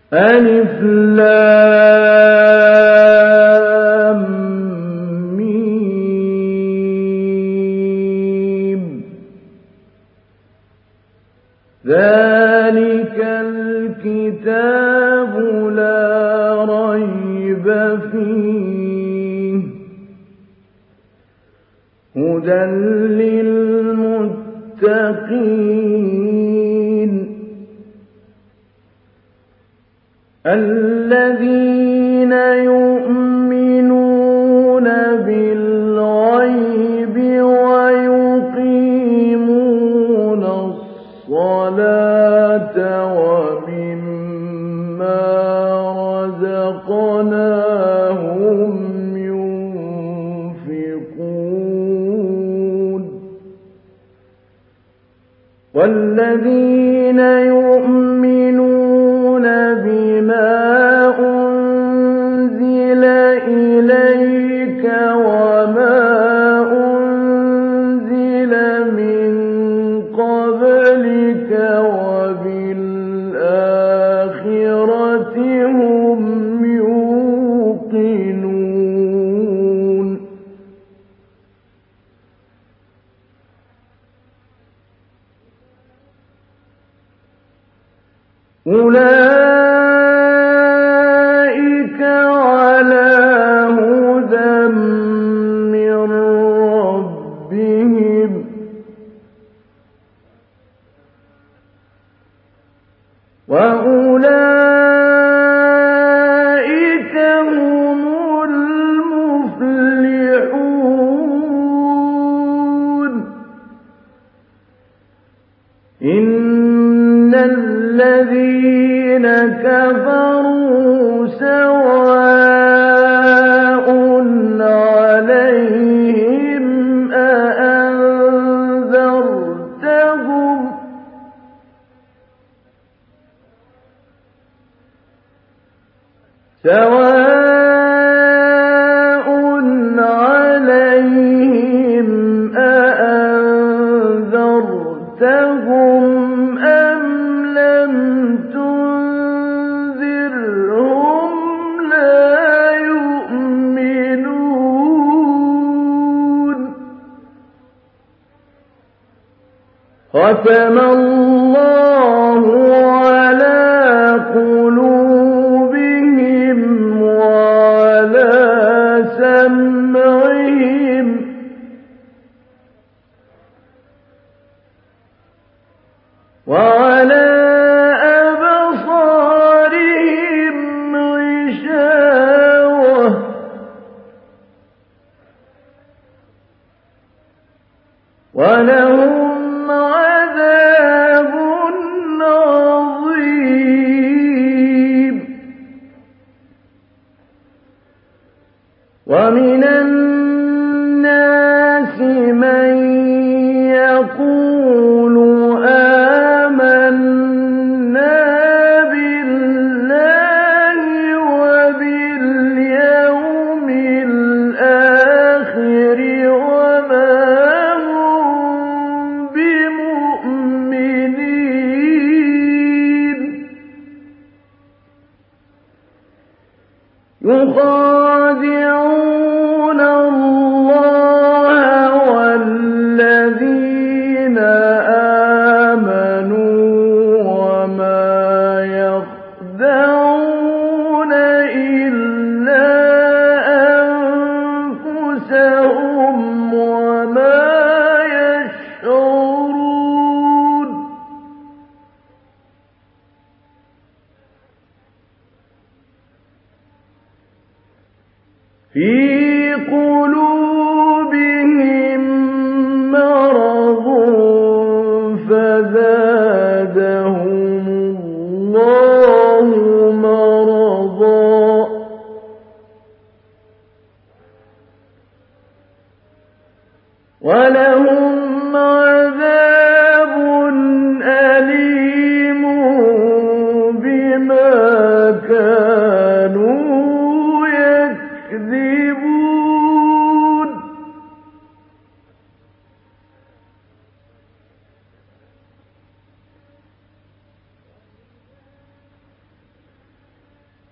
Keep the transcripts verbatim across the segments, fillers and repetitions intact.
ألف لام ميم ذلك الكتاب لا ريب فيه هدى للمتقين الذين يؤمنون بالغيب ويقيمون الصلاة ومما رزقناهم ينفقون والذين يؤمنون بما أنزل إليك وما أنزل من قبلك وبالآخرة هم يوقنون أولئك على هدى من ربهم وأولئك هم المفلحون إن الذين كفروا سواء عليهم أأنذرتهم سواء عليهم أأنذرتهم أم لم تنذرهم لا يؤمنون ختم الله على قلوبهم وعلى سمعهم وعلى أبصارهم غشاوة ولهم عذاب عظيم ومن الناس من يقول آمنا بالله وباليوم الآخر وما هم بمؤمنين يخادعون الله والذين آمنوا وما يخدعون إلا أنفسهم وما يشعرون في قلوبهم مرض فزادهم الله مرضا ولهم عذاب أليم بما كانوا يكذبون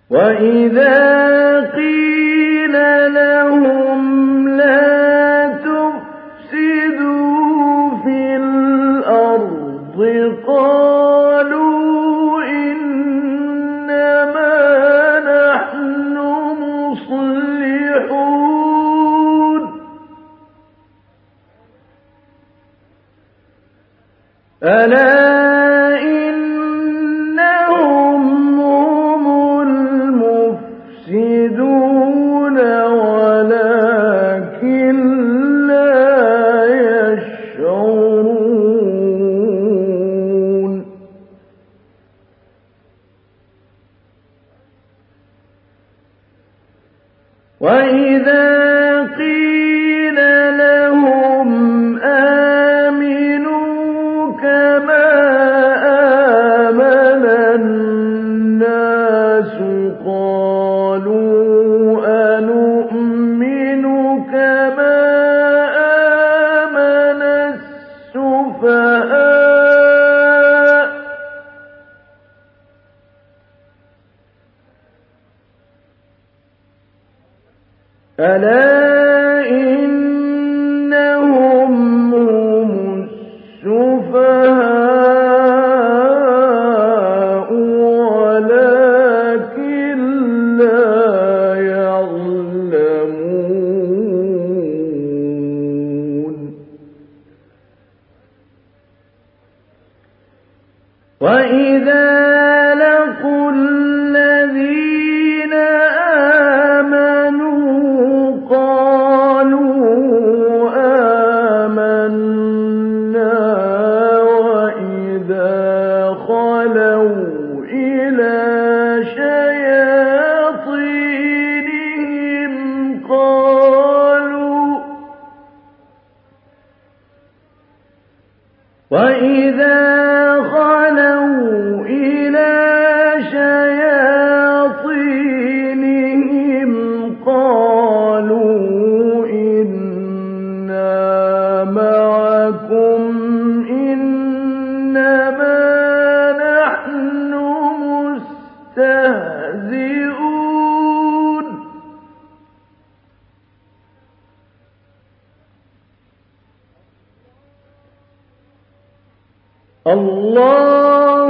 وإذا قيل لهم لا تفسدوا في الأرض قالوا إنما نحن مصلحون ألا وَإِذَا قِيلَ لَهُمْ آمِنُوا كَمَا آمَنَ النَّاسُ قَالُوا أَنُؤْمِنُ كَمَا آمَنَ السُّفَهَاءُ ألا إنهم هم السفهاء ولكن لا يعلمون وإذا لقوا الذين وَإِذَا خَلَوْا إِلَى شَيَاطِينِهِمْ قَالُوا إِنَّا مَعَكُمْ إِنَّمَا نَحْنُ مُسْتَهْزِئُونَ الله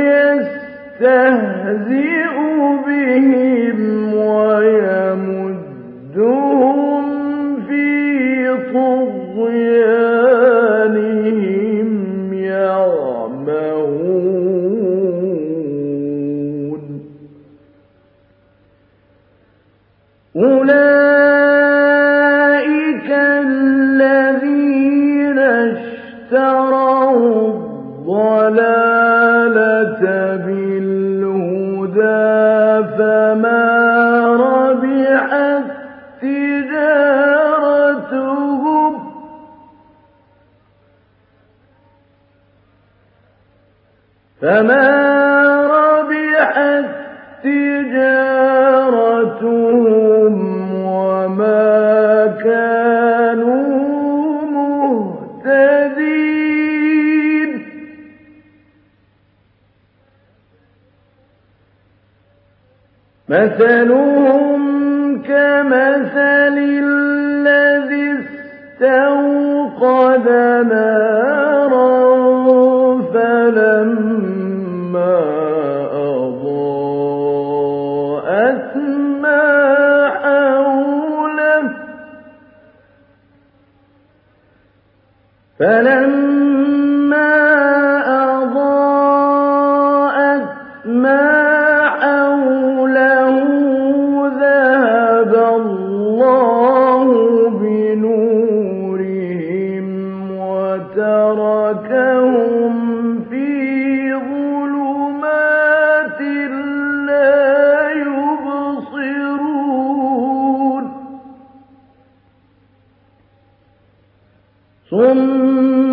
يستهزئ بهم ويمدهم في طغيانهم يعمهون أولئك الذين اشتروا الضلالة بالهدى فما ربحت تجارتهم فما ربحت تجارتهم وما كانوا مهتدين مثلهم كمثل الذي استوقد نارا فلما أضاءت ما حوله فلما أضاءت ما حوله ذهب الله بنورهم وتركهم في ظلمات لا يبصرون صم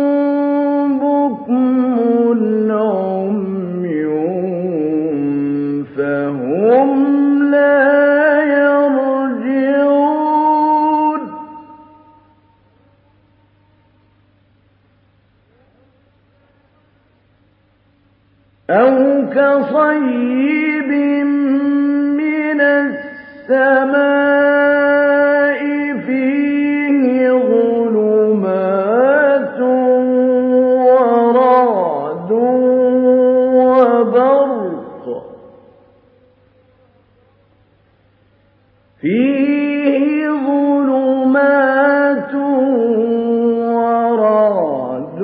بكم عمي فهم لا يرجعون أو كصيب السماء فيه ظلمات ورعد وبرق فيه ظلمات ورعد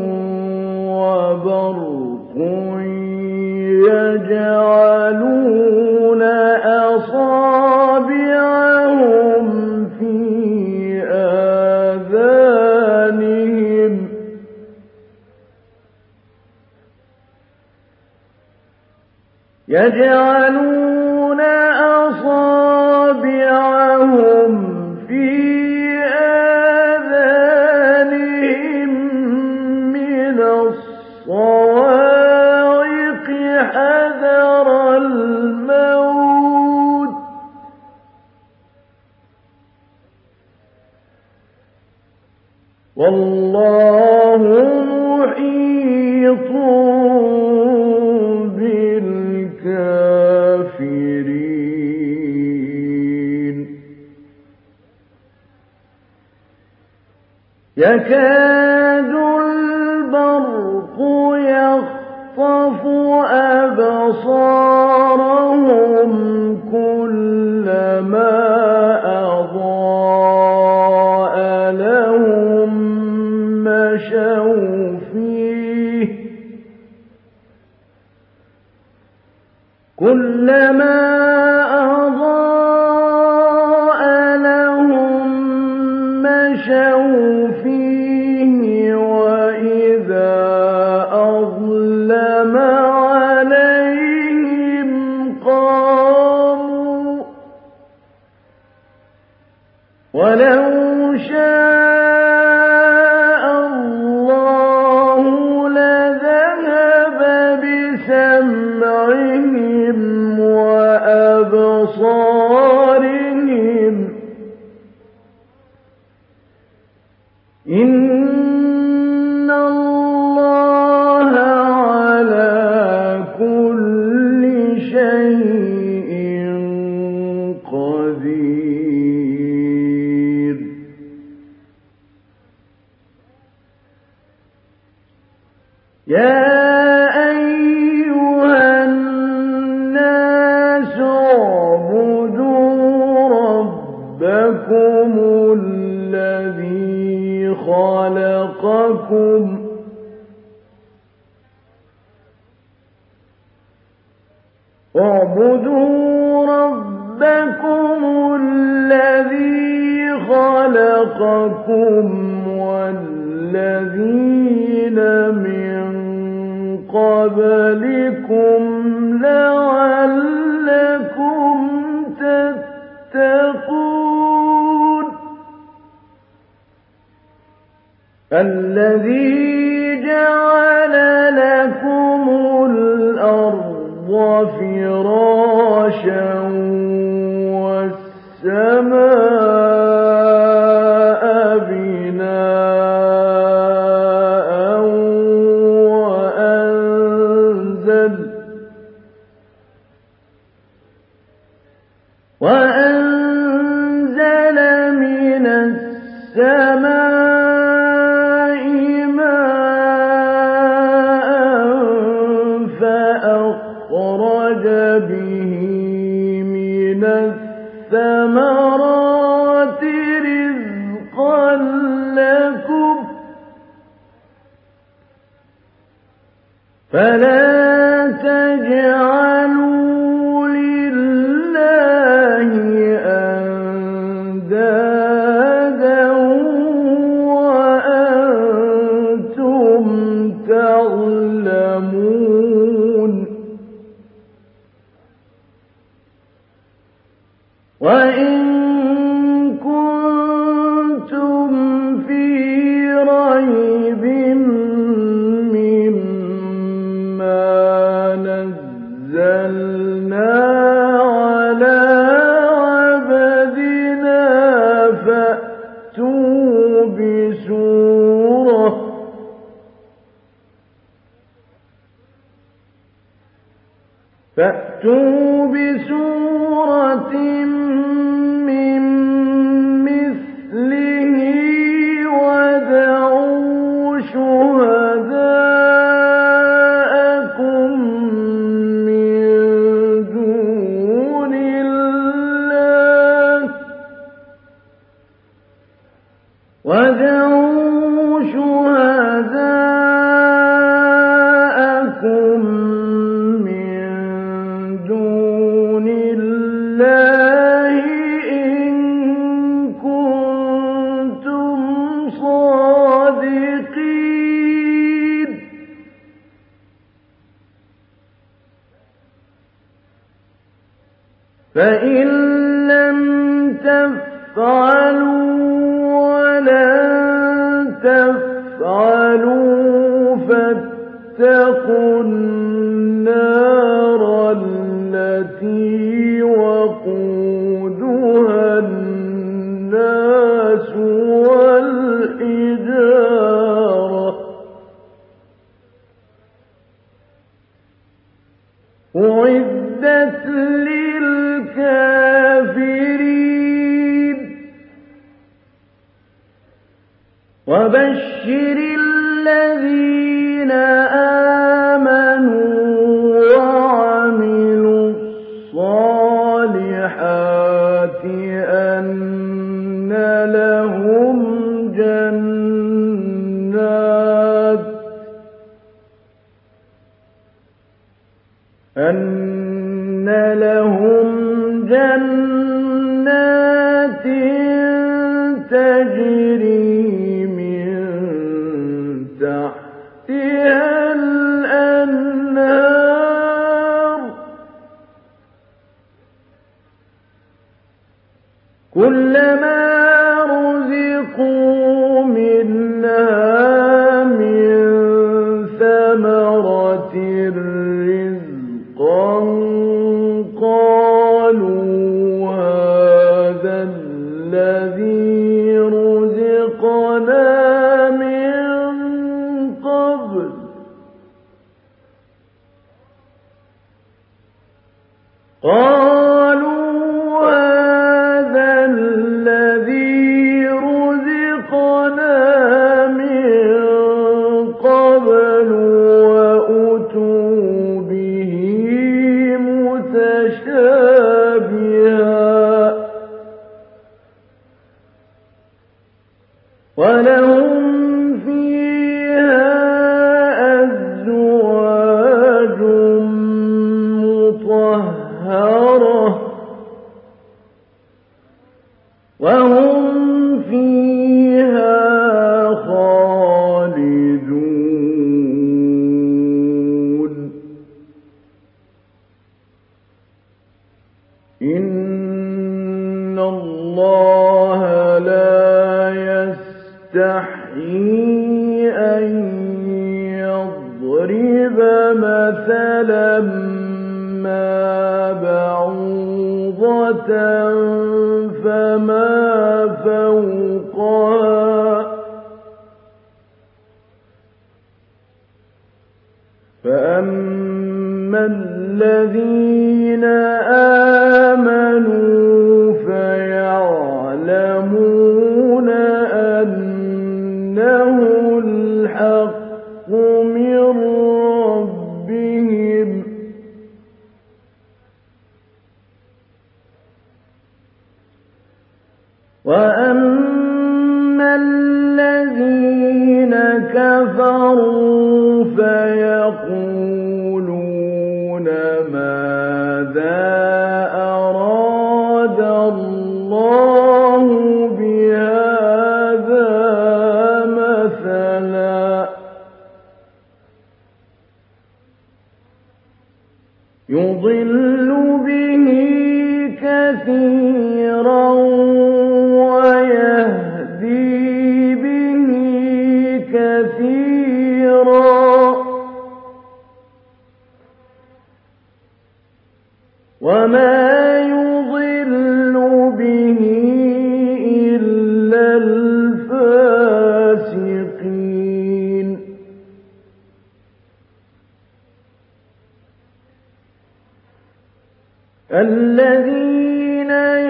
وبرق يجعلون أصابعهم في آذانهم يجعلون أصابعهم في آذانهم من الصواعق حذر الموت والله محيط بالكافرين يكاد البرق يخطف أبصارهم كلما أضاء لهم مشوا فيه كلما أضاء لهم مشوا فيه وإذا أظلم عليهم قاموا ولو شاء الله لذهب بسمعهم وأبصارهم إن الله على كل شيء قدير يا أيها الناس اعبدوا ربكم الذي خلقكم اعبدوا ربكم الذي خلقكم والذين من قبلكم لعلكم تتقون الذي جعل لكم الأرض فراشا والسماء بناء وأنزل وأنزل من السماء ماء فأخرج به من الثمرات رزقا لكم فلا تجعلوا لله أندادا وأنتم تعلمون وإن كنتم في ريب مما نزلنا على عبدنا فأتوا بسورة فأتوا بسورة فإن لم تفعلوا ولن تفعلوا فاتقوا النار التي وقودها الناس والحجارة أعدت للكافرين وبشر الذين آمنوا وعملوا الصالحات أن لهم جنات أن لهم جنات تجري من تحتها الأنهار كلما رزقوا منها من ثمرة رزقا قالوا هذا الذي رزقنا من قبل قالوا هذا الذي رزقنا من قبل وأتوا به متشابها ولهم فيها أزواج مطهرة وهم فيها خالدون إن الله لا يستحيي أن يضرب مثلا ما بعوضة فما فوقها فأما الذين آمنوا فيعلمون أنه الحق من ربهم وأما الذين كفروا فيقولون ماذا أراد الله بهذا مثلا يضل به كثيرا ويهدي به كثيرا وما يضل به إلا الفاسقين الذين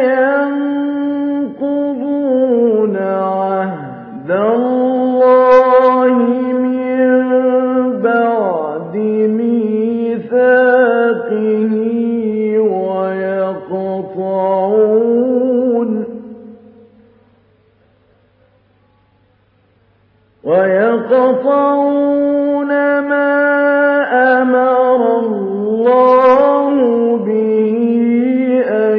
ينقضون عهد الله من بعد ميثاقه ويقطعون ويقطعون ما أمر الله به أن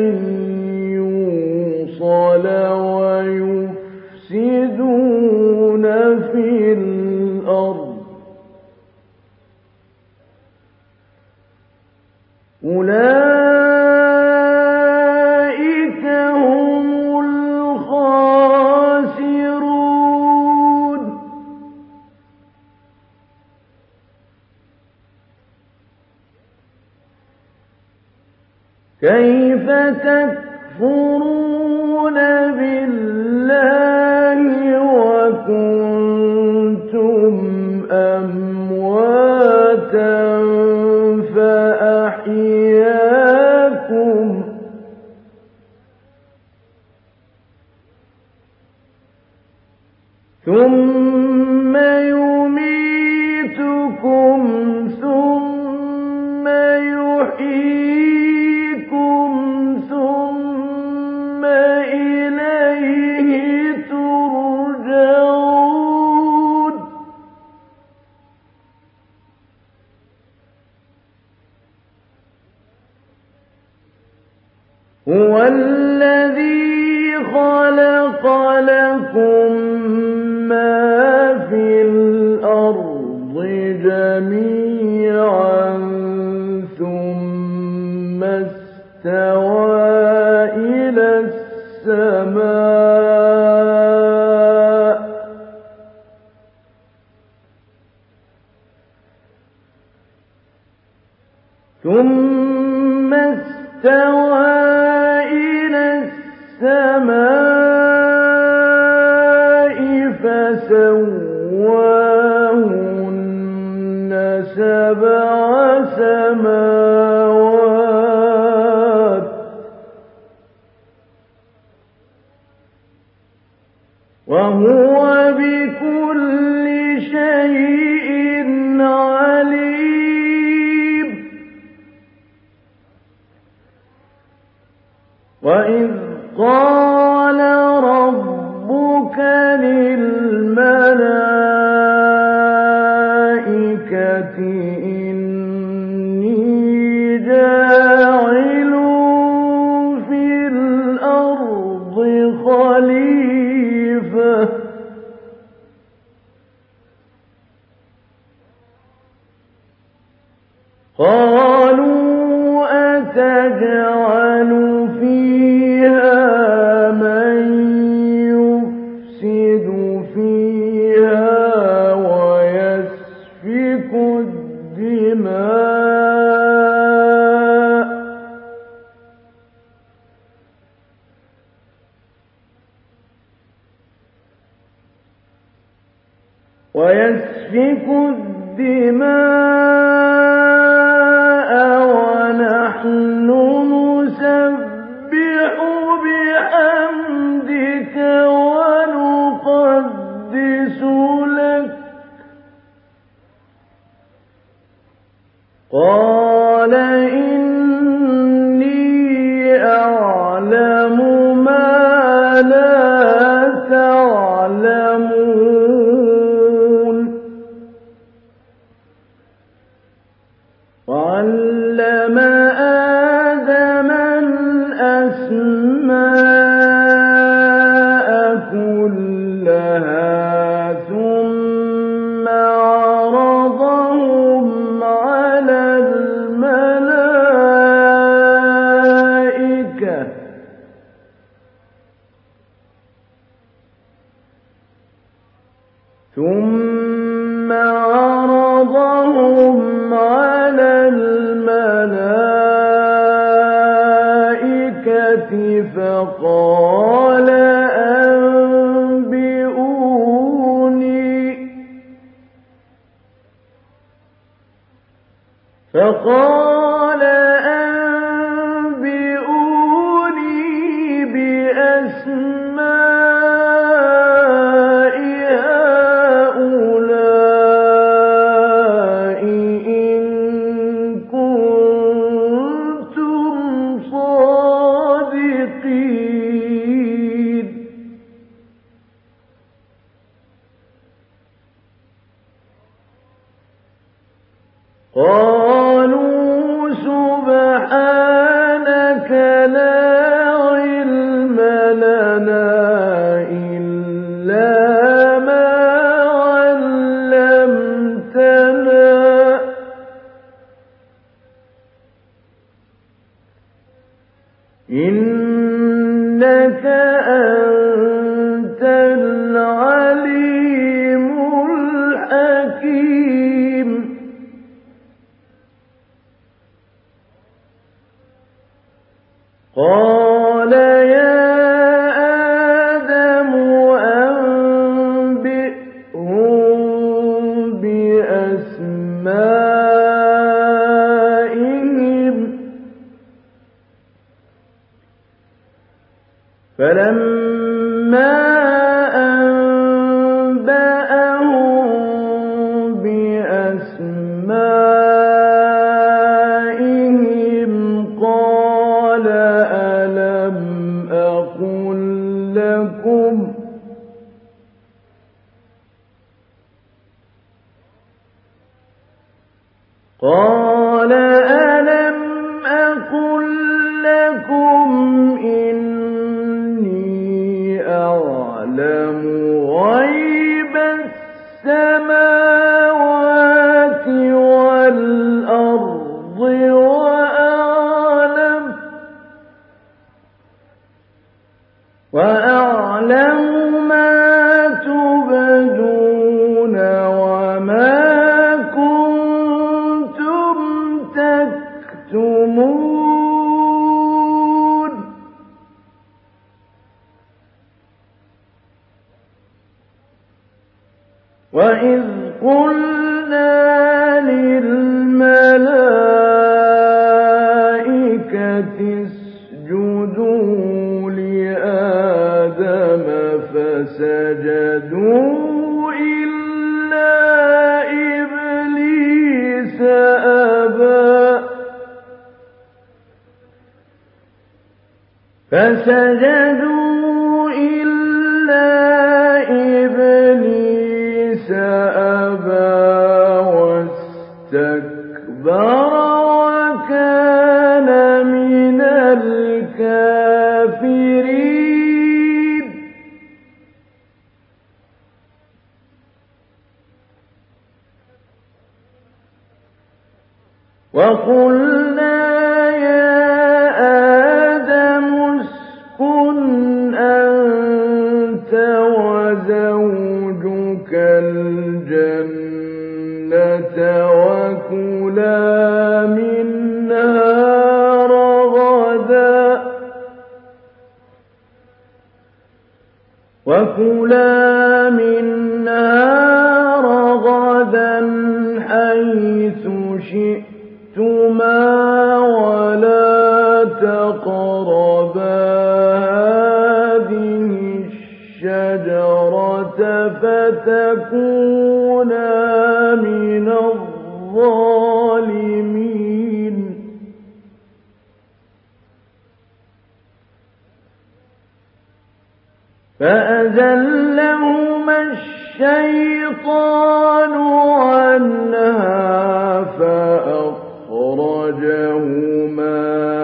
يوصل ويفسدون في الأرض أولئك كيف تكفرون بالله وكنتم أمواتا فأحياكم ثم يميتكم ثم يحييكم ثم إليه ترجعون هو الذي خلق لكم ما في الأرض جميعا ثم استوى إلى السماء ثم استوى إلى السماء فسواهن سبع سماوات وهو بكل شيء عليم وإذ قال ربك للملائكة إني جاعل في الأرض خليفة قالوا أتجعل فيها من يفسد فيها ويسفك الدماء ويسفك الدماء ونحن نسبح بحمدك ونقدس لك قال إني أعلم ما لا تعلمون وعلم آدم الأسماء كلها ثم عرضهم على الملائكة ثم عرضهم على الملائكة فقال أنبئوني فقال أنبئوني بأسماء هؤلاء إن كنتم صادقين قالوا سبحانك لا علم لنا إلا ما علمتنا إنك أنت العليم الحكيم قال يا آدم أنبئهم بأسمائهم فلما أنبأهم بأسمائهم قال ألم أقل لكم قال ألم أقل لكم إني أعلم غيب السماوات والأرض وأعلم وأعلم ما تبدون وما كنتم تكتمون وإذ قلنا للملائكة اسجدوا لآدم فسجدوا إلا إبليس أبى فسجدوا إلا إبليس أبى واستكبر وكان من الكافرين وقلنا يا آدم اسكن أنت وزوجك الجنة وكلا منها رغدا وكلا منها رغدا حيث شئتما ولا تقربا هذه الشجرة فتكونا من الظالمين فأزلهما الشيطان عنها فأخرجهما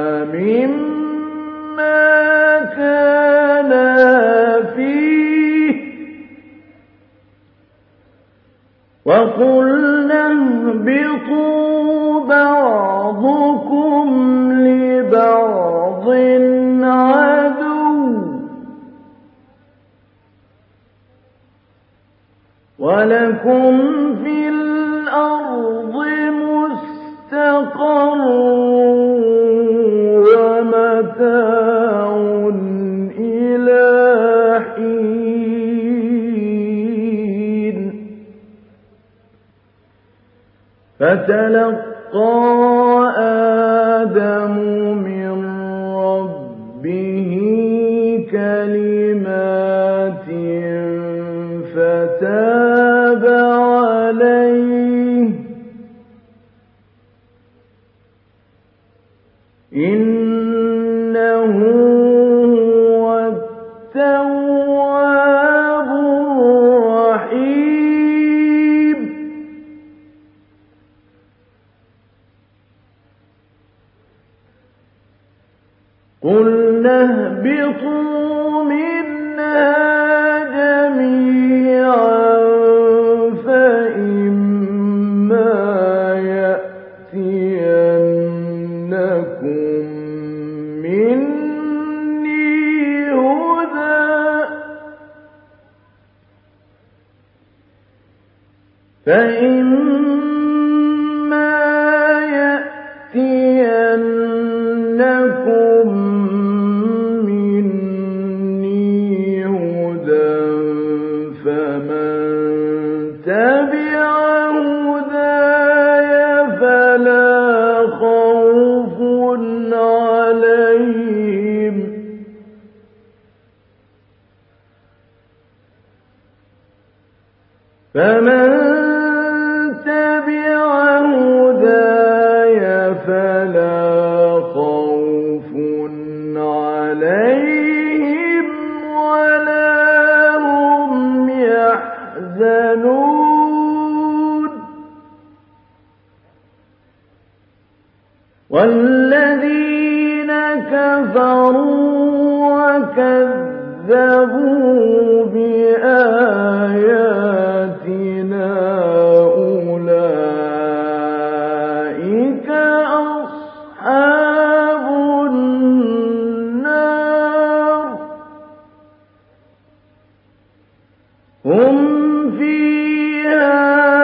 مما كانا فيه وقلنا اهبطوا بعضكم لبعض عدو ولكم في الأرض مستقر ومتاع إلى حين فتلقى آدم من ربه كلمات فتاب عليه إنه هو التواب الرحيم قلنا اهبطوا منها جميعا فإما يأتينكم مني هدى فإما يأتينكم خوف عليهم فمن تبع هداي فلا خوف عليهم ولا هم يحزنون والذين كفروا وكذبوا بآياتنا أولئك أصحاب النار هم فيها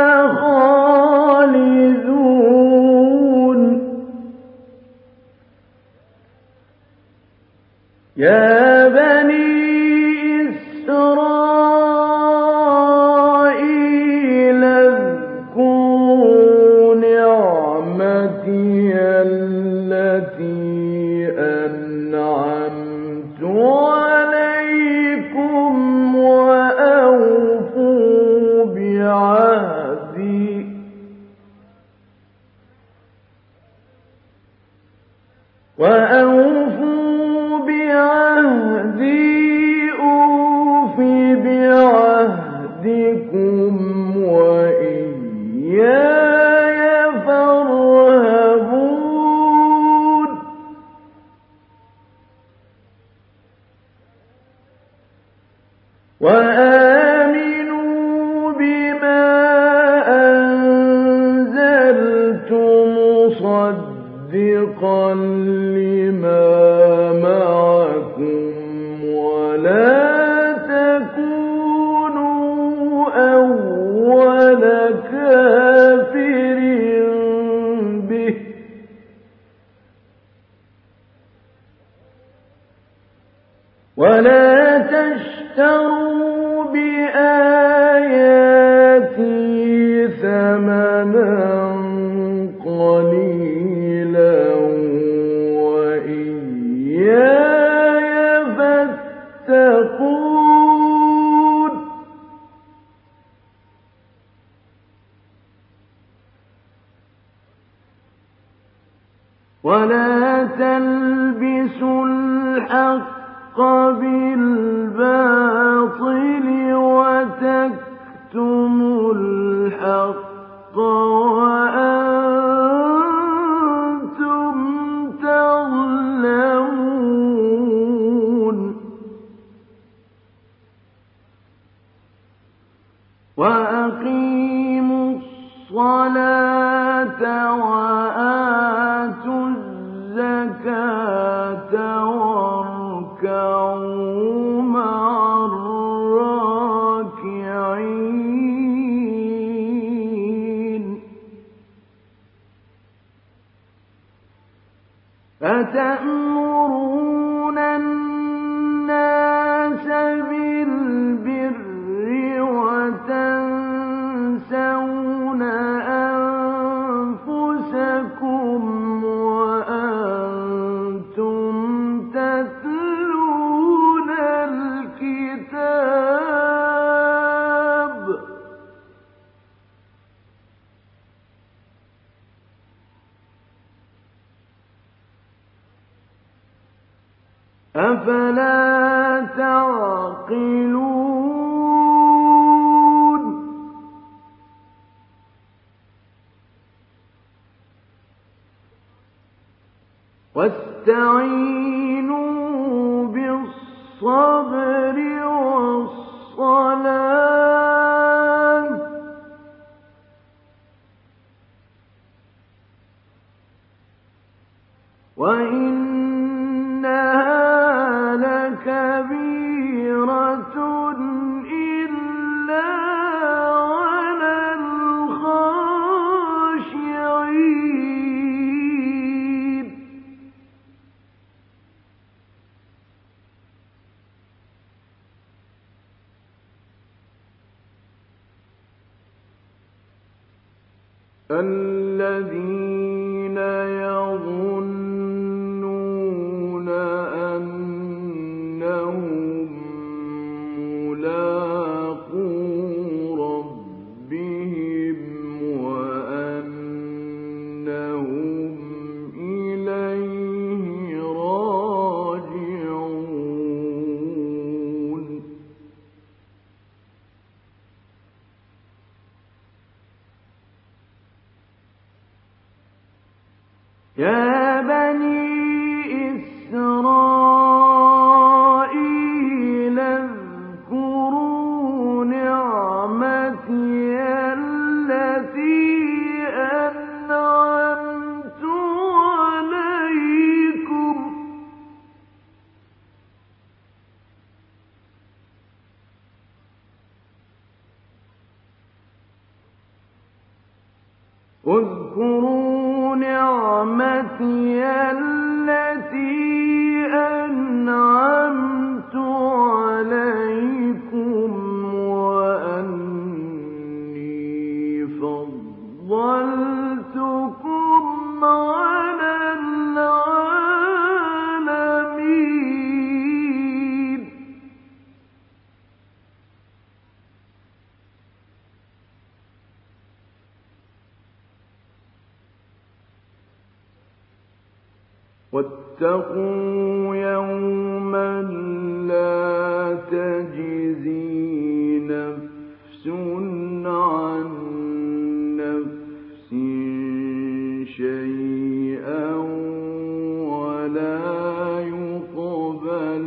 خالدون يا بني إسرائيل اذكروا نعمتي التي أنعمت عليكم وأوفوا بعهدي وأوفوا بعهدي أوف بعهدكم وإياي فارهبون وآمنوا بما أنزلت مصدقا لما معكم ولا تكونوا أول كافر به ولا تشتروا بآياتي ثمنا قليلا وإياي فاتقون ولا تلبسوا الحق بالباطل وتكتموا الحق وأنتم تعلمون وأقيموا الصلاة وآتوا الزكاة واركعوا مع الراكعين أتأمرون الناس بالبر وتنسون أنفسكم وأنتم تتلون الكتاب أفلا تعقلون واستعينوا بالصبر والصلاة وإنها لكبيرة إلا على الخاشعين الذين يظنون اذكروا نعمتي التي أنعمت عليكم وأني فضلتكم على العالمين. واتقوا يوما لا تجزي نفس عن نفس شيئا ولا يقبل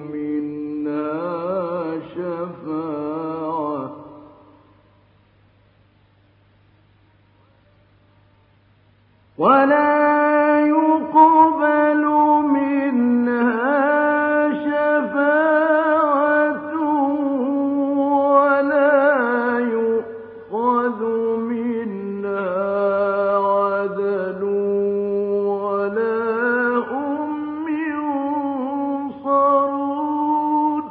منها شفاعة ولا يقبل منها شفاعة ولا يؤخذ منها عدل ولا هم ينصرون.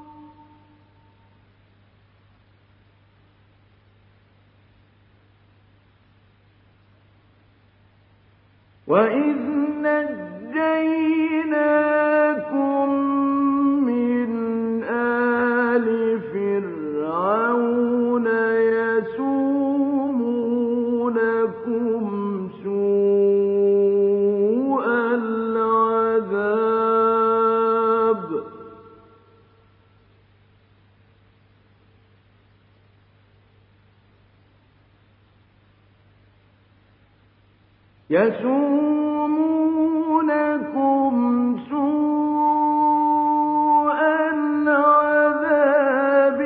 وإذ نجيناكم من آل فرعون يسومونكم سوء العذاب يسومونكم سوء العذاب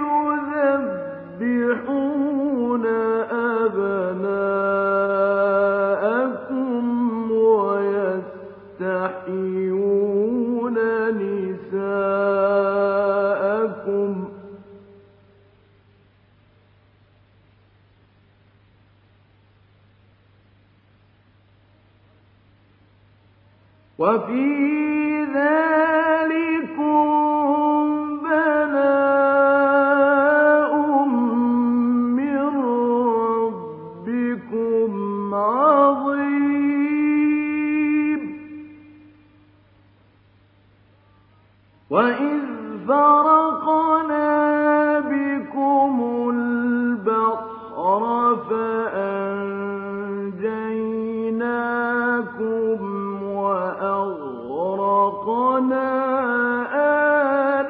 يذبحون أبناءكم ويستحيون نساءكم وفي ذلكم بلاء من ربكم عظيم. وإذ فرقنا بكم البحر فأنجيناكم وأغرقنا آل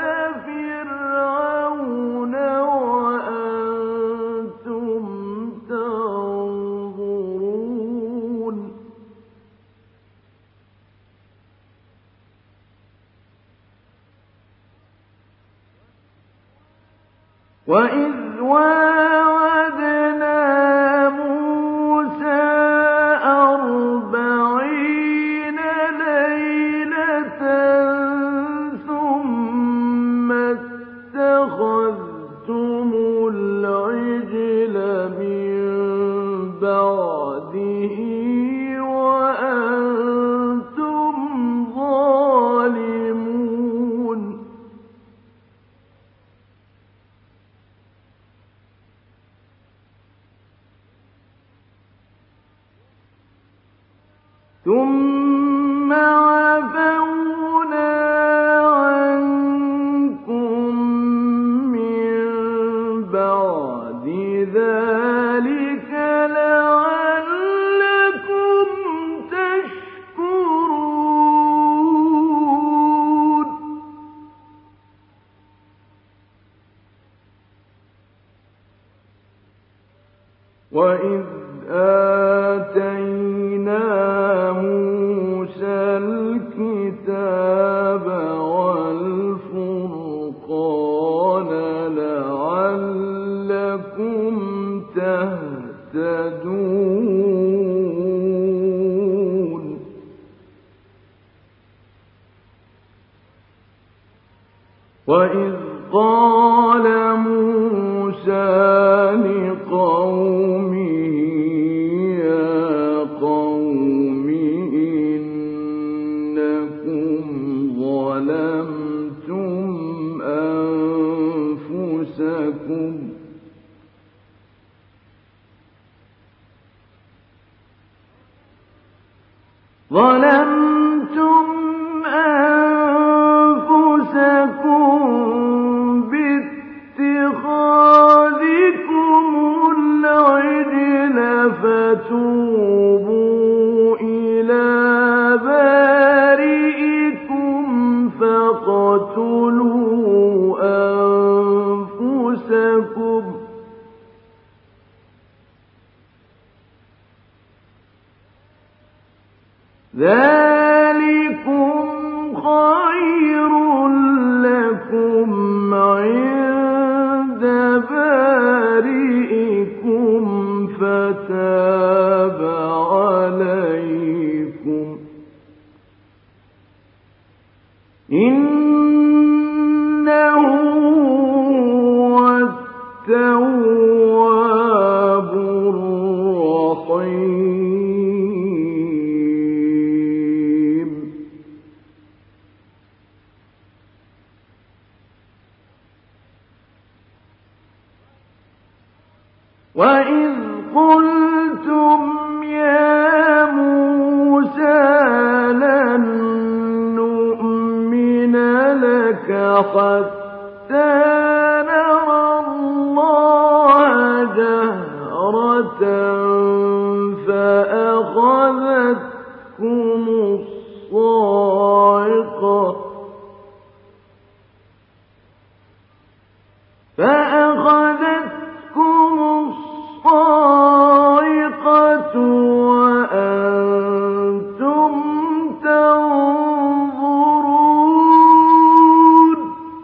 فرعون وأنتم تنظرون. وإذ واعدنا موسى أربعين ليلة ثم اتخذتم العجل من بعده وأنتم ظالمون. ثم عفونا عنكم من بعد ذلك لعلكم تشكرون. وإذ آتينا موسى الكتاب والفرقان لعلكم تهتدون. وإذ قال موسى لقومه ظلمتم أنفسكم باتخاذكم العجل فتوبوا إلى بارئكم فاقتلوا أنفسكم ذلكم خير لكم عند بارئكم فتاب عليكم إنه هو التواب الرحيم. وَإِذْ قُلْتُمْ يَا مُوسَىٰ لَن نُّؤْمِنَ لَكَ حَتَّىٰ نَرَى اللَّهَ جَهْرَةً فَأَخَذَتْكُمُ الصَّاعِقَةُ فَأَخَذَتْكُمُ الصَّاعِقَةُ وَأَنتُمْ تَنظُرُونَ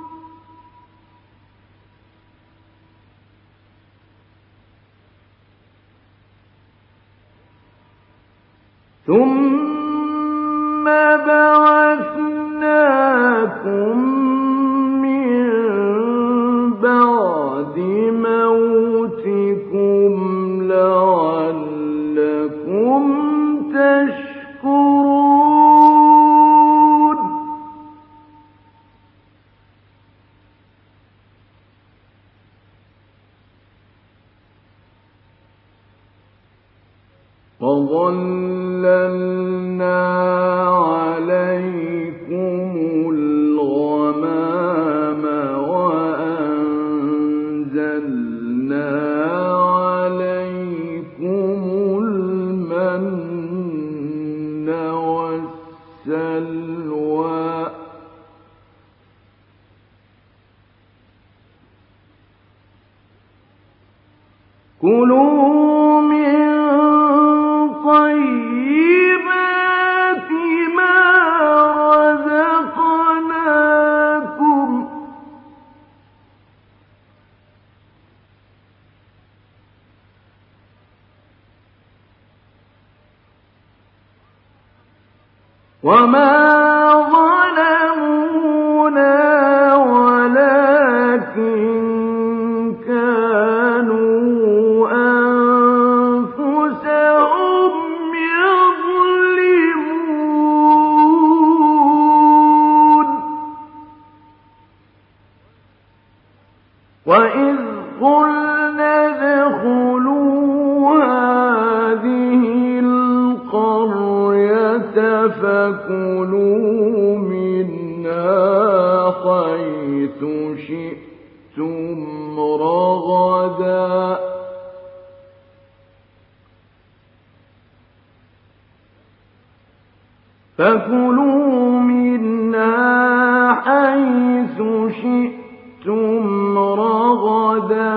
ثُمَّ بَعَثْنَاكُم مِّن بَعْدِ مَوْتِكُمْ لَعَلَّكُمْ تَشْكُرُونَ وَظَلَّلْنَا عَلَيْكُمُ الْغَمَامَ وَأَنزَلْنَا عَلَيْكُمُ الْمَنَّ وَالسَّلْوَىٰ كُلُوا مِن طَيِّبَاتِ مَا رَزَقْنَاكُمْ وَمَا ظَلَمُونَا وَلَٰكِن كَانُوا أَنفُسَهُمْ يَظْلِمُونَ وَإِذْ قُلْنَا ادْخُلُوا هَٰذِهِ الْقَرْيَةَ فَكُلُوا مِنْهَا حَيْثُ شِئْتُمْ رَغَدًا فَكُلُوا مِنْهَا حَيْثُ شِئْتُمْ رَغَدًا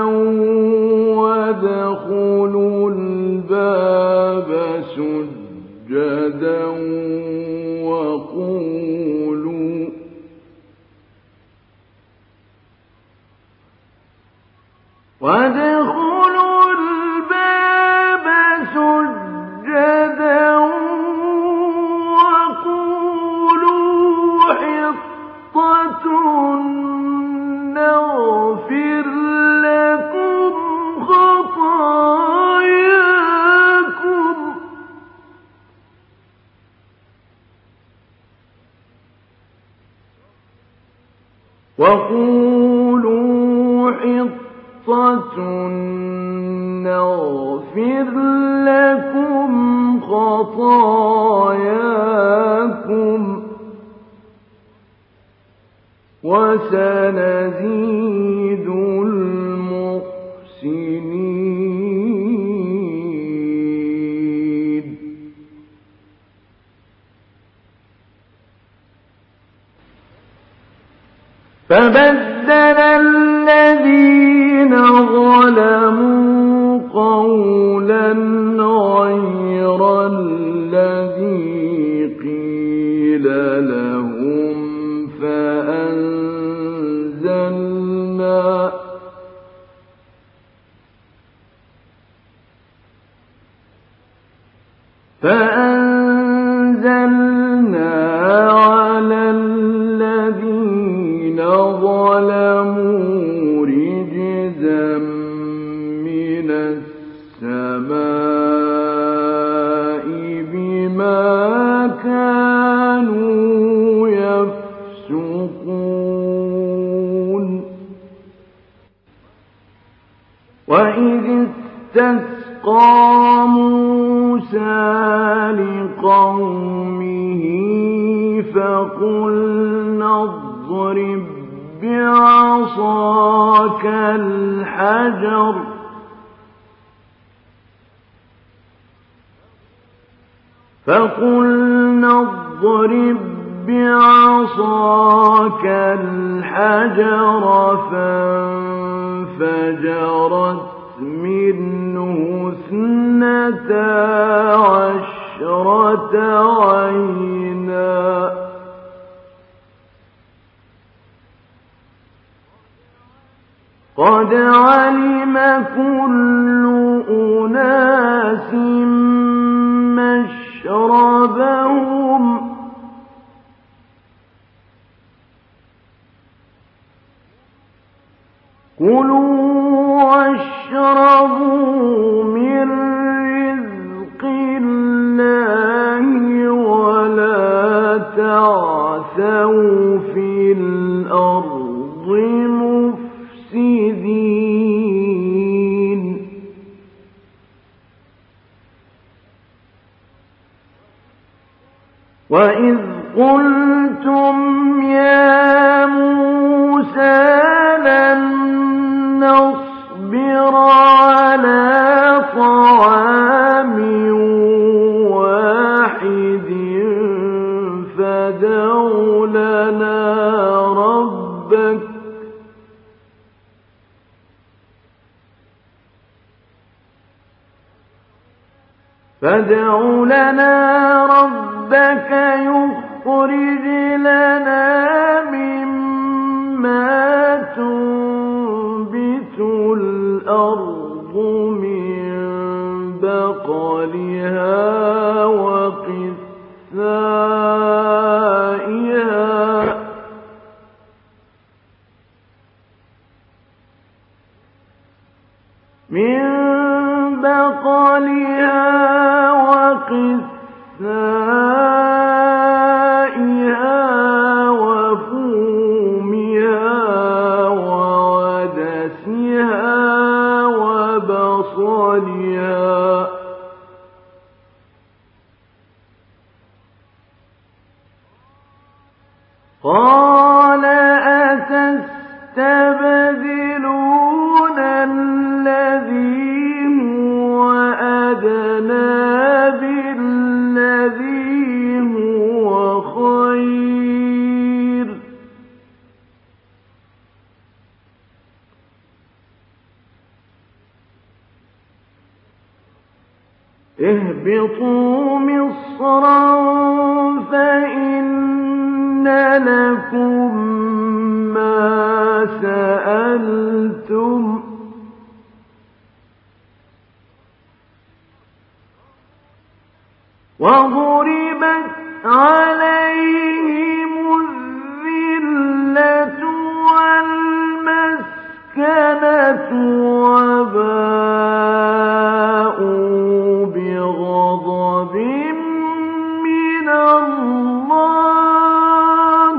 وَادْخُلُوا الْبَابَ سُجَّدًا وَقُولُوا وَادْخُلُوا الْبَابَ سُجَّدًا وَقُولُوا حِطَّةٌ نَّغْفِرْ لَكُمْ خَطَايَاكُمْ وَقُولُوا حِطَّةٌ نَّغْفِرْ لَكُمْ خَطَايَاكُمْ وسنزيد المحسنين فبدل الذين ظلموا قولا غير الذي قيل لهم فأنزلنا فأنزلنا على الذين ظلموا رجزا من السماء بما كانوا يفسقون وإذ استسقى موسى لقومه فقلنا اضرب بعصاك الحجر فقلنا اضرب بعصاك الحجر فانفجرت منه اثنتا عشرة عينا قد علم كل أناس مشربهم كلوا واشربوا من رزق الله ولا تعثوا في الأرض مفسدين وإذ قلتم يا موسى لن نصبر على طعام واحد فادع لنا ربك فادع لنا ربك يخرج لنا مما تنبت الأرض من بقلها وقثائها من بقلها وقثائها وفومها وعدسها وبصلها قال أتستبدلون الذي هو أدنى بالذي هو خير اهبطوا مصرا فإن لكم ما سألتم وضربت عليهم الذلة والمسكنة وباءوا بغضب من الله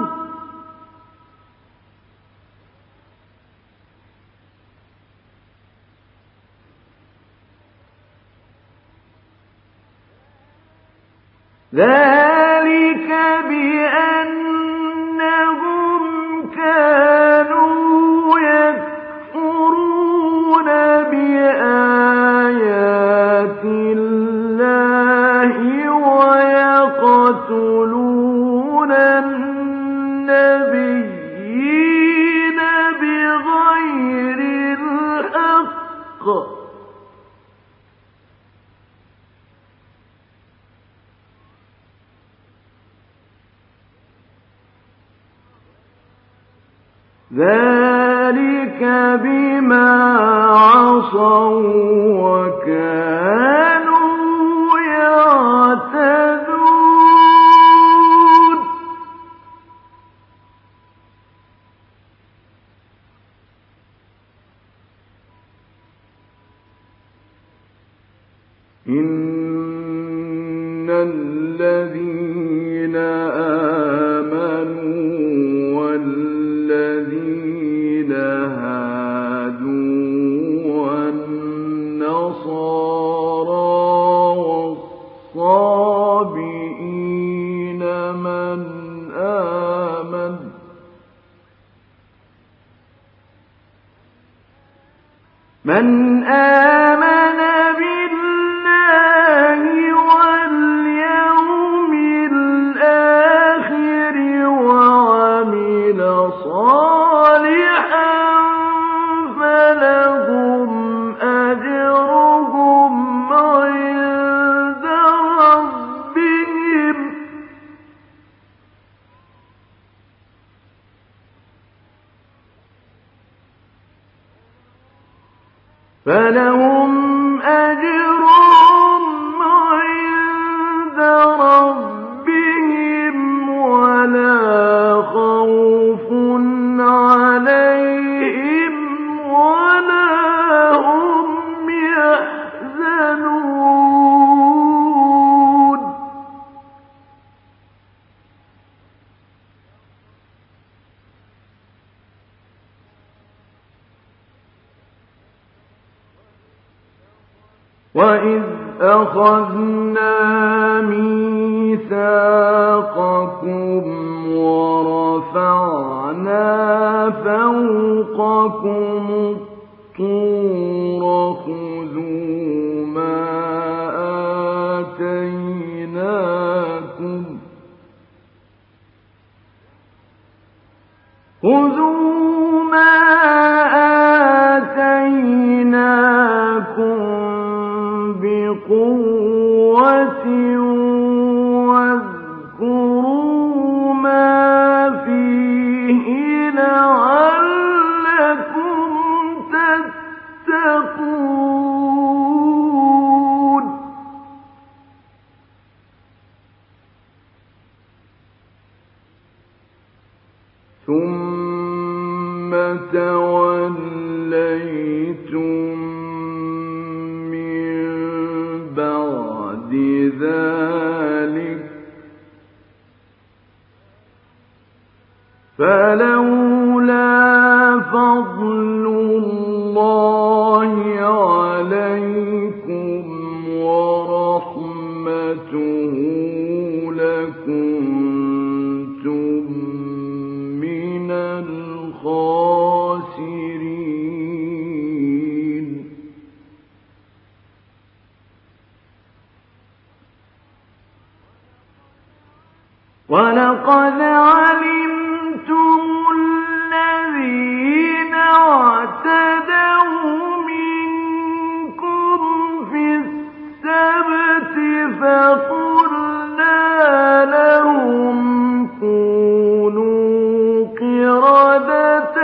ذلك بأنهم كانوا النبيين بغير الحق ذلك بما عصوا وكانوا يعتدون إن الذين آمنوا والذين هادوا والنصارى والصابئين من آمن من آمن بالله واليوم الآخر وعمل صالحا فلهم أجرهم عند ربهم فلهم أجرهم عند ربهم ولا خوف عليهم ولا هم يحزنون وَإِذْ أَخَذْنَا مِيثَاقَكُمْ وَرَفَعْنَا فَوْقَكُمُ الطُّورَ خُذُوا مَا آتَيْنَاكُمْ خُذُوا مَا آتَيْنَاكُمْ بقوة واذكروا ما فيه لعلكم تتقون ثم توليتم بعد ذلك فلولا فضل الله عليكم ورحمته لكنتم من الخاسرين وَلَقَدْ عَلِمْتُمُ الَّذِينَ اعْتَدَوْا مِنكُمْ فِي السَّبْتِ فَقُلْنَا لَهُمْ كُونُوا قِرَدَةً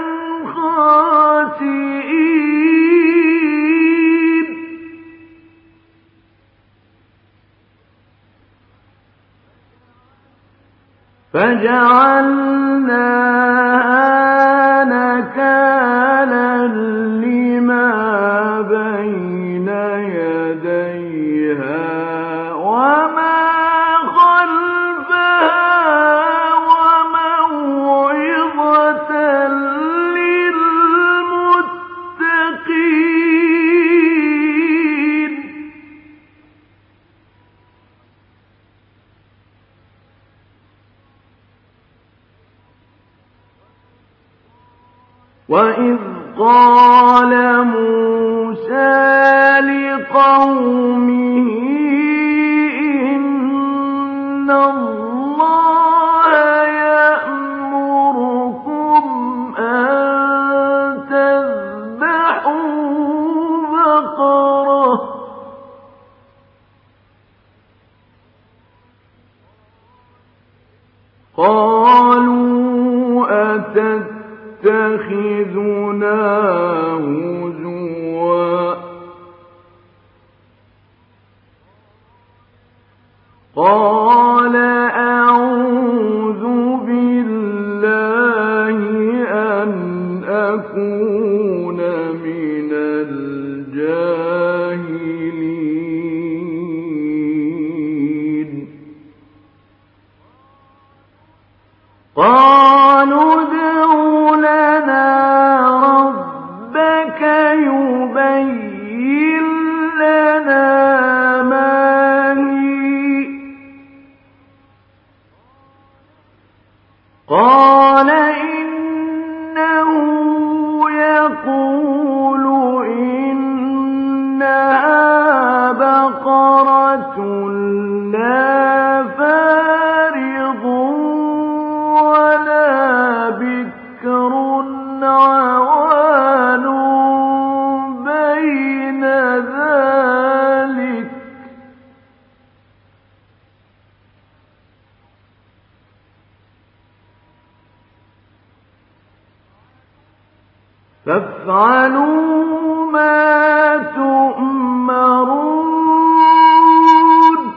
خَاسِئِينَ فَجَعَلْنَاهَا نَكَالًا لِمَا بَيْنَ يَدَيْهَا وَمَا خَلْفَهَا وَمَوْعِظَةً لِلْمُتَّقِينَ وَإِذْ قَالَ مُوسَىٰ لِقَوْمِهِ إِنَّ اللَّهَ قالوا أتتخذنا هزوا قال أعوذ بالله أن أكون من الجاهلين قالوا ادع لنا ربك يبين لنا ما هي قال إنه يقول إنها بقرة لا فارض ولا بكر عوان بين ذلك فافعلوا ما تؤمرون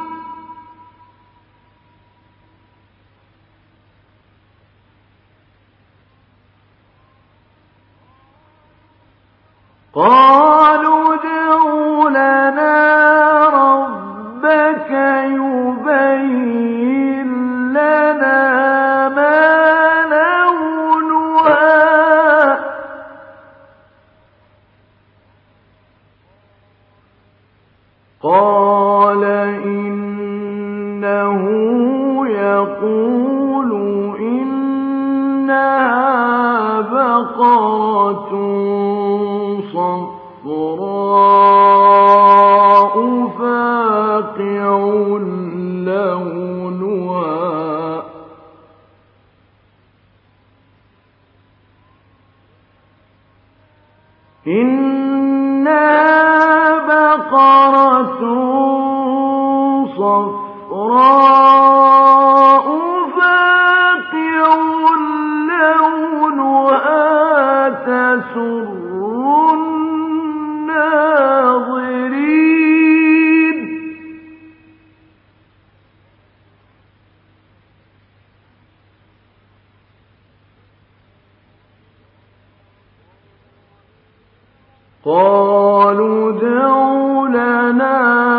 قالوا ادع لنا ربك يبين لنا ما لونها قال إنه يقول إنها بقرة صفراء فاقع لونها إنها بقرة صفراء فاقع لونها تسر الناظرين قالوا ادع لنا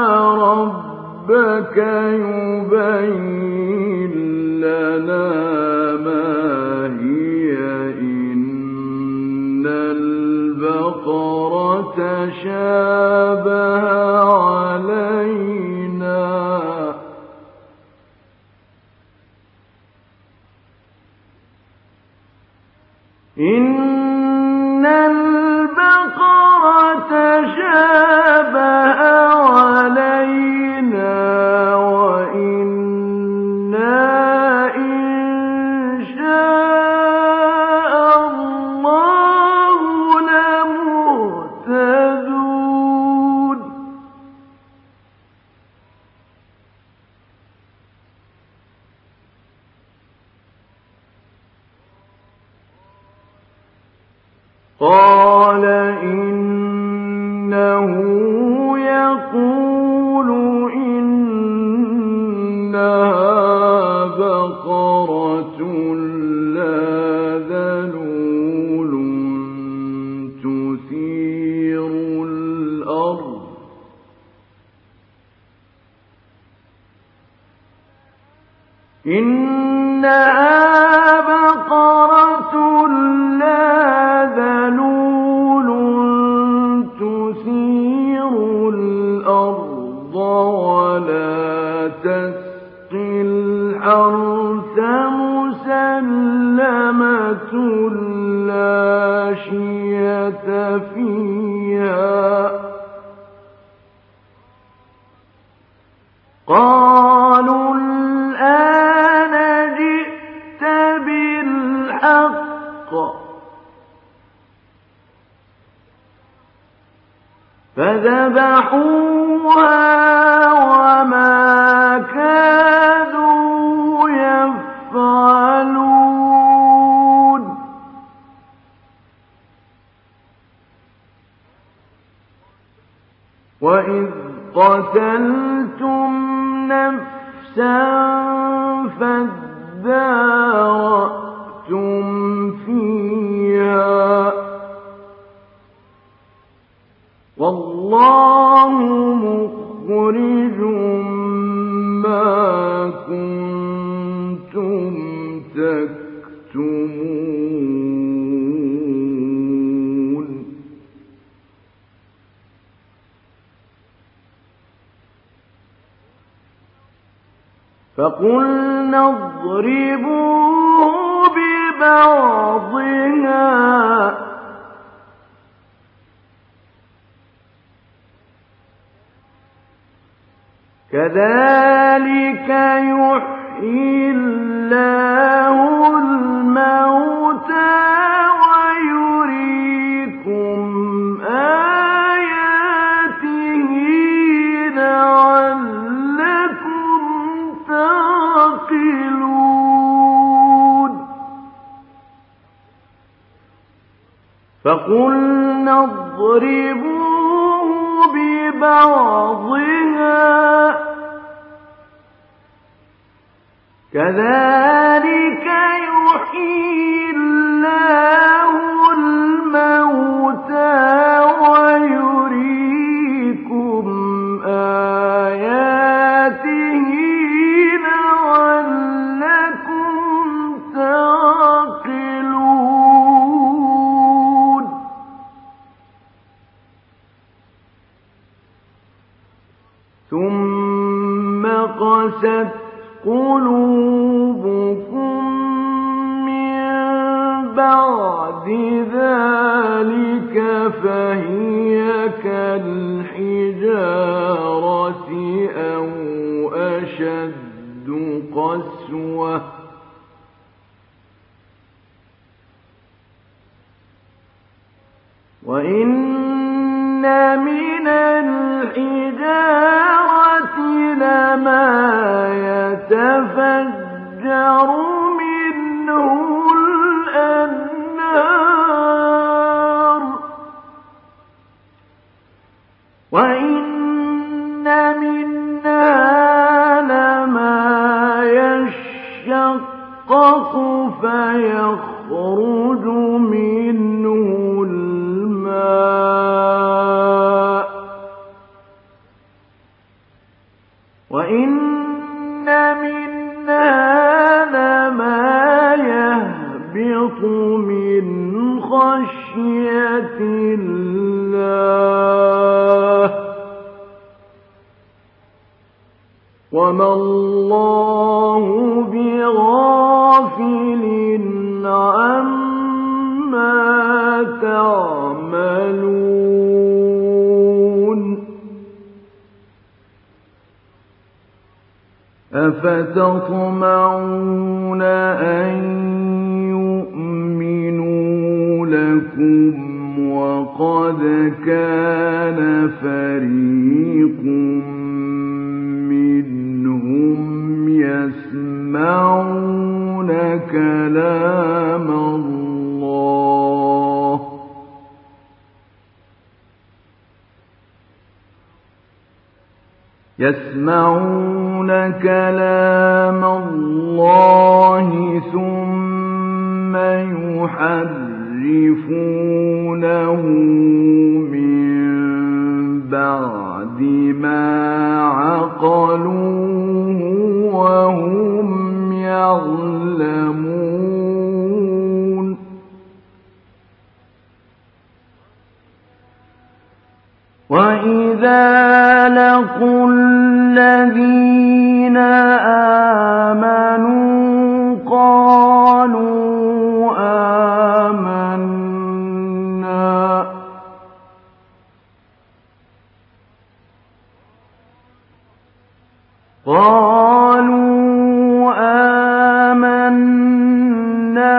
ربك يبين لنا ما هي إن البقرة شابه علينا إن البقرة شابه علينا وإنا إن شاء الله لمهتدون قال إنه يقول إنها بقرة لا ذلول تثير الأرض إنها بقرة لا ذلول تثير الأرض ولا تسقي الحرث مسلمة لا شية فيها قالوا الآن جئت بالحق فذبحوها وما كادوا يفعلون وإذ قتلتم نفسا فادارأتم فيها والله مخرج ما كنتم تكتمون فقلنا اضربوه ببعضها كذلك يحيي الله الموتى ويريكم آياته لعلكم تعقلون فقلنا اضربوه ببعضها كذلك يحيي الله الموتى ويريكم آياته لعلكم تعقلون ثم قست قلوبكم من بعد ذلك فهي كالحجارة أو أشد قسوة وإن من الحجارة لما يتفجر منه الأنهار وإن منها لما يشقق فيخرج منه الماء وإن منها لما يهبط من خشية الله وما الله بغافل عما تعملون أفتطمعون أن يؤمنوا لكم وقد كان فريق منهم يسمعون كلام الله يسمعون كلام الله ثم يحرفونه من بعد ما عقلوه وهم يعلمون وإذا لقوا الذين آمنوا قالوا آمنا قالوا آمنا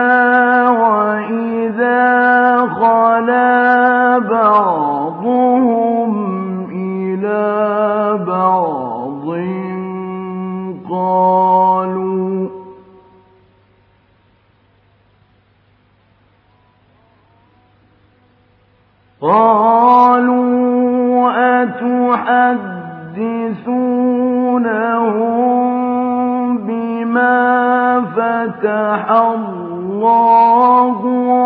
وإذا خلا بعضهم إلى بعض قالوا قالوا أتحدثونهم تحدثونهم بما فتح الله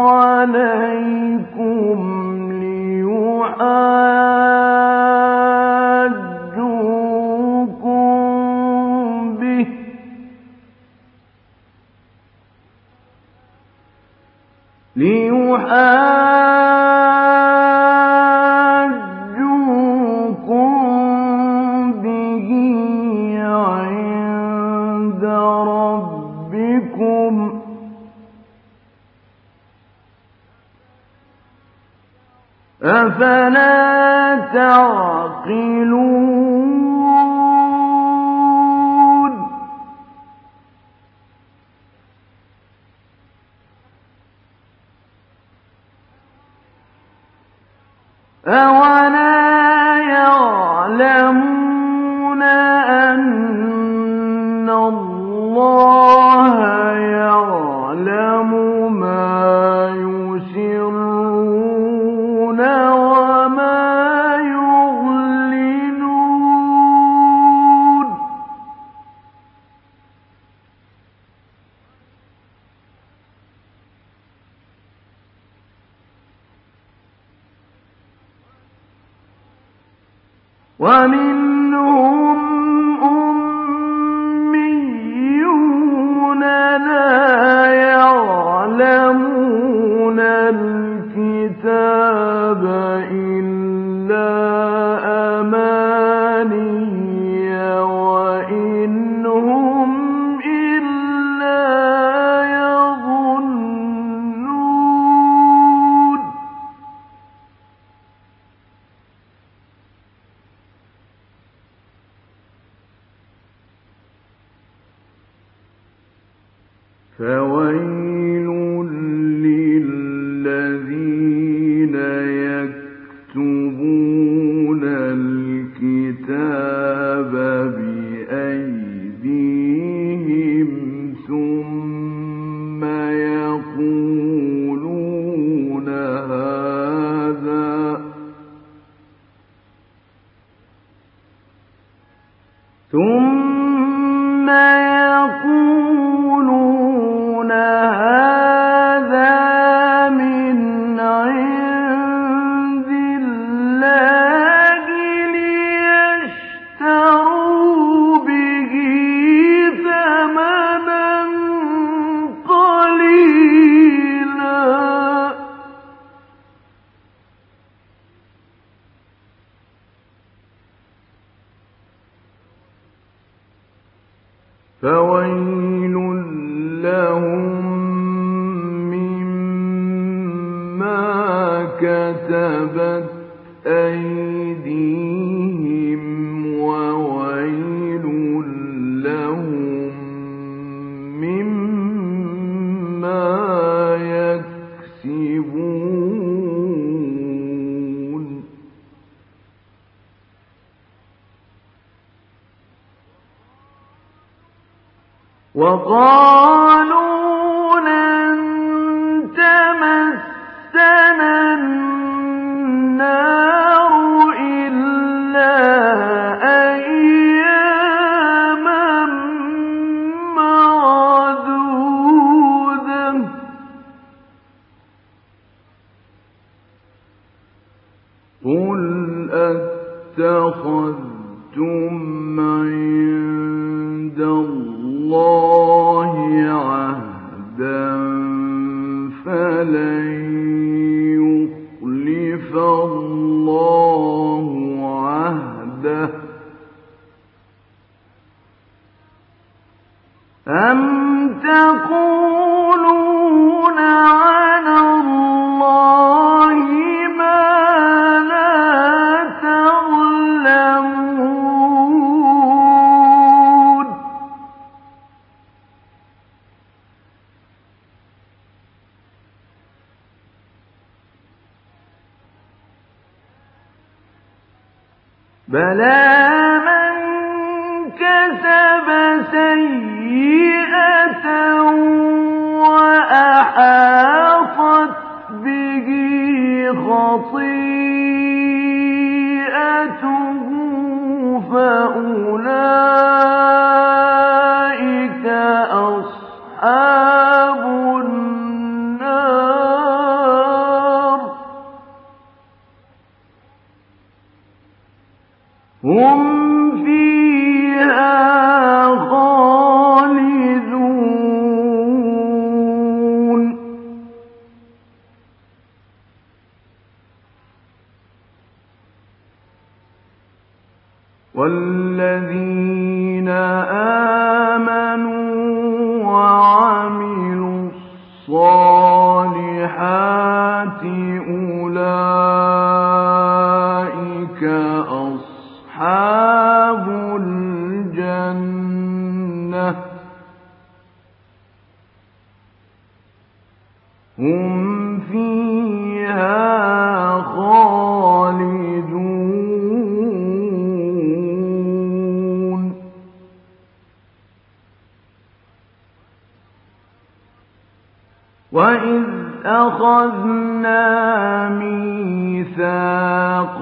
عليكم ليحاجوكم به ليحاجوكم به عند ربكم أفلا تعقلون أولا يعلمون أن الله يعلم ما يسرون وما يعلنون ومنهم أميون لا يعلمون الكتاب إلا أماني وإن هم إلا يظنون فويل للذين يكتبون الكتاب بأيديهم ثم يقولون هذا ثم يقولون هذا من عند الله ليشتروا به ثمنا قليلا فويل لهم مما كتبت أيديهم وويل لهم مما يكسبون وقالوا لن تمسنا النار إلا أياما معدودة قل أتخذتم عند الله عهدا فلن يخلف الله عهده أم تقولون على الله ما لا تعلمون بلى من كسب سيئة وأحاطت به خطيئته والذين آمنوا وعملوا الصالحات أولئك أصحاب الجنة هم فيها خالدون وإذ أخذنا ميثاق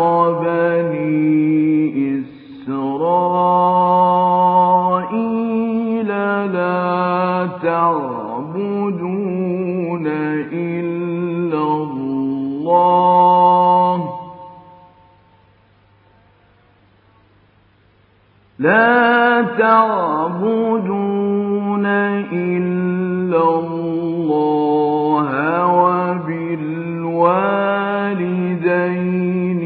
بني إسرائيل لا تعبدون إلا الله لا تعبدون إلا الله وبالوالدين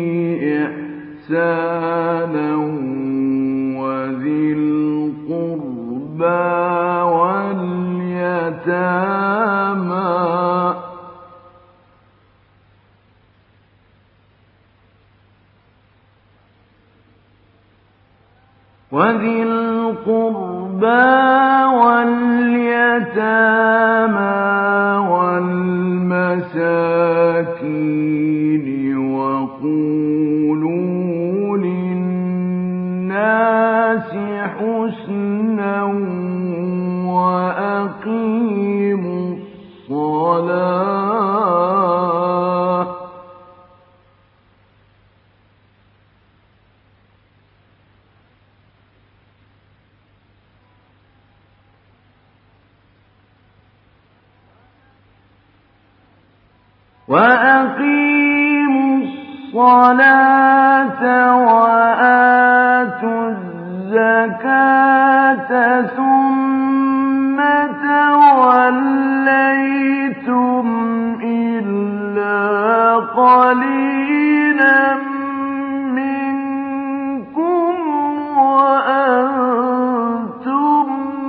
إحسانا وذي القربى واليتامى وذي القربى واليتامى والمساكين وقولوا للناس حسنا وأقيموا الصلاة وأقيموا الصلاة وآتوا الزكاة ثم توليتم إلا قليلا منكم وأنتم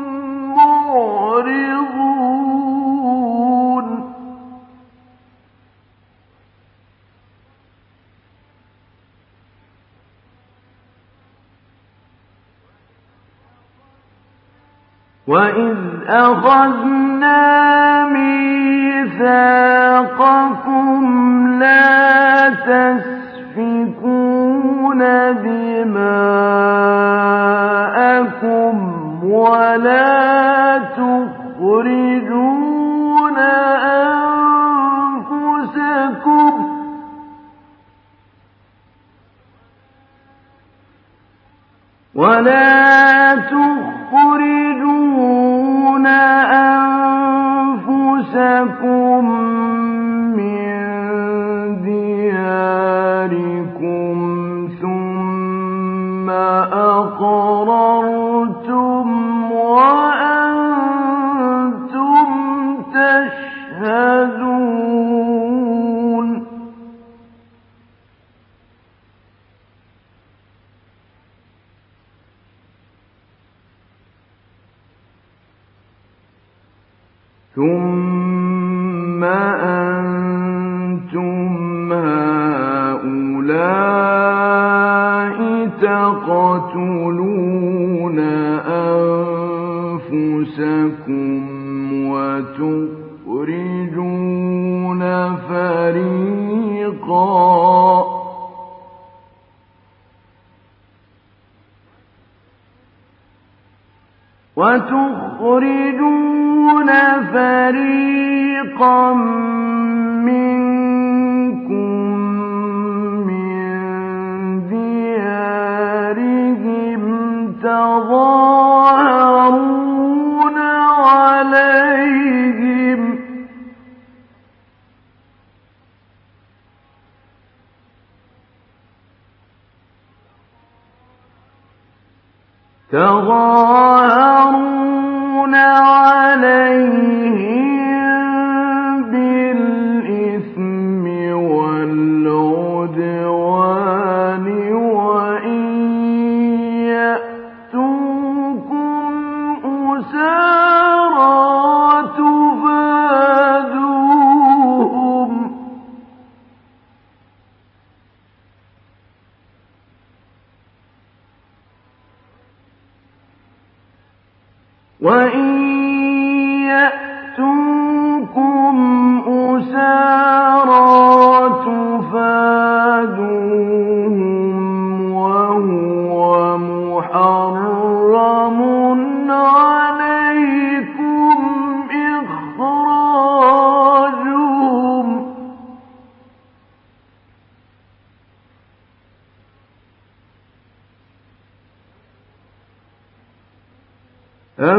معرضون وَإِذْ أَخَذْنَا مِيثَاقَكُمْ لَا تَسْفِكُونَ دِمَاءَكُمْ وَلَا تُخْرِجُونَ أَنفُسَكُمْ وَلَا تُخْرِجُونَ أَنفُسَكُم مِّن دِيَارِكُمْ ثُمَّ أَقْرَرْتُمْ وَأَنتُمْ تَشْهَدُونَ ثُمَّ أَنتُمْ هَؤُلَاءِ تَقْتُلُونَ أَنفُسَكُمْ وَتُخْرِجُونَ فَرِيقًا وَتُخْرِجُونَ فَرِيقًا مِّنكُم مِّن دِيَارِهِمْ تَظَاهَرُونَ عَلَيْهِمْ تظاهرون عليهم بالإثم والعدوان وإن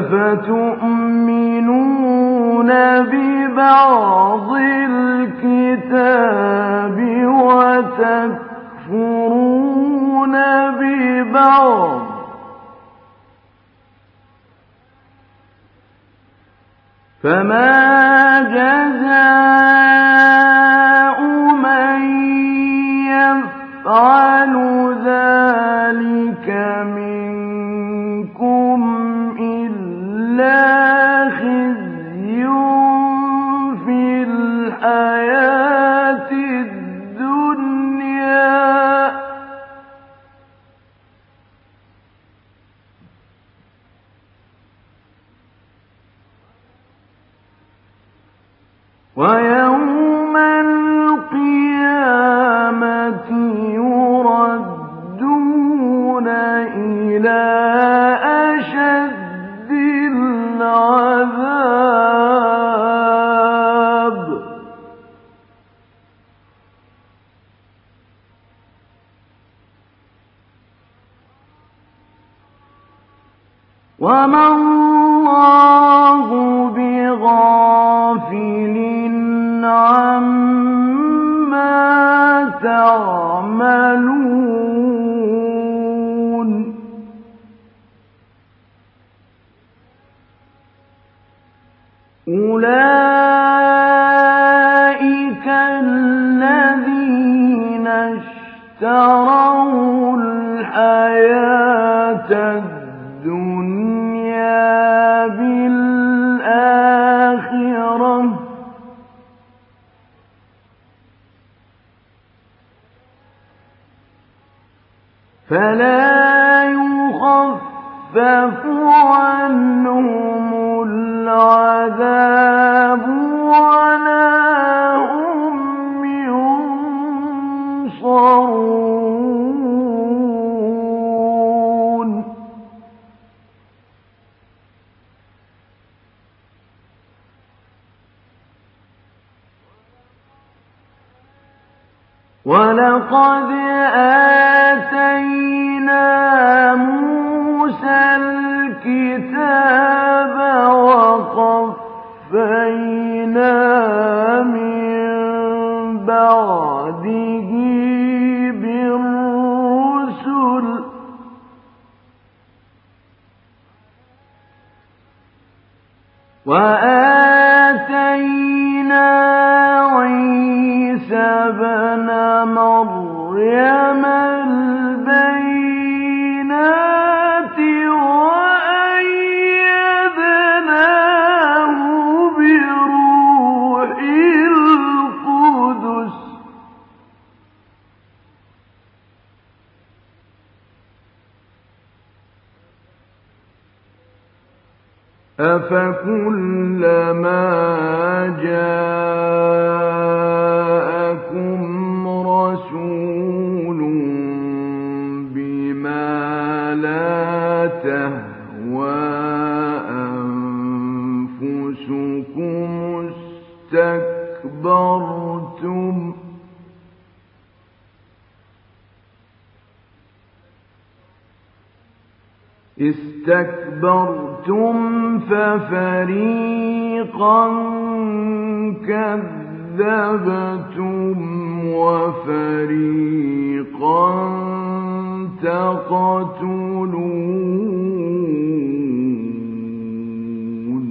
أفتؤمنون ببعض الكتاب وتكفرون ببعض فما جزاء من يفعل ذلك منكم إلا خزي في الحياة الدنيا ويوم القيامة يردون إلى أشد العذاب وما الله بغافل عما تعملون أولئك الذين اشتروا الحياة الدنيا بالآخرة فلا يخفف عنهم العذاب ولا هم ينصرون ولقد آتينا موسى الكتاب وقفينا من بعده بالرسل وآتينا عيسى ابن مريم البينات وأيدناه بروح القدس أفكلما جاءكم رسول بما لا تهوى أنفسكم استكبرتم استكبرتم ففريقا كذبتم وفريقا تقتلون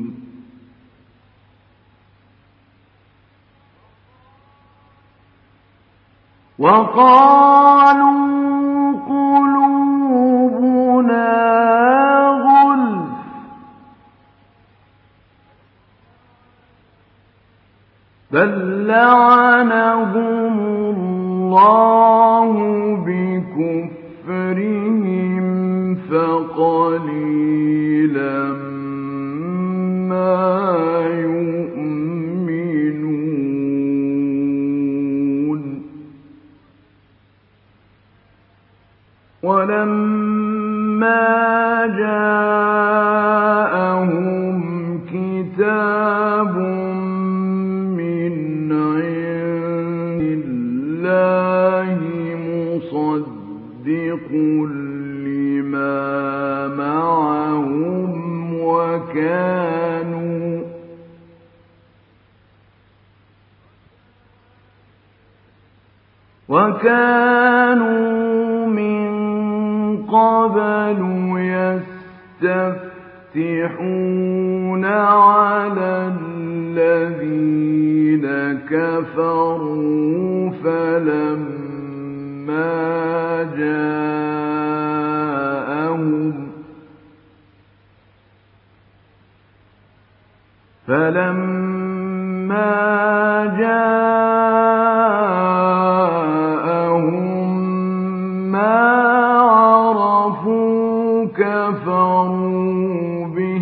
وقالوا قلوبنا بل لعنهم الله بكفرهم فقليلا ما يؤمنون ولما جاءهم كتاب مصدق لما معهم وكانوا وكانوا من قبل يستفتحون على الذين كفروا فلما جاءهم فلما جاءهم ما عرفوا كفروا به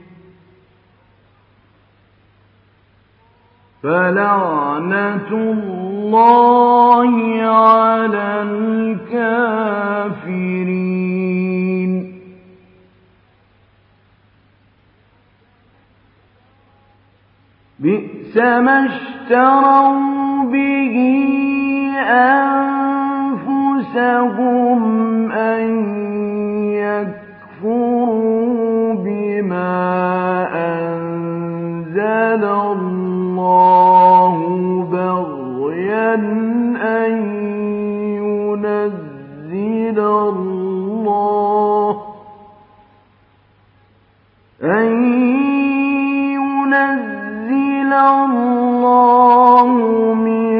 فلعنة الله على الكافرين. بئس ما اشتروا به أنفسهم أن يكفروا بما أنزل الله بغيا أن ينزل الله أن ينزل الله من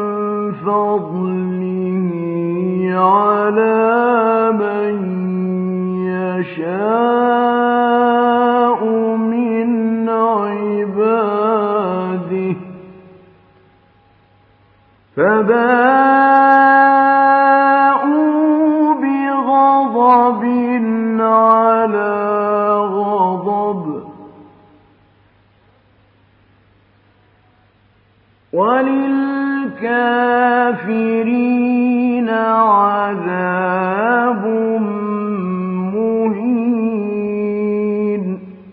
فضله على من يشاء من عباده فباءوا بغضب على غضب وللكافرين عذاب مهين.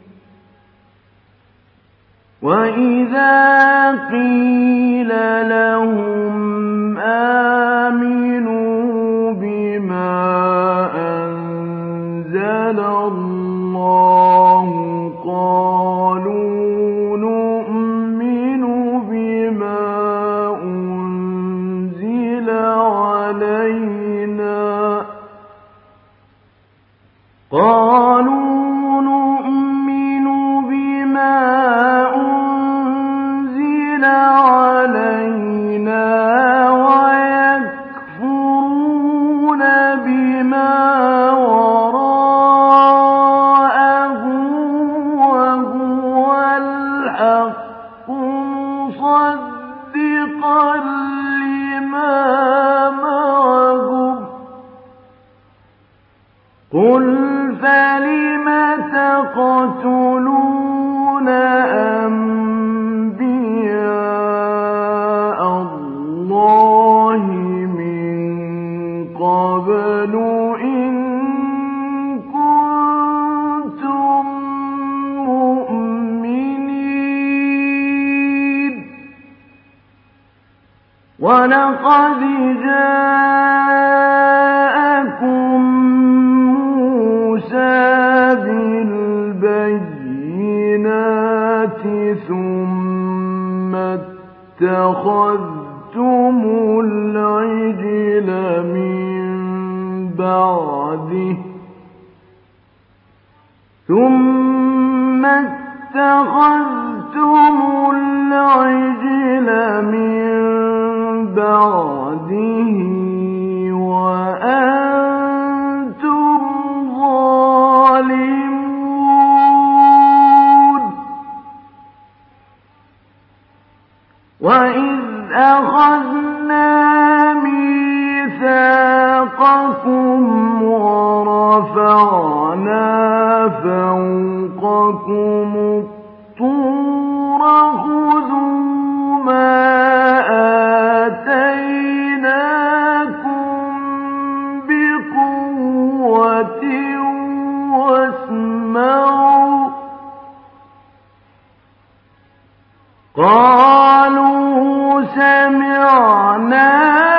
وإذا قيل لهم آمنوا بما أنزل الله قالوا نؤمن بما أنزل علينا قالوا نؤمن بما أنزل علينا ويكفرون بما وراءه وهو الحق مصدقا لما معهم قل فلم تقتلون أنبياء الله من قبل إن كنتم مؤمنين. ولقد جاءكم بالبينات ثم اتخذتم العجل من بعده ثم اتخذتم العجل من بعده وأنتم ظالمون. وإذ أخذنا ميثاقكم ورفعنا فوقكم الطور خذوا ما آتيناكم بقوة واسمعوا قالوا سمعنا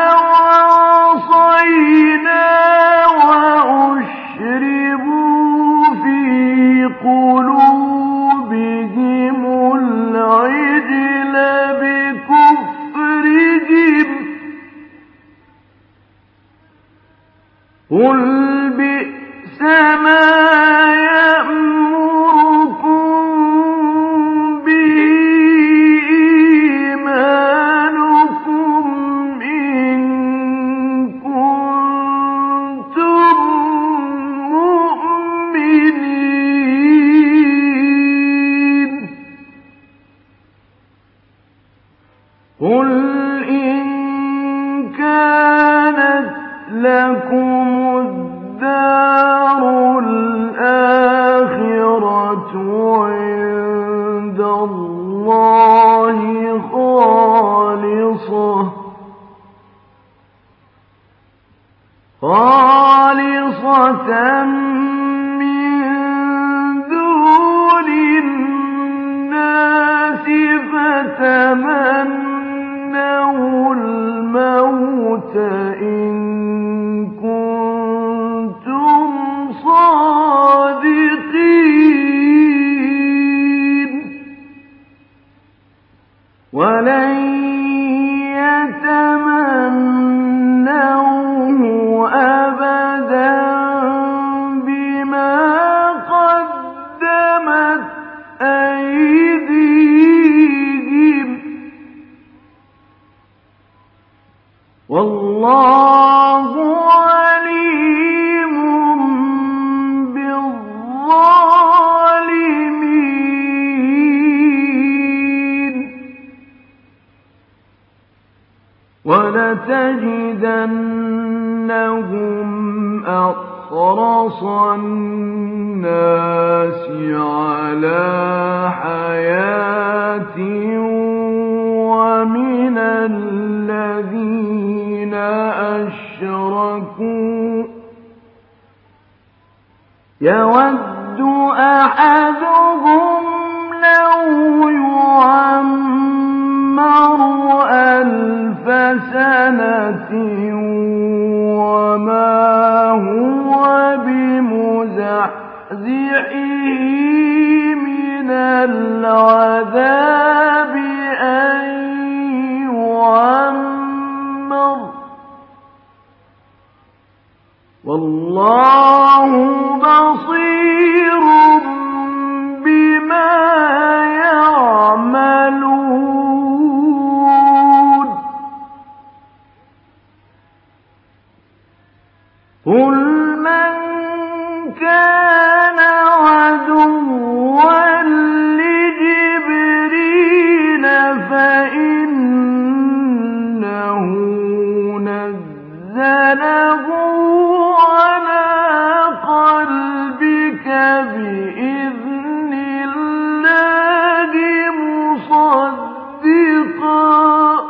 وعصينا وأشربوا في قلوبهم العجل بكفرهم قُلْ بِئْسَ مَا يَأْمُرُكُم بِهِ إِيمَانُكُمْ إِن كُنتُم مُّؤْمِنِينَ قُلْ إِن كَانَتْ لَكُمُ الدَّارُ الْآخِرَةُ عِندَ اللَّهِ خَالِصَةً خَالِصَةً مِّن دُونِ النَّاسِ فَتَمَنَّوُا الْمَوْتَ إِن كُنتُمْ صَادِقِينَ وَلَن يَتَمَنَّوْهُ أَبَدًا بِمَا قَدَّمَتْ أَيْدِيهِمْ وَاللَّهُ عَلِيمٌ بِالظَّالِمِينَ وَلَتَجِدَنَّهُمْ أَحْرَصَ النَّاسِ عَلَىٰ حَيَاةٍ وَمِنَ الَّذِينَ أَشْرَكُوا يَوَدُّ أَحَدُهُمْ لَوْ يُعَمَّرُ أَلْفَ سَنَةٍ وَمَا هُوَ بِمُزَحْزِحِهِ مِنَ الْعَذَابِ أَن يُعَمَّرَ وَاللَّهُ بَصِيرٌ بِمَا يَعْمَلُونَ قُلْ مَن كَانَ عَدُوًّا لِّجِبْرِيلَ فَإِنَّهُ نَزَّلَهُ عَلَىٰ قَلْبِكَ بِإِذْنِ اللَّهِ مُصَدِّقًا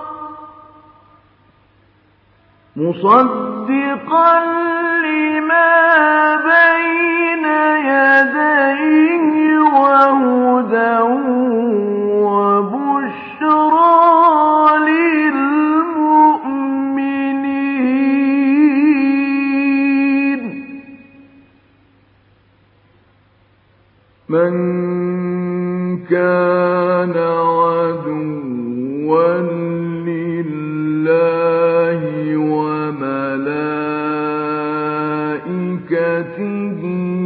مُصَدِّقًا لِّمَا بَيْنَ يَدَيْهِ وَهُدًى وَبُشْرَىٰ لِلْمُؤْمِنِينَ مَن كَانَ عَدُوًّا لِّلَّهِ وَمَلَائِكَتِهِ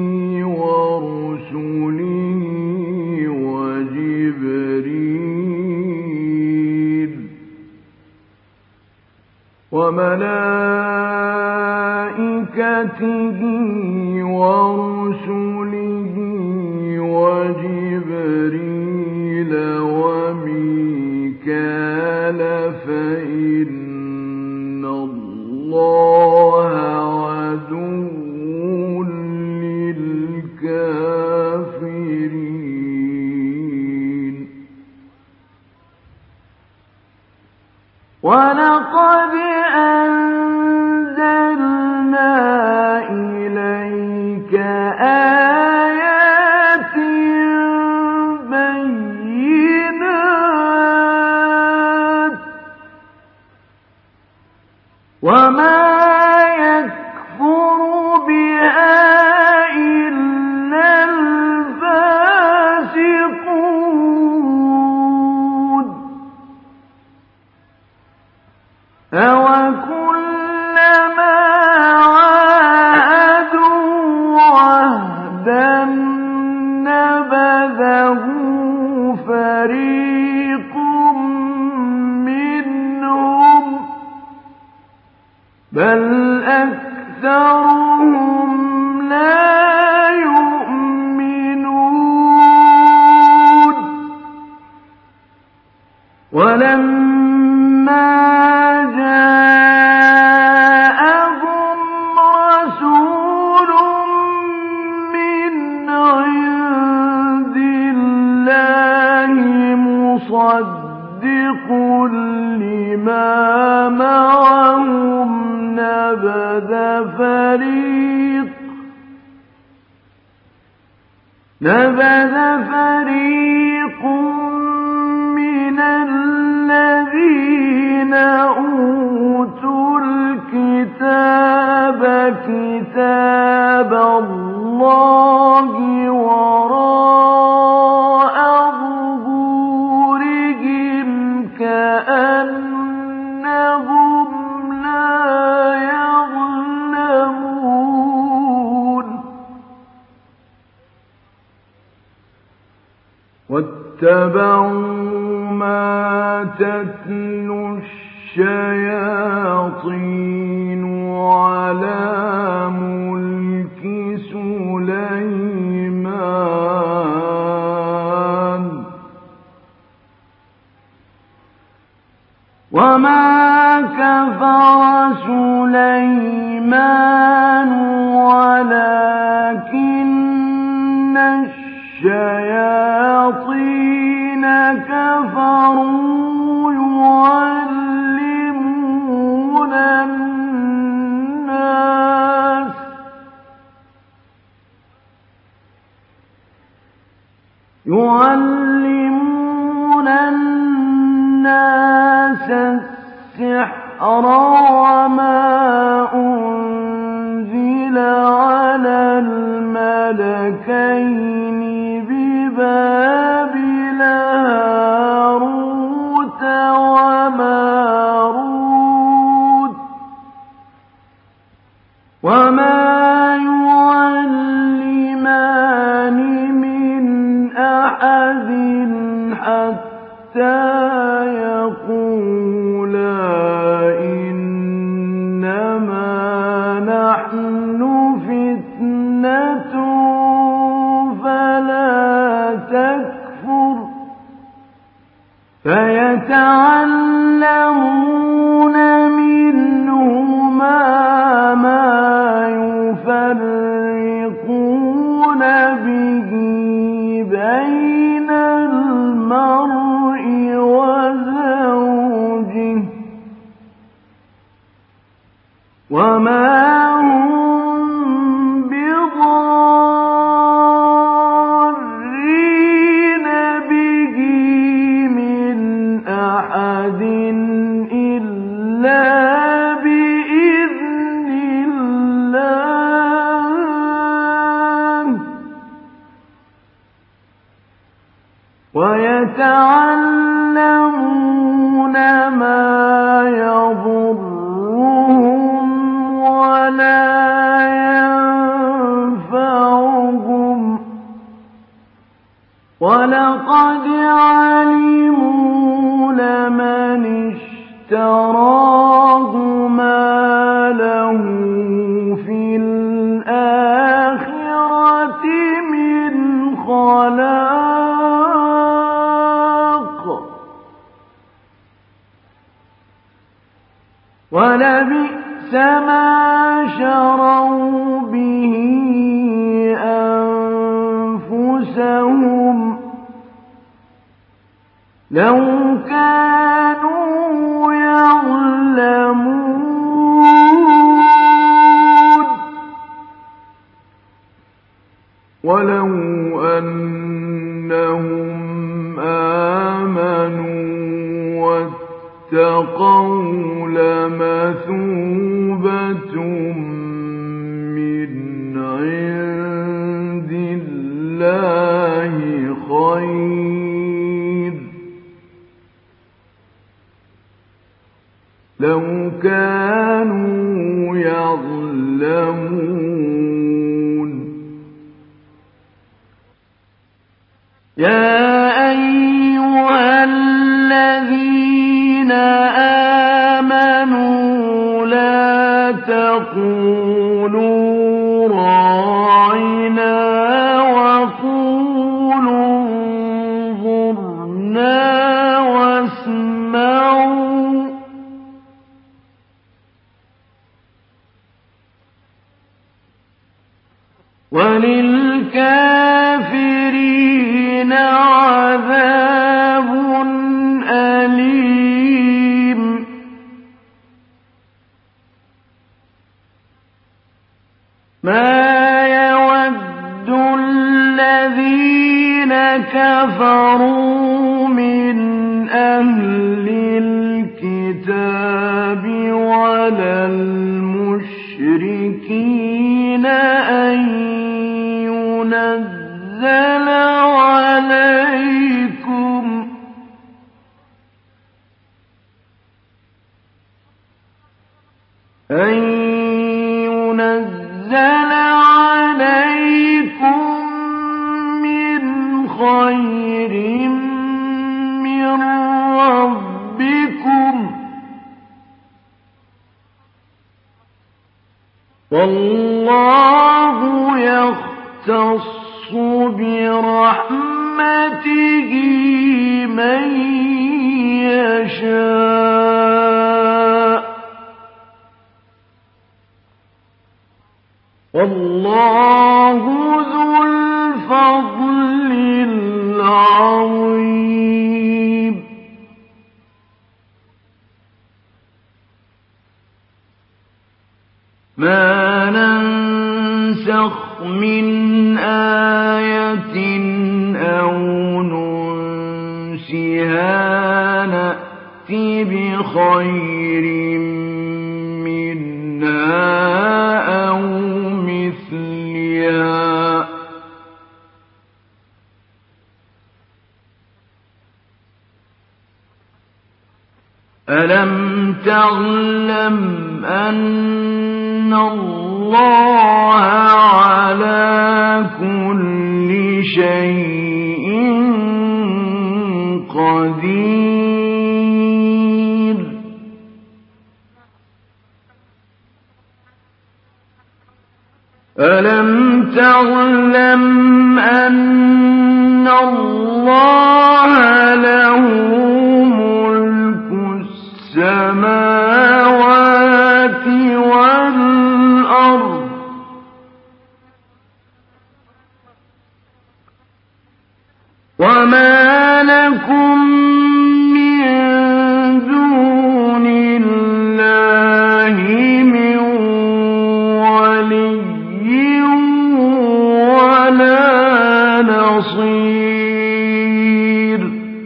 وَرُسُلِهِ وَجِبْرِيلَ وَمَلَائِكَتِهِ وَرُسُلِهِ وَجِبْرِيلَ وَمِيكَالَ فَإِنَّ اللَّهَ عَدُوٌّ لِّلْكَافِرِينَ وَلَقَدْ أَنزَلْنَا إِلَيْكَ آيَاتٍ بَيِّنَاتٍ وَمَا يَكْفُرُ بِهَا إِلَّا الْفَاسِقُونَ أَوَكُلَّمَا عَاهَدتُّم بل أكثرهم لا يؤمنون ولما جاءهم رسول من عند الله مصدق لما معهم نبذ فريق نبذ فريق من الذين أوتوا الكتاب كتاب الله وراء ظهورهم كأنهم لا يظلمون واتبعوا ما تتلو الشياطين على ملك سليمان وما كفر سليمان ولكن الشياطين كفروا يعلمون الناس يعلمون الناس السحر وما أنزل على الملكين ببابل هاروت وماروت وما يعلمان من أحد حتى يقولا إنما نحن فتنة فلا تكفر فيتعلمون منهما ما يفرقون به بين المرء وزوجه وما هم بضارين به من أحد إلا بإذن الله ويتعلمون ما يضرهم ولا ينفعهم ولقد علموا لمن اشتراه ما له في الآخرة من خلاق ولبئس ما شروا به أنفسهم لو كانوا يعلمون ولو أنهم آمنوا واتقوا لمثوبة من عند الله خير لو كانوا يعلمون يا أيها الذين آمنوا لا وَلِلْكَافِرِينَ عَذَابٌ أَلِيمٌ مَا يَوَدُّ الَّذِينَ كَفَرُوا مِنْ أَهْلِ الْكِتَابِ وَلَا الْمُشْرِكِينَ أَن يُنَزَّلَ عَلَيْكُمْ أَن يُنَزَّلَ عَلَيْكُم مِّنْ خَيْرٍ مِّن رَّبِّكُمْ وَاللَّهُ يَخْتَصُّ بِرَحْمَتِهِ مَن يَشَاءُ وَاللَّهُ ذُو الْفَضْلِ الْعَظِيمِ مَا نَنسَخْ مِنْ آيَةٍ أَوْ نُنسِهَا نَأْتِ بِخَيْرٍ مِّنْهَا أَوْ مِثْلِهَا أَلَمْ تَعْلَمْ أَنَّ اللَّهَ عَلَى كُلِّ شَيْءٍ قَدِيرٌ أَلَمْ تَعْلَمْ أَنَّ اللَّهَ لَهُ مُلْكُ السَّمَاوَاتِ وَالْأَرْضِ وَمَا لَكُم مِّن دُونِ اللَّهِ مِن وَلِيٍّ وَلَا نَصِيرٍ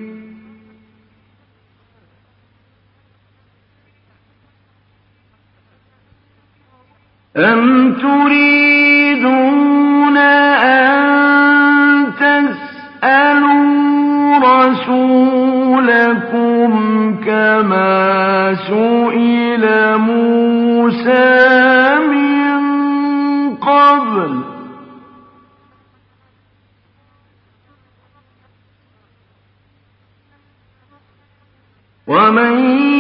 أَمْ تُرِيدُونَ أَن تَسْأَلُوا رَسُولَكُمْ كَمَا سُئِلَ مُوسَىٰ مِن قَبْلُ ۗ وَمَن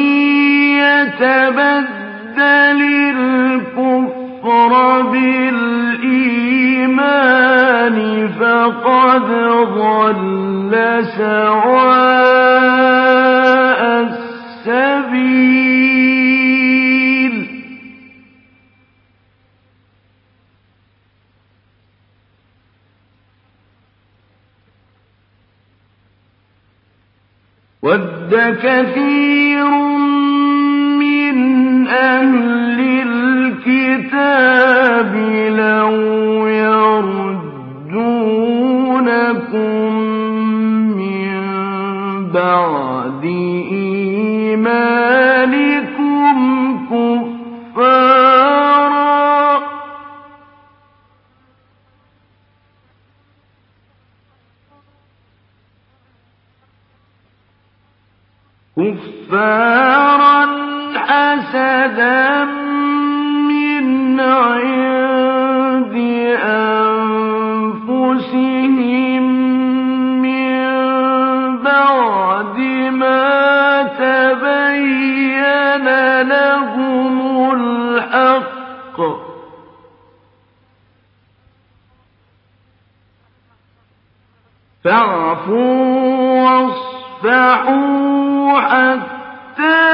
يَتَبَدَّلِ الْكُفْرَ بِالْإِيمَانِ فَقَدْ ضَلَّ سَوَاءَ السَّبِيلِ وَدَّ كَثِيرٌ مِّنْ أَهْلِ الْكِتَابِ لَوْ يَرُدُّونَكُم مِّن بَعْدِ إِيمَانِكُمْ كُفَّارًا كُفَّارًا حَسَدًا مِّنْ عِندِ أَنفُسِهِم مِّن بَعْدِ مَا تَبَيَّنَ لَهُمُ الْحَقُّ فَاعْفُوا وَاصْفَحُوا حَتَّى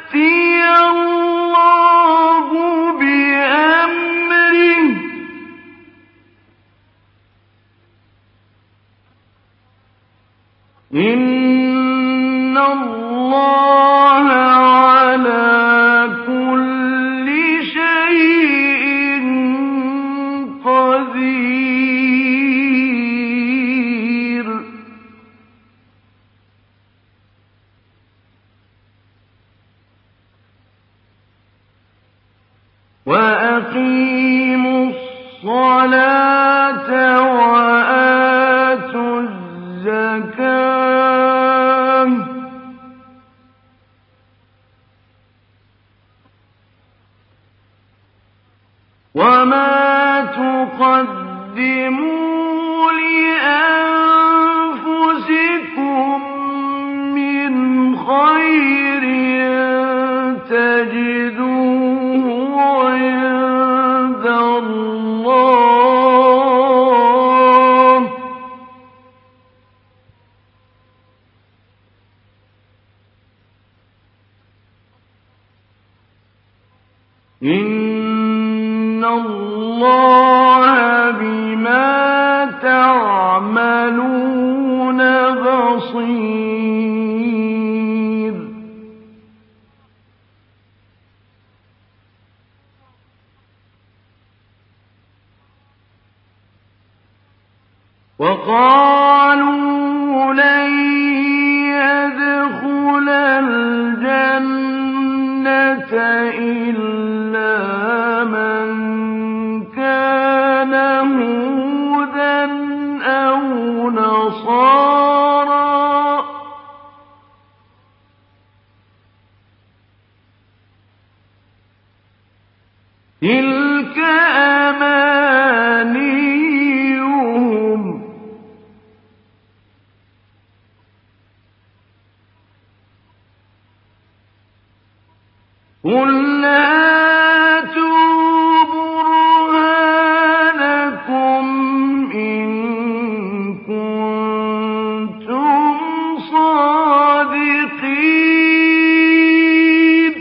يَأْتِيَ اللَّهُ بِأَمْرِهِ إِنَّ اللَّهَ عَلَىٰ كُلِّ شَيْءٍ قَدِيرٌ وَأَقِيمُوا الصَّلَاةَ وَآتُوا الزَّكَاةَ وَمَا تُقَدِّمُوا لِأَنفُسِكُم مِّنْ خَيْرٍ تَجِدُوهُ عِندَ اللَّهِ ۗ إِنَّ اللَّهَ بِمَا تَعْمَلُونَ بَصِيرٌ وَقَالُوا لَن يَدْخُلَ الْجَنَّةَ إِلَّا مَن كَانَ هُودًا أَوْ نَصَارَىٰ ۗ تِلْكَ أَمَانِيُّهُمْ ۗ قُلْ هَاتُوا بُرْهَانَكُمْ إِن كُنتُمْ صَادِقِينَ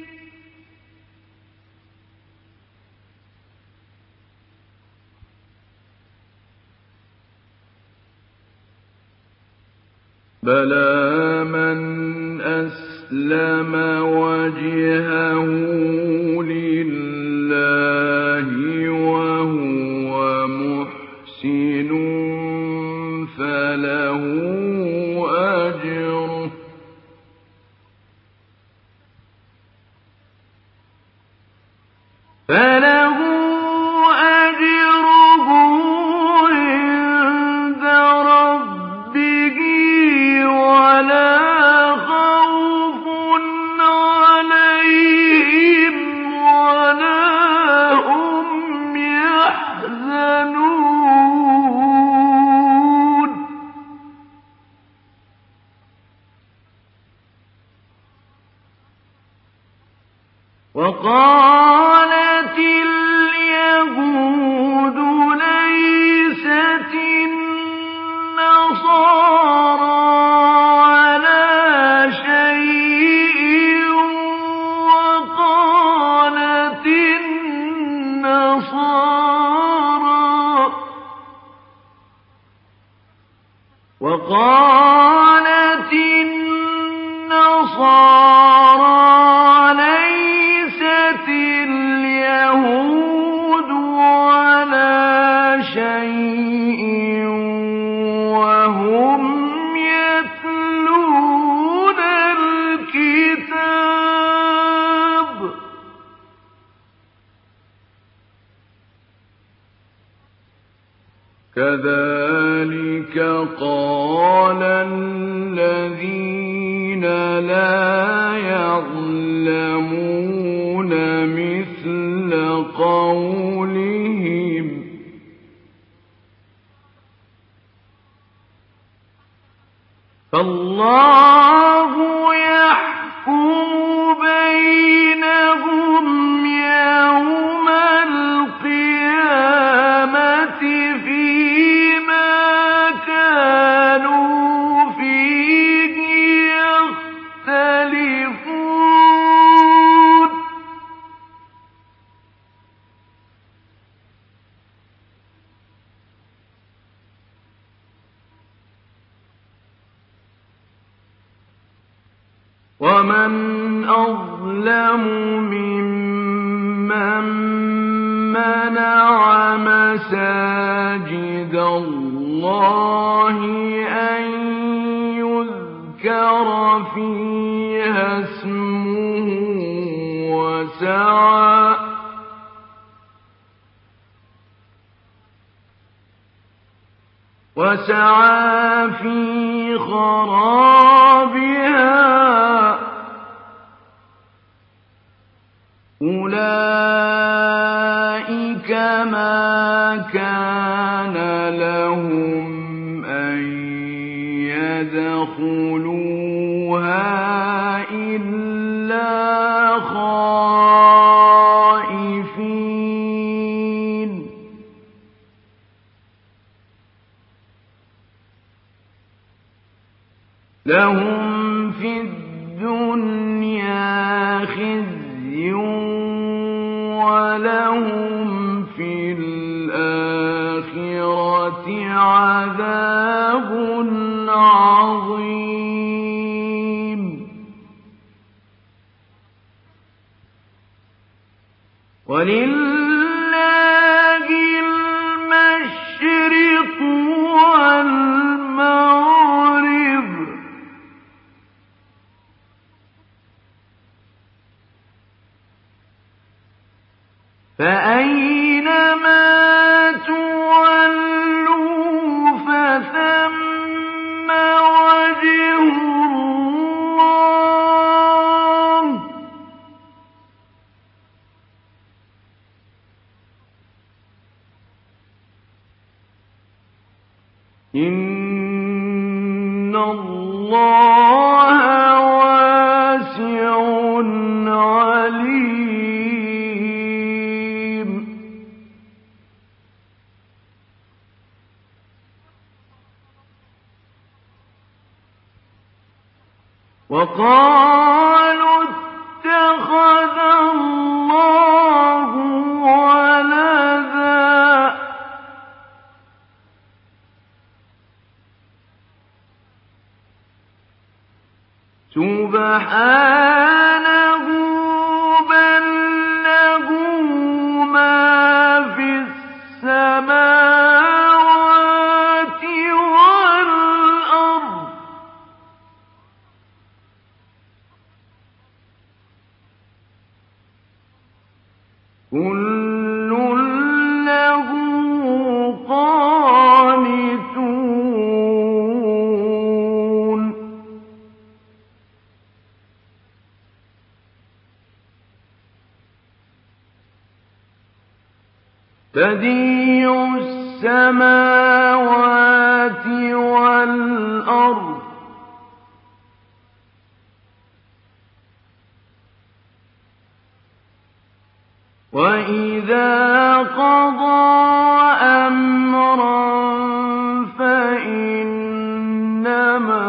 بَلَىٰ مَنْ أَسْلَمَ وَجْهَهُ لِلَّهِ وَهُوَ مُحْسِنٌ فَلَهُ أَجْرُهُ فَلَهُ أَجْرُهُ عِندَ رَبِّهِ وَلَا خَوْفٌ عَلَيْهِمْ وَلَا هُمْ يَحْزَنُونَ وَقَالَتِ الْيَهُودُ لَيْسَتِ النَّصَارَىٰ عَلَىٰ شَيْءٍ وَقَالَتِ النَّصَارَىٰ وَقَالَتِ النَّصَارَىٰ لَيْسَتِ الْيَهُودُ عَلَىٰ شَيْءٍ وَهُمْ يَتْلُونَ الْكِتَابَ كَذَٰلِكَ قَالَ الَّذِينَ لَا يَعْلَمُونَ مِثْلَ قَوْلِهِمْ ۚ فَاللَّهُ يَحْكُمُ بَيْنَهُمْ يَوْمَ الْقِيَامَةِ فِيمَا كَانُوا فِيهِ يَخْتَلِفُونَ ومن أظلم ممن منع مساجد الله أن يذكر فيها اسمه وسعى وسعى في خرابها أولئك ما كان لهم أن يدخلوها إلا خائفين لهم في الدنيا خزي ولهم في الآخرة عذاب عظيم ولله المشرق والمغرب فأينما تولوا فثم وجه الله إن الله واسع عليم وقالوا اتخذ الله ولدا سبحانه بل له ما في السماوات والأرض كل له قانتون بديع السماوات والأرض وإذا قضى أمرا فإنما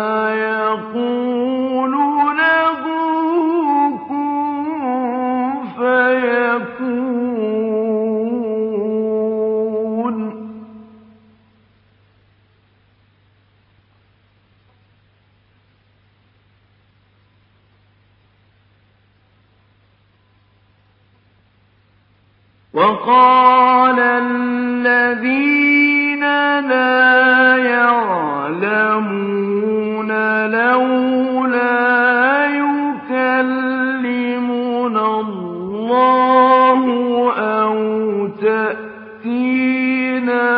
يقول له كن فيكون وقال الذين لا يعلمون لولا يكلمنا الله أو تأتينا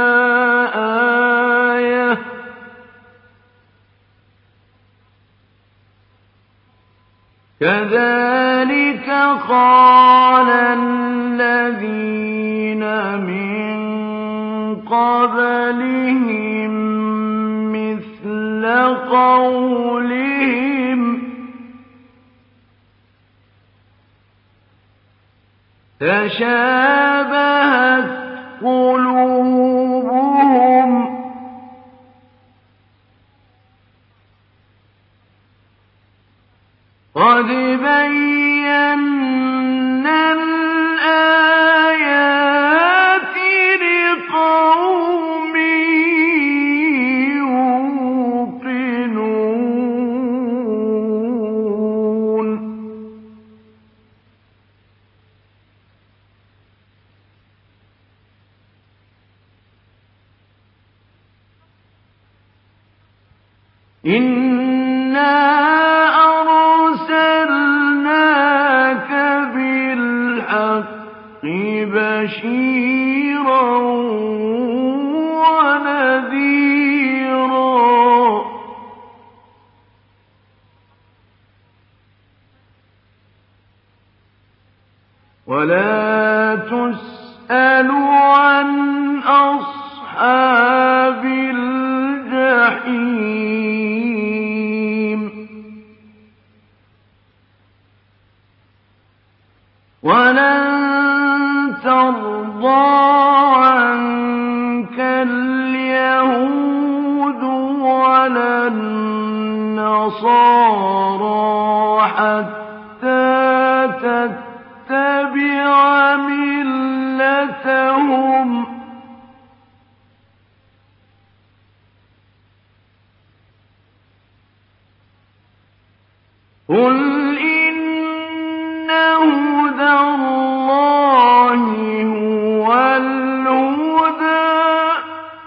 آية كذلك قال الذين من قبلهم مثل قولهم تشابهت قلوبهم قد بينا الآيات لقوم يوقنون إِنَّا أَرْسَلْنَاكَ بِالْحَقِّ بَشِيرًا وَنَذِيرًا وَلَا تُسْأَلُ عَنْ أَصْحَابِ الْجَحِيمِ وَلَن تَرْضَىٰ عَنكَ الْيَهُودُ وَلَا النَّصَارَىٰ حَتَّىٰ تَتَّبِعَ مِلَّتَهُمْ ۗ قُلْ إِنَّ هُدَى اللَّهِ هُوَ الْهُدَىٰ ۗ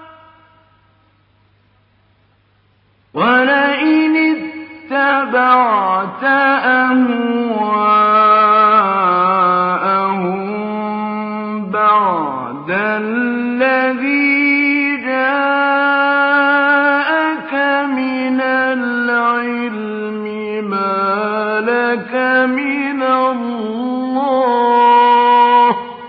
وَلَئِنِ اتَّبَعْتَ أَهْوَاءَهُم بَعْدَ الَّذِي جَاءَكَ مِنَ الْعِلْمِ مَا لَكَ مِنَ اللَّهِ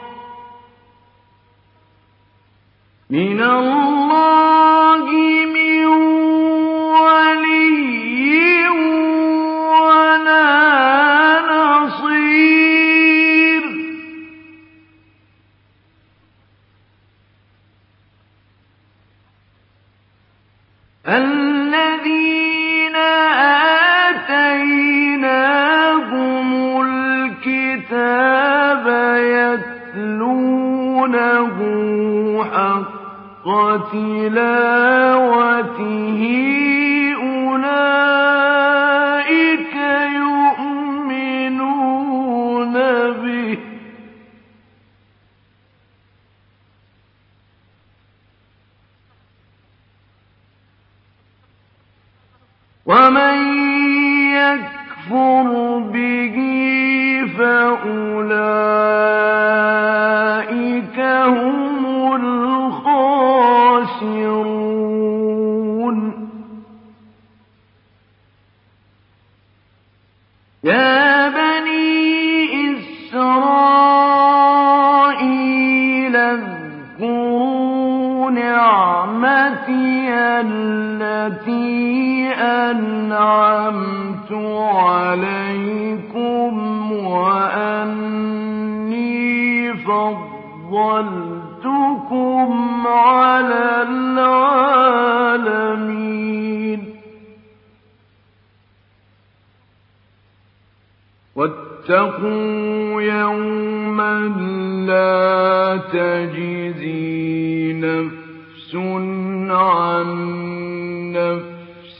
مِنَ اللَّهِ مِن وَلِيٍّ وَلَا نَصِيرٍ الَّذِينَ آتَيْنَاهُمُ الْكِتَابَ يَتْلُونَهُ حَقَّ تِلَاوَتِهِ أُولَٰئِكَ يُؤْمِنُونَ بِهِ ۗ وَمَن يَكْفُرْ بِهِ فَأُولَٰئِكَ هُمُ الْخَاسِرُونَ يَا بَنِي إِسْرَائِيلَ اذْكُرُوا نِعْمَتِيَ الَّتِي أَنْعَمْتُ عَلَيْكُمْ وَأَنِّي فَضَّلْتُكُمْ عَلَى الْعَالَمِينَ وَاتَّقُوا يَوْمًا لَّا تَجْزِي نَفْسٌ عَن نَّفْسٍ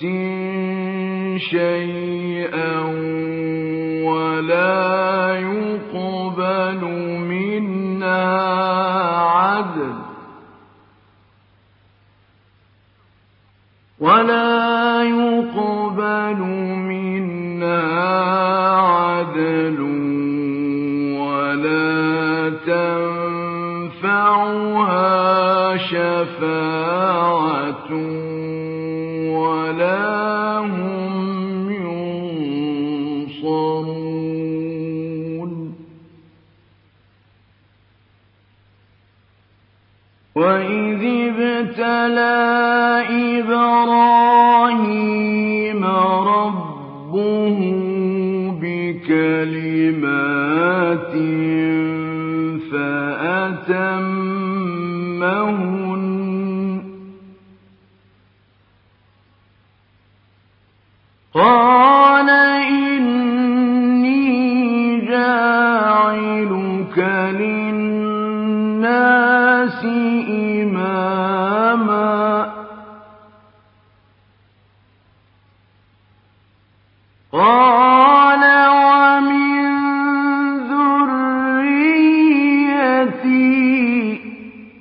شَيْئًا وَلَا يُقْبَلُ مِنْهَا عَدْلٌ وَلَا يُقْبَلُ مِنْهَا عَدْلٌ وَلَا تَنفَعُهَا شَفَاعَةٌ وَلَا هُمْ يُنصَرُونَ وَإِذِ ابْتَلَىٰ إِبْرَاهِيمَ رَبُّهُ بِكَلِمَاتٍ فَأَتَمَّهُنَّ ۖ قَالَ إِنِّي جَاعِلُكَ لِلنَّاسِ إِمَامًا ۖ قَالَ وَمِن ذُرِّيَّتِي ۖ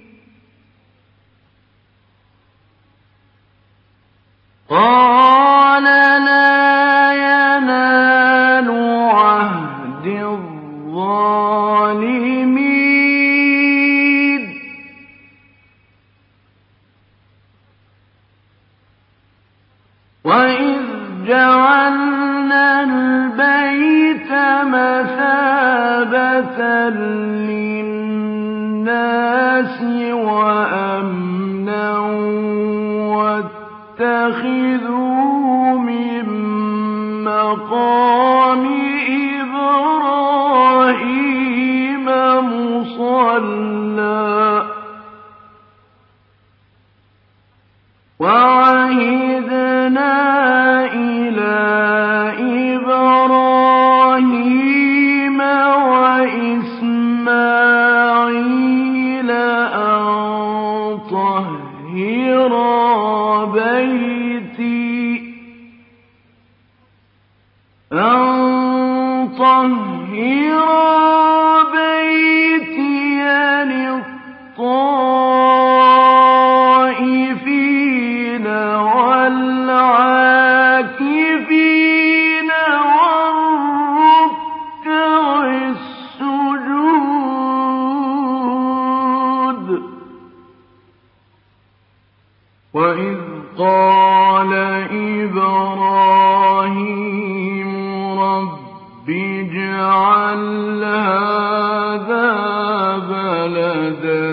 قَالَ لِّلنَّاسِ وَأَمْنًا وَاتَّخِذُوا مِن مَّقَامِ إِبْرَاهِيمَ مُصَلًّى ۖ وَعَهِدْنَا إِلَىٰ إِبْرَاهِيمَ وَإِسْمَاعِيلَ أَن طَهِّرَا بَيْتِيَ لِلطَّائِفِينَ وَالْعَاكِفِينَ وَالرُّكَّعِ السُّجُودِ وَإِذْ قَالَ إِبْرَاهِيمُ رَبِّ اجْعَلْ هَٰذَا بَلَدًا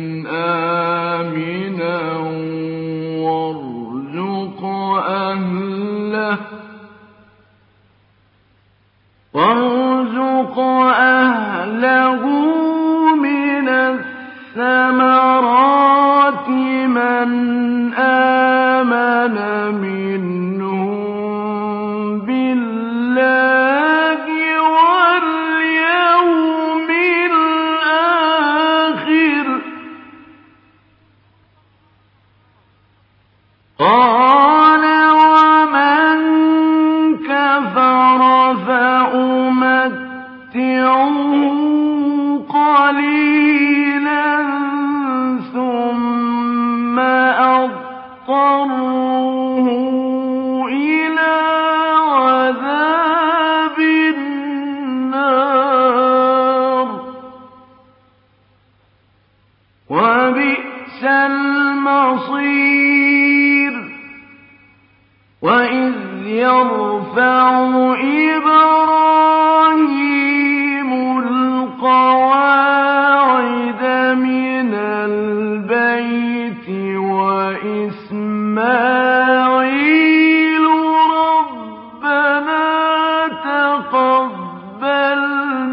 آمِنًا وَارْزُقْ أَهْلَهُ وَارْزُقْ أَهْلَهُ مِنَ الثَّمَرَاتِ مَنْ آمَنَ مِنْهُم بِاللَّهِ وَالْيَوْمِ الْآخِرِ ۖ قَالَ وَمَن كَفَرَ فَأُمَتِّعُهُ قَلِيلًا ثُمَّ أَضْطَرُّهُ إِلَىٰ عَذَابِ النَّارِ ۖ وَبِئْسَ الْمَصِيرُ. وَإِذْ يَرْفَعُ إِبْرَاهِيمُ الْقَوَاعِدَ مِنَ الْبَيْتِ وَإِسْمَاعِيلُ رَبَّنَا تَقَبَّلْ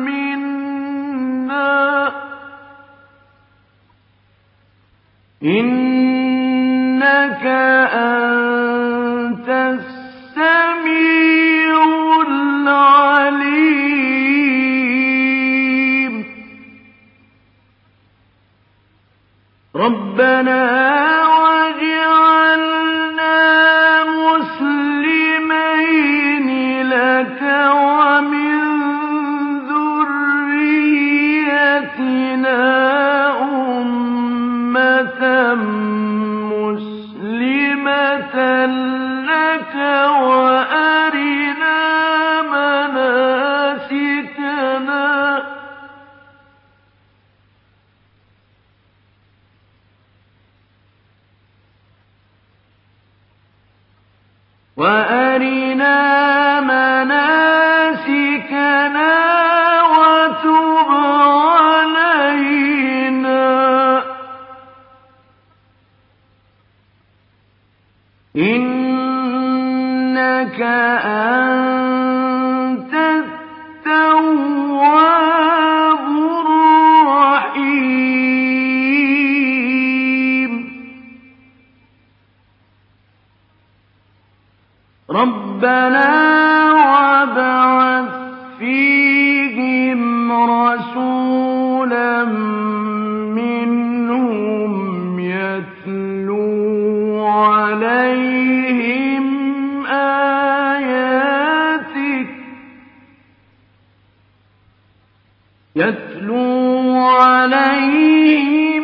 مِنَّا إِنَّكَ أَنتَ السَّمِيعُ الْعَلِيمُ رَبَّنَا وَاجْعَلْنَا مُسْلِمَيْنِ لَكَ وَمِن ذُرِّيَّتِنَا أُمَّةً مُّسْلِمَةً لَكَ وَأَرِنَا مَنَاسِكَنَا وَأَرِنَا مَنَاسِكَنَا وَتُبْ عَلَيْنَا إِنَّكَ أَنتَ التَّوَّابُ الرَّحِيمُ رَبَّنَا وَابْعَثْ فِيهِمْ رَسُولًا مِّنْهُمْ يَتْلُو عَلَيْهِمْ آيَاتِكَ يَتْلُو عَلَيْهِمْ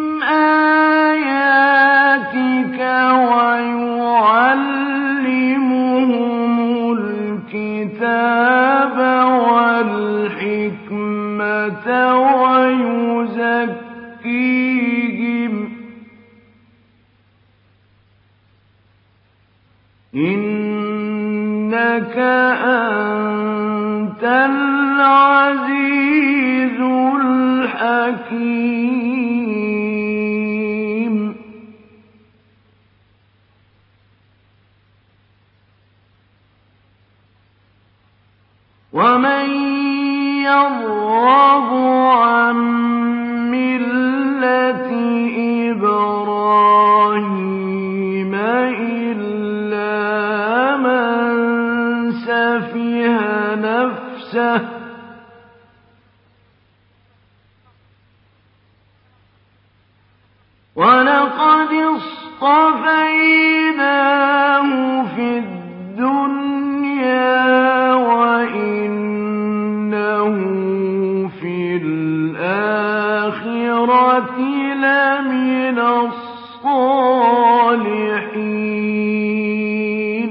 آيَاتِكَ وَيُعَلِّمُهُمُ الْكِتَابَ وَالْحِكْمَةَ وَيُزَكِّيهِمْ إِنَّكَ أَنتَ الْعَزِيزُ حكيم ومن يرغب عن ملة إبراهيم إلا من سفه نفسه ولقد اصطفيناه في الدنيا وإنه في الآخرة لمن الصالحين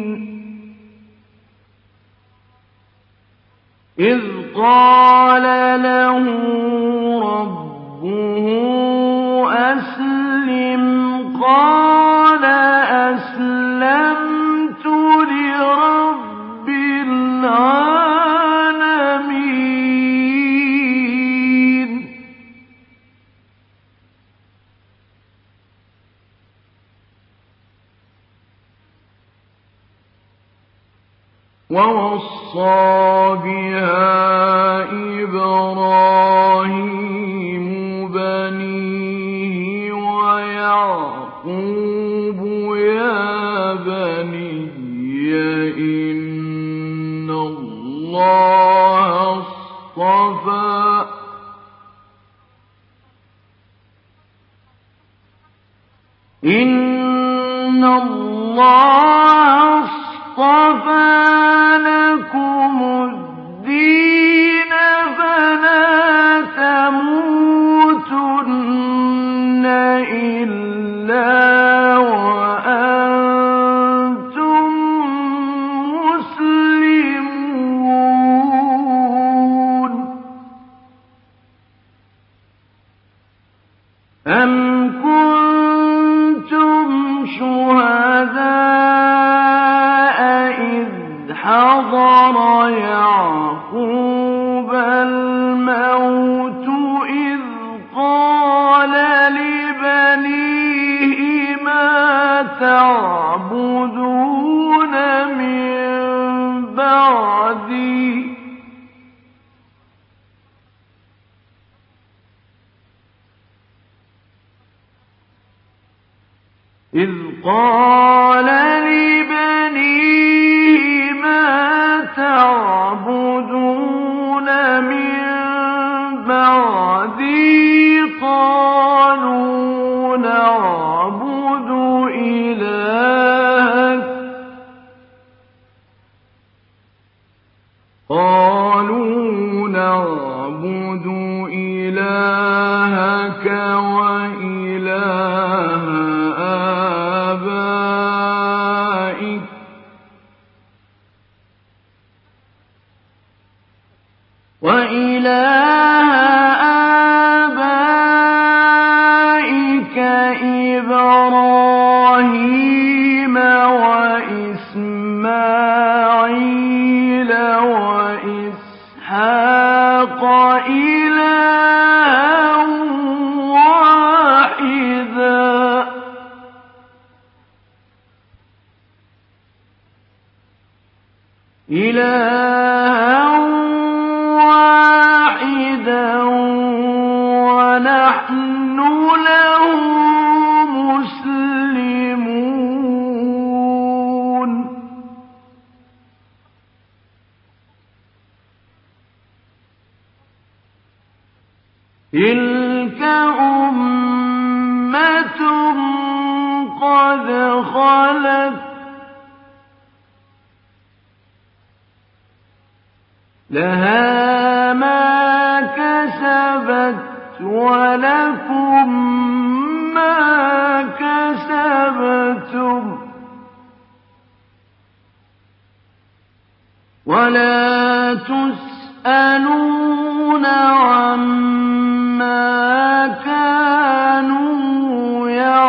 إذ قال له ربه أسلم قال أسلمت لرب العالمين ووصى بها إبراهيم بنيه ويعقوب يا بني إن الله اصطفى إن الله اصطفى لكم الدين فلا تموتن إلا وأنتم مسلمون أم كنتم شهداء إذ حضر يعقوب الموت إذ قال لبنيه ما تعبدون من بعدي إذ قال لبنيه ما تعبدون من بعدي قالوا نعبد إلهك قالوا نعبد إلهك وإله آبائك وإله آبائك إبراهيم وإسماعيل وإسحاق إلها واحدا إلها واحدا ونحن له مسلمون تلك أمة قد خلت لها ما كسبت ولكم ما كسبتم ولا تسألون عما كانوا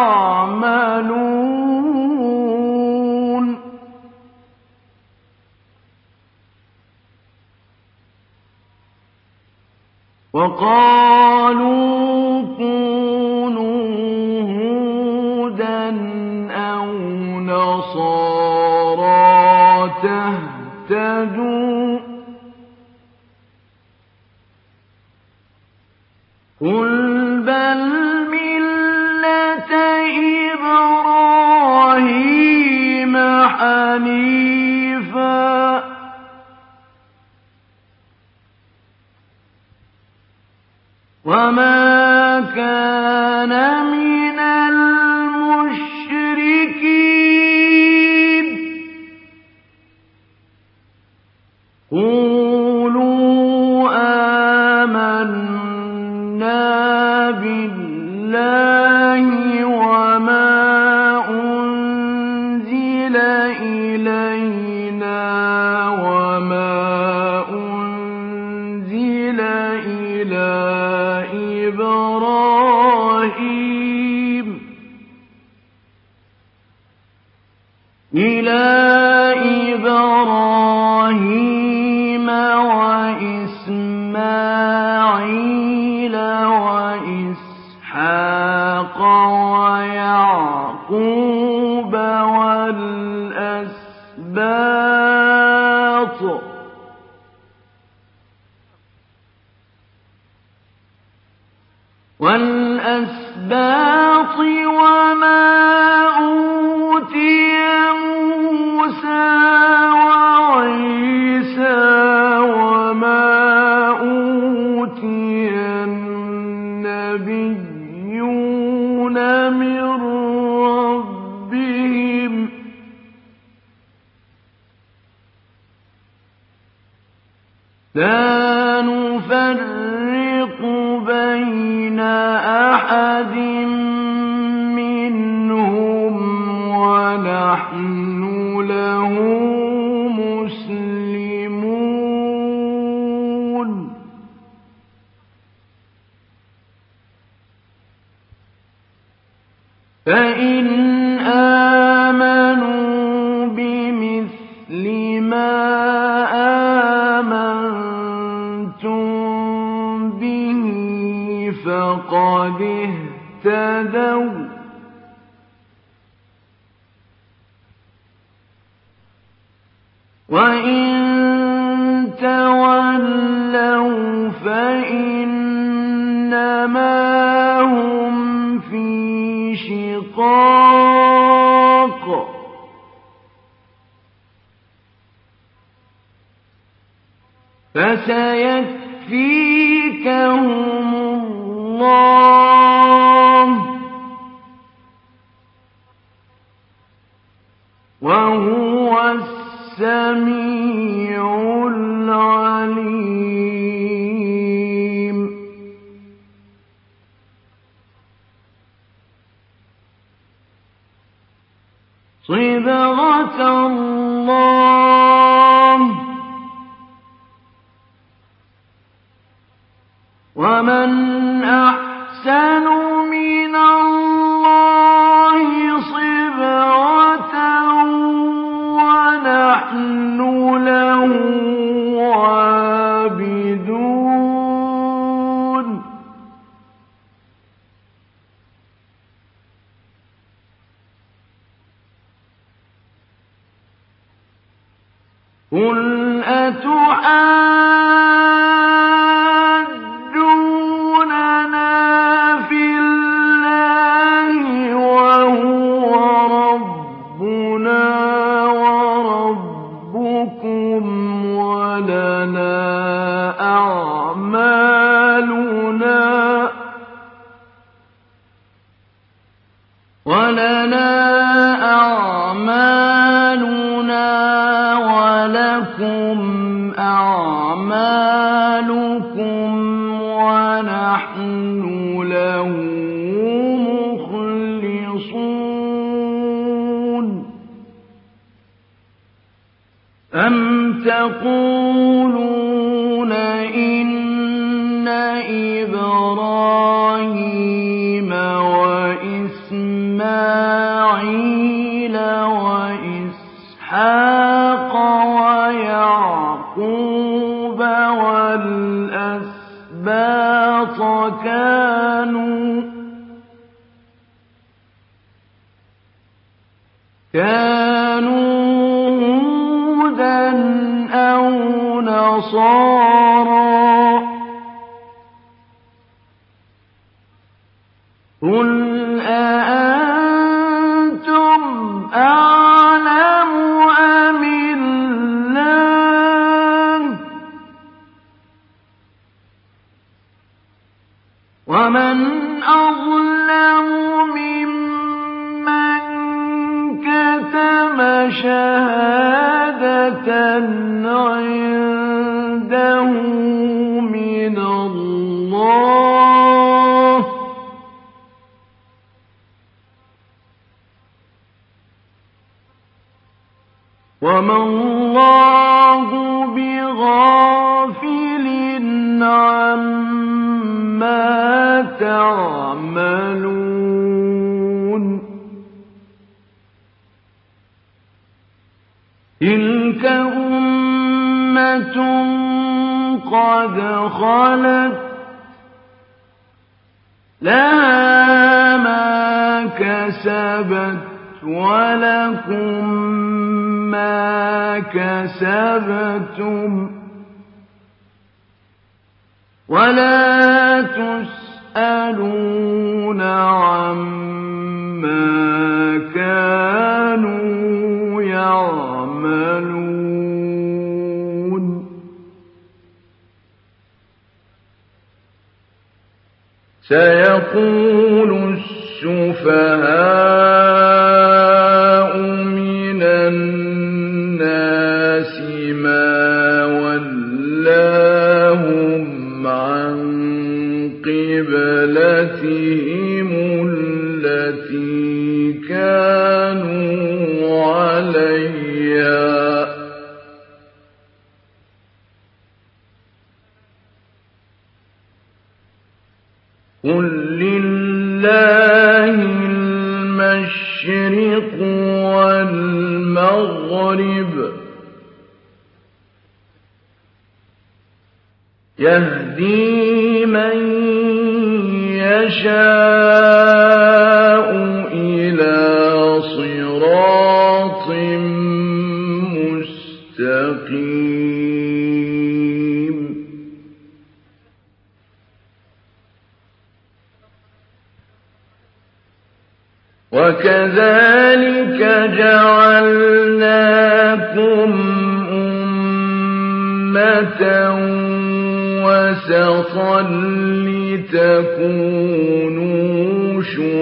يعملون وقالوا كونوا هودا أو نصارى تهتدوا قل بل ملة إبراهيم حنيفا وما كان من المشركين قولوا آمنا بالله وما أنزل إلينا وما أنزل إلى إبراهيم إلى إبراهيم وإسماعيل وإسحاق ويعقوب والأسباط والأسباط وما أوتي موسى وعيسى وما أوتي النبيون من ربهم لا نفرق بين أحد منهم ونحن له مسلمون فإن آمنوا بمثل ما آمنتم به فقد اهتدوا وإن تولوا فإنما هم في شقاق فسيكفيكهم الله وهو السميع العليم صبغة الله ومن أحسن من الله صبغة ونحن له عابدون قل أتحاجوننا في الله وهو ربنا وربكم ولنا أعمالنا ولنا أعمالنا ولكم أعمالكم ونحن له مخلصون أم تقولون إن إبراهيم وإسماعيل وإسحاق ويعقوب والأسباط الْأَسْبَاطَ كَانُوا كَانُوا هُودًا أَوْ نَصَارَىٰ قُلْ أَأَنتُمْ أَعْلَمُ أَمِ اللَّهُ ۗ وَمَنْ أَظْلَمُ مِمَّن كَتَمَ شَهَادَةً عِندَهُ مِنَ اللَّهِ ۗ وَمَا اللَّهُ بِغَافِلٍ عَمَّا تَعْمَلُونَ تِلْكَ أُمَّةٌ قَدْ خَلَتْ لَهَا مَا كَسَبَتْ وَلَكُم مَّا كَسَبْتُمْ وَلَا تُسْأَلُونَ عَمَّا كَانُوا يَعْمَلُونَ سَيَقُولُ السُّفَهَاءُ مِنَ النَّاسِ مَا وَلَّاهُمْ عَن قِبْلَتِهِمُ الَّتِي كَانُوا عَلَيْهَا ۚ قُل لِّلَّهِ الْمَشْرِقُ وَالْمَغْرِبُ ۚ يَهْدِي مَن يَشَاءُ إِلَىٰ صِرَاطٍ مُّسْتَقِيمٍ وَكَذَٰلِكَ جَعَلْنَاكُمْ أُمَّةً وَسَطًا لِّتَكُونُوا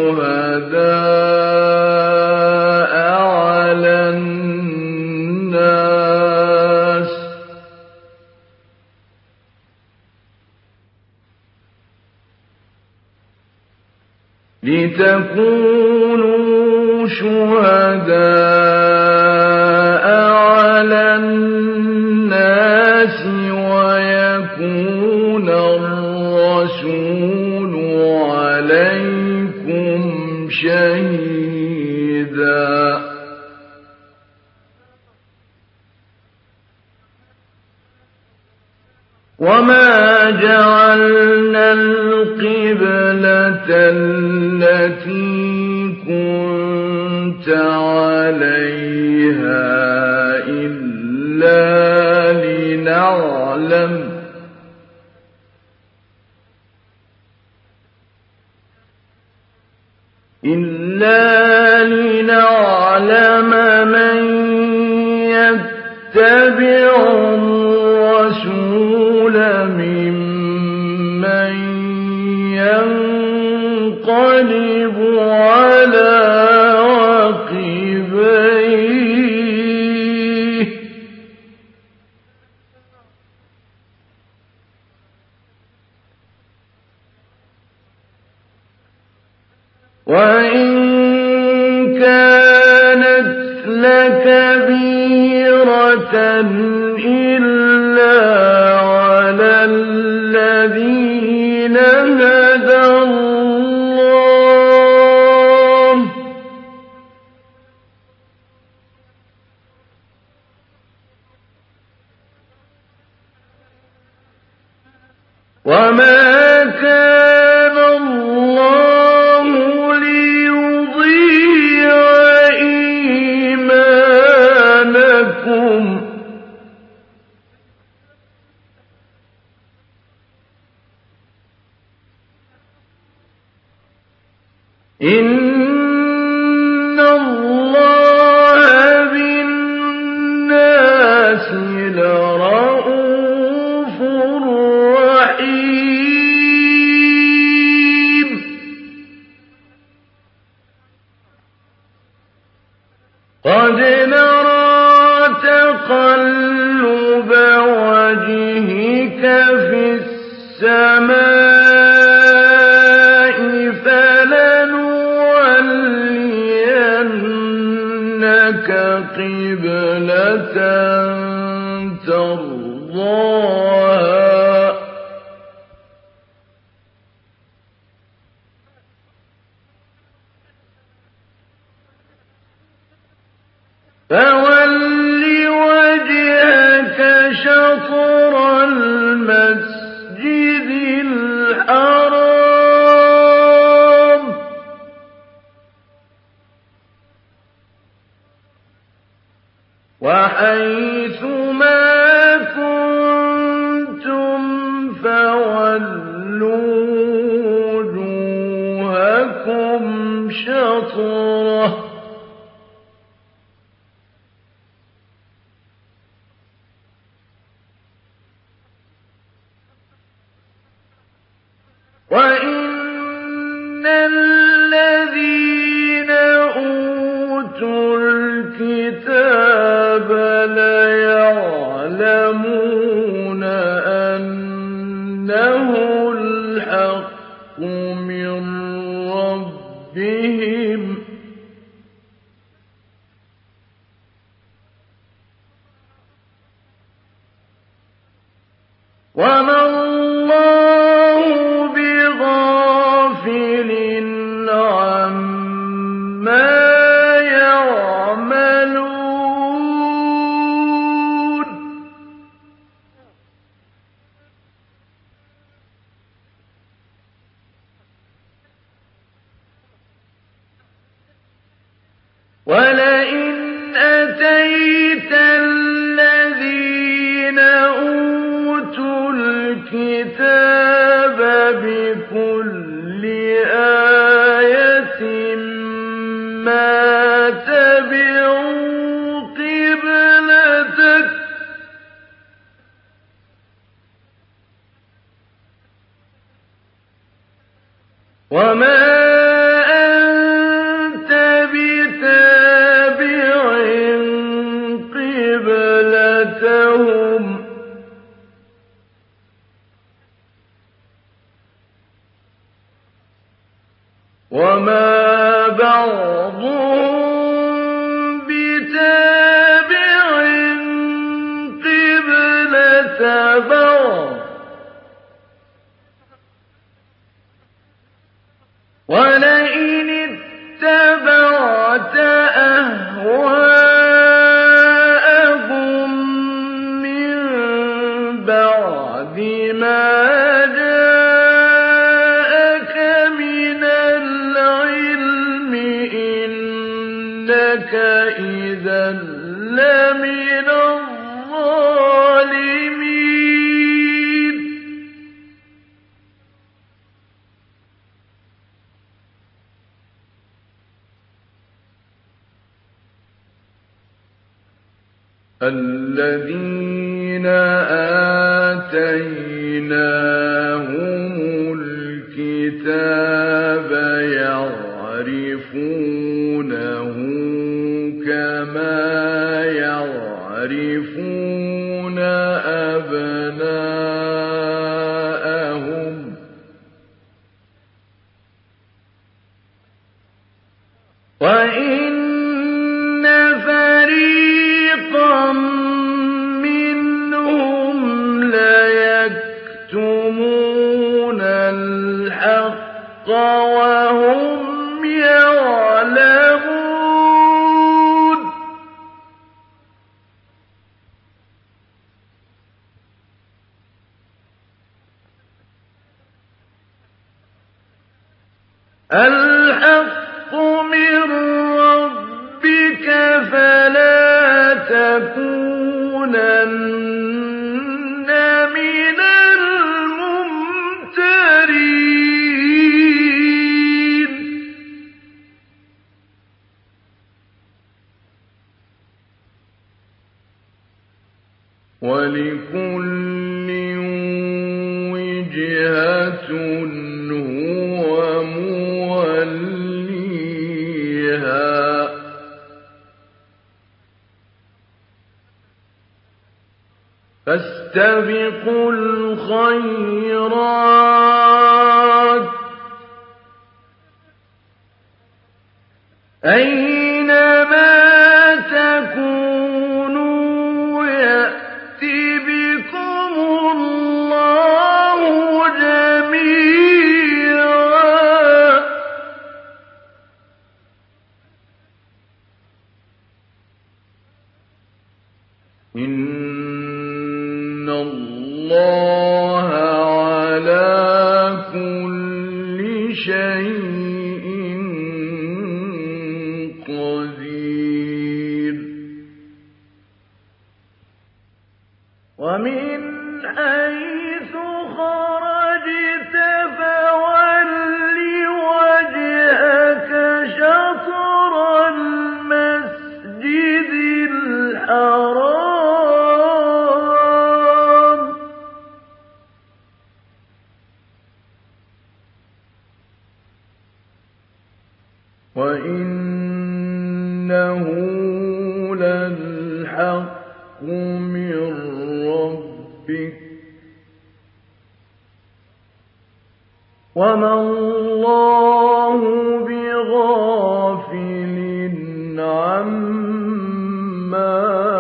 شُهَدَاءَ عَلَى النَّاسِ ۚ لِتَكُونُوا شُهَدَاءَ عَلَى النَّاسِ وَيَكُونَ الرَّسُولُ عَلَيْكُمْ شَهِيدًا ۗ وَمَا جَعَلْنَا الْقِبْلَةَ الَّتِي كُنتَ عَلَيْهَا إِلَّا لِنَعْلَمَ إِلَّا لِنَعْلَمَ مَن يَتَّبِعُ الرَّسُولَ مِمَّن يَنقَلِبُ عَلَىٰ عَقِبَيْهِ ۚ وَإِن كَانَتْ لَكَبِيرَةً إِلَّا عَلَى الَّذِينَ هَدَى اللَّهُ ۗ وما كان الله ليضيع إيمانكم إن الله بالناس لرءوف رحيم قد نرى تقلب وجهك في السماء فلنولينك قبلة ترضاها فول وجهك شطر المسجد الحرام وحيث ما كنتم فولوا وجوهكم شطره وَإِنَّ الَّذِينَ أُوتُوا الْكِتَابَ لَيَعْلَمُونَ أَنَّهُ الْحَقُّ مِنْ رَبِّهِمْ وَمَا اللَّهُ بِغَافِلٍ عَمَّا يَعْمَلُونَ وَلَئِنْ أَتَيْتَ الَّذِينَ أُوتُوا الْكِتَابَ بِكُلِّ آيَةٍ مَا تَبِعُوا قِبْلَتَكَ وَمَا أَنتَ بِتَابِعٍ قِبْلَتَهُمْ وَمَا بَعْضُهُم بِتَابِعٍ قِبْلَةَ بَعْضٍ وَلَئِنِ اتَّبَعْتَ أَهْوَاءَهُم مِّن بَعْدِ مَا جَاءَكَ مِنَ الْعِلْمِ إِنَّكَ إِذًا لَّمِنَ الظَّالِمِينَ الَّذِينَ آتَيْنَاهُمُ الْكِتَابَ يَعْرِفُونَهُ كَمَا يَعْرِفُونَ أَبْنَاءَهُمْ وَإِنَّ فَرِيقًا مِّنْهُمْ لَيَكْتُمُونَ الْحَقَّ وَهُمْ يَعْلَمُونَ الحق من ربك فلا تكونن من الممترين. ولكل وجهة هو موليها فاستبقوا الخيرات أينما تكونوا يأتي بكم الله جميعا إن الله على كل شيء قدير. ومن حيث خرجت فول وجهك شطر المسجد الحرام وإنه للحق من ربك وما الله بغافل عما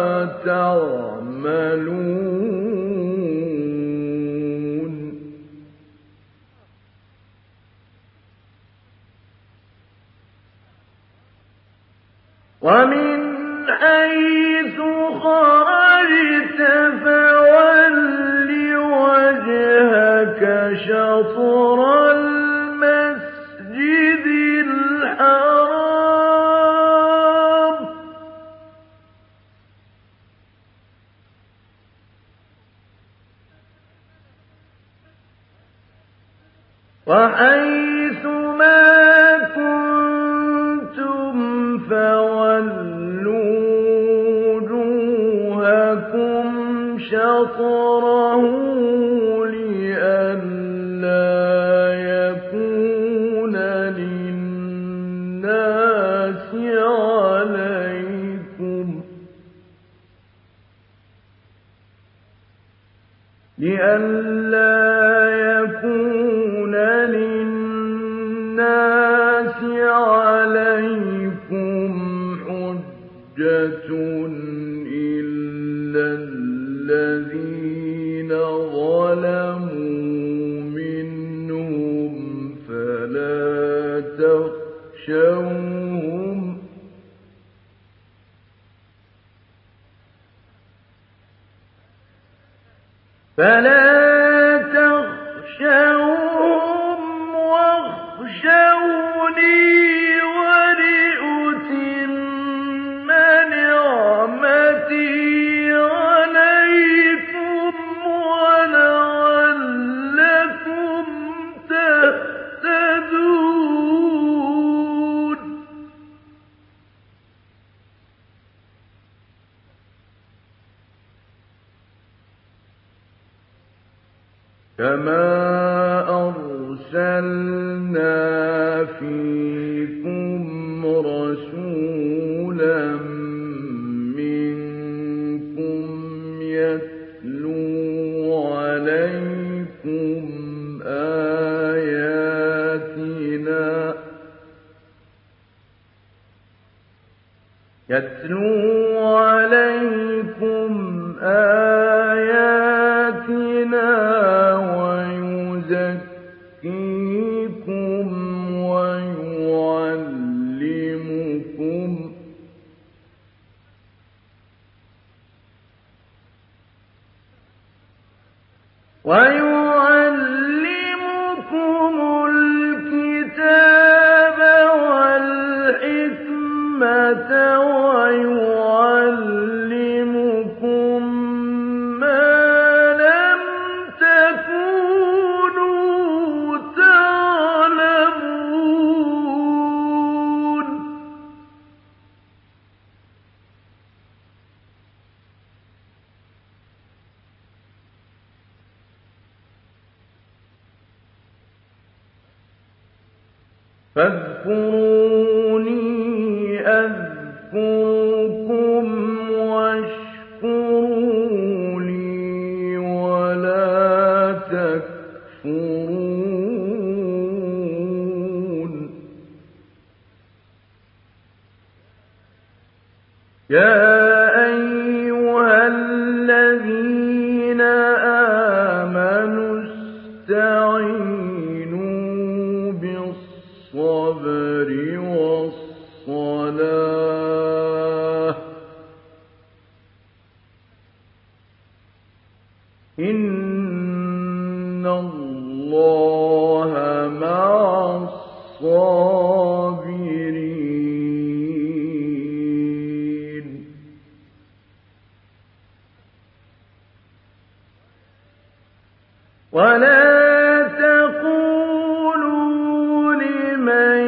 تعملون. ومن حيث خرجت فول وجهك شطر المسجد الحرام وحيث ما كنتم فولوا وجوهكم شطره لئلا يكون للناس عليكم لئلا يكون للناس عليكم حجة إلا الذين ظلموا منهم فلا تخشوهم فلا تخشوهم واخشوني ولأتم نعمتي عليكم ولعلكم تهتدون. كما أرسلنا فيكم رسولا منكم يتلو عليكم آياتنا يتلو عليكم آياتنا ويزكيكم ويعلمكم ويعلمكم الكتاب فاذكروني أذكركم واشكروا لي ولا تكفرون يا أيها الذين آمنوا استعينوا بالصبر والصلاة إن الله مع الصابرين ولا تقولوا لمن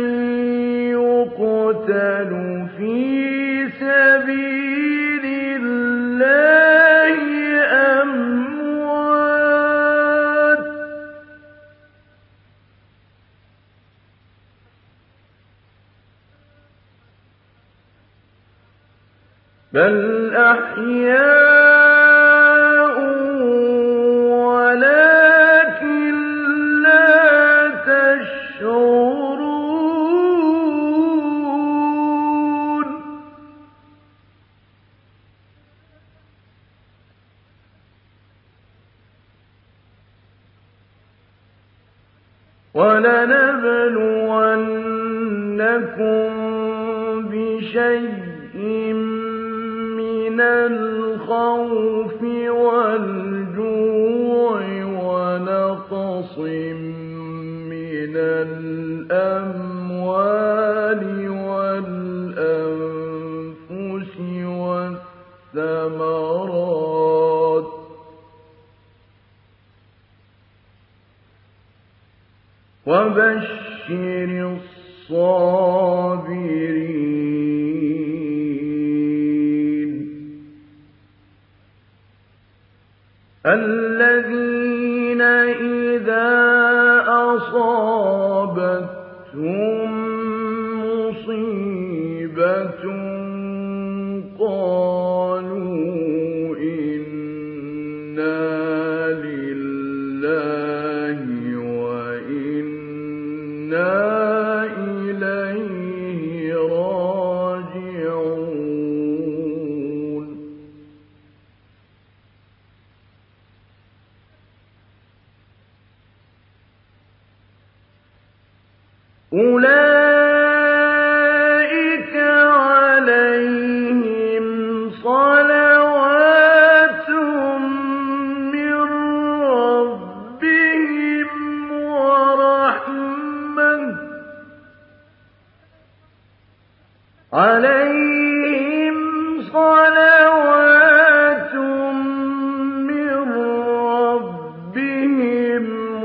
يقتل في سبيل الله أموات بل أحياء ولكن لا تشعرون ولنبلونكم بشيء من الخوف والجوع ونقص من الأموال والأنفس والثمرات وبشر الصابرين الذين إذا أصابتهم مصيبة قالوا إنا لله وإنا إليه راجعون أولئك عليهم صلوات من ربهم ورحمة عليهم صلوات من ربهم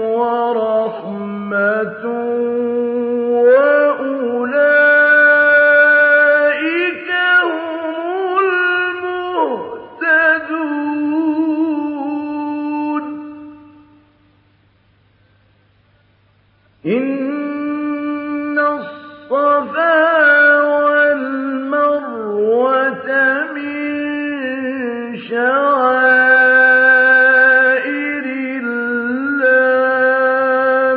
ورحمة وأولئك هم المهتدون إن الصفا والمروة من شعائر الله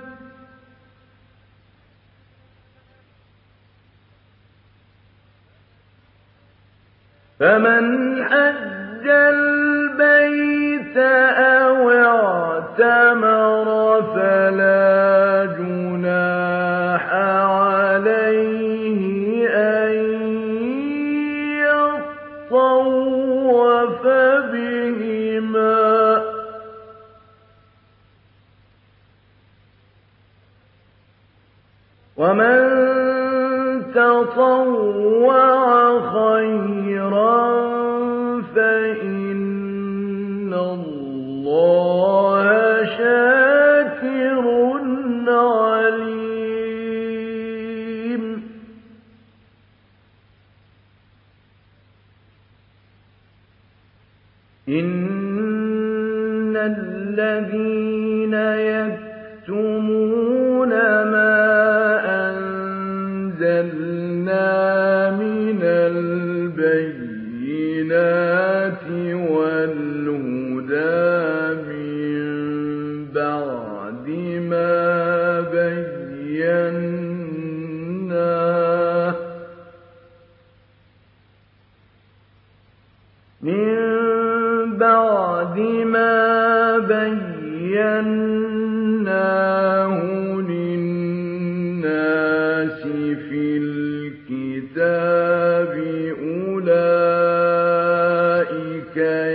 فمن حج البيت أو اعتمر فلا جناح عليه أن يطوف بهما ومن تطوع خيرا فإن الله شاكر عليم إن الذين يكتمون ما بَيَّنَّاهُ لِلنَّاسِ فِي الْكِتَابِ أُولَٰئِكَ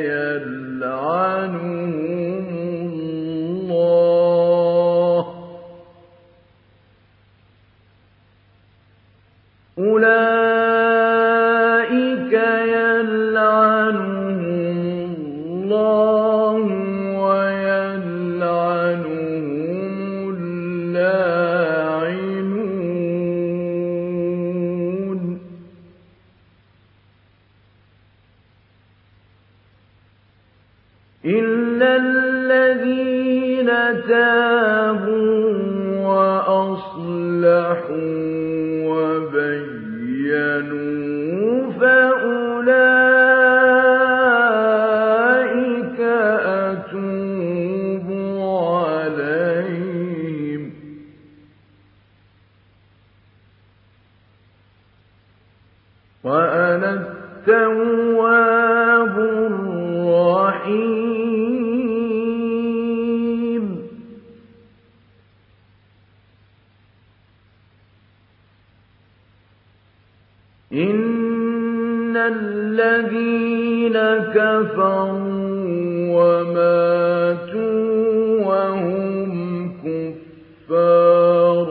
يَلْعَنُهُمُ اللَّهُ أُولَٰئِكَ يَلْعَنُهُمُ اللَّهُ وَيَلْعَنُهُمُ اللاعنون إِلَّا الَّذِينَ تَابُوا وَأَصْلَحُوا وَبَيَّنُوا فَأُولَٰئِكَ أَتُوبُ عَلَيْهِمْ وَأَنَا التَّوَّابُ الرَّحِيمُ إِنَّ الَّذِينَ كَفَرُوا وَمَاتُوا وَهُمْ كُفَّارٌ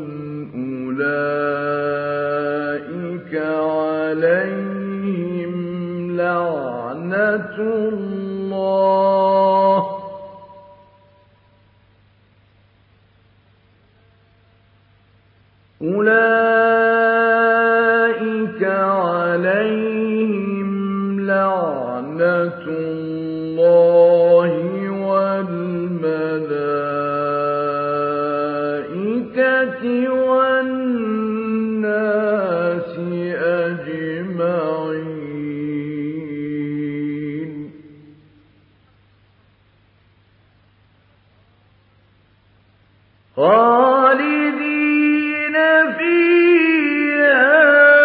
أُولَٰئِكَ عَلَيْهِمْ لَعْنَةُ اللَّهِ أُولَٰئِكَ عليهم لعنة الله والملائكة والناس أجمعين خالدين فيها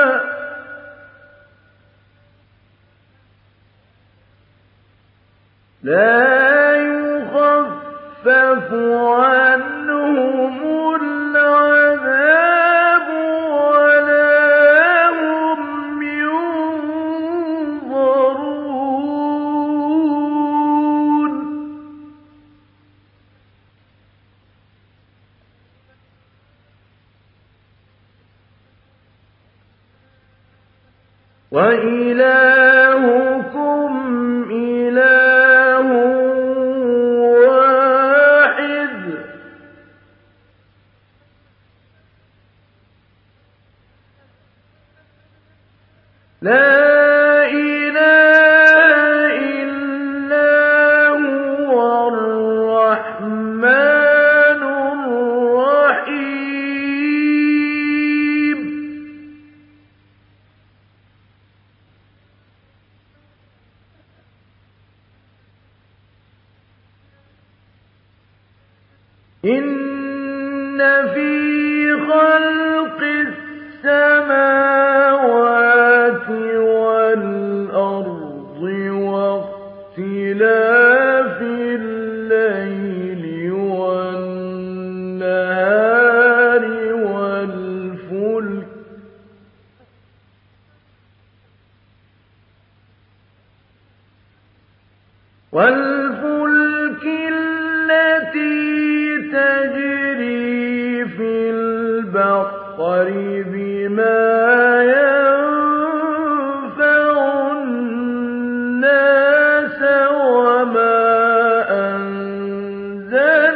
لا يخفف عنهم العذاب ولا هم ينظرون وإلهكم إله واحد لا إله إلا هو الرحمن الرحيم إن في خلق السماوات والأرض واختلاف الليل والنهار والفلك والفلك التي تجري في البحر بما ينفع الناس وما أنزل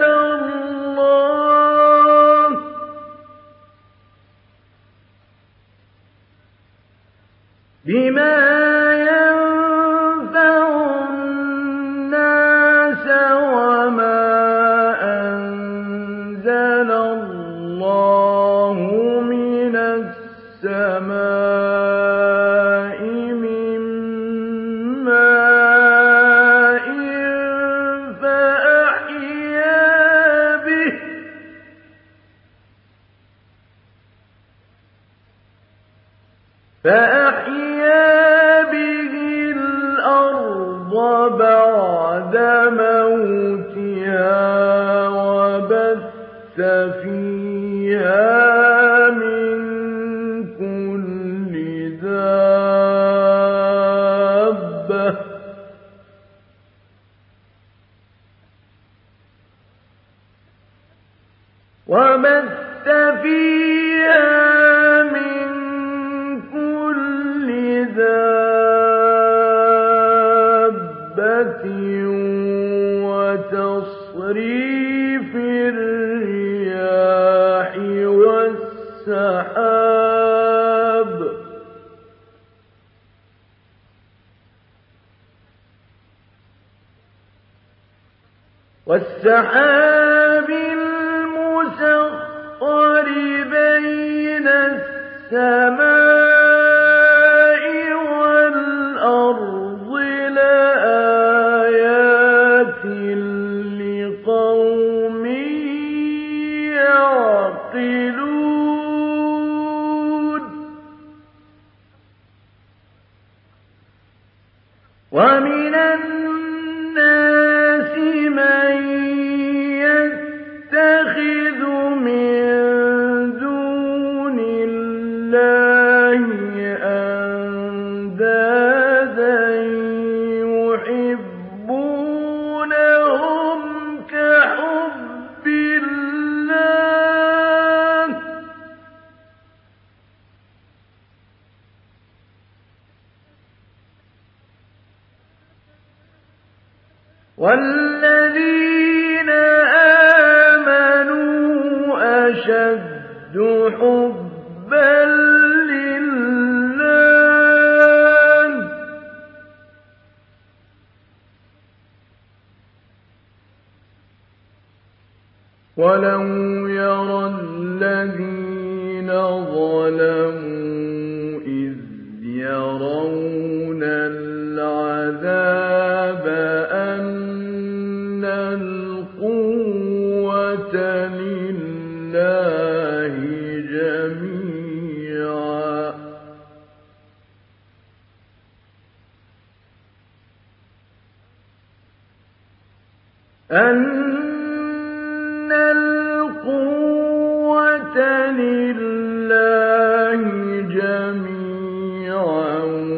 الله بما ينفع الناس وما أنزل الله من السماء من ماء فأحيا به فأحيا وبث فيها من كل دابة وتصريف الرياح والسحاب والسحاب المسخر بين السماء والأرض لآيات لقوم يعقلون ومن الناس من يتخذ من دون الله أندادا يحبونهم كحب الله والذين آمنوا أشد حبا لله ولو يرى الذين ظلموا إذ يرون العذاب أن القوة لله جميعا أن القوة لله جميعا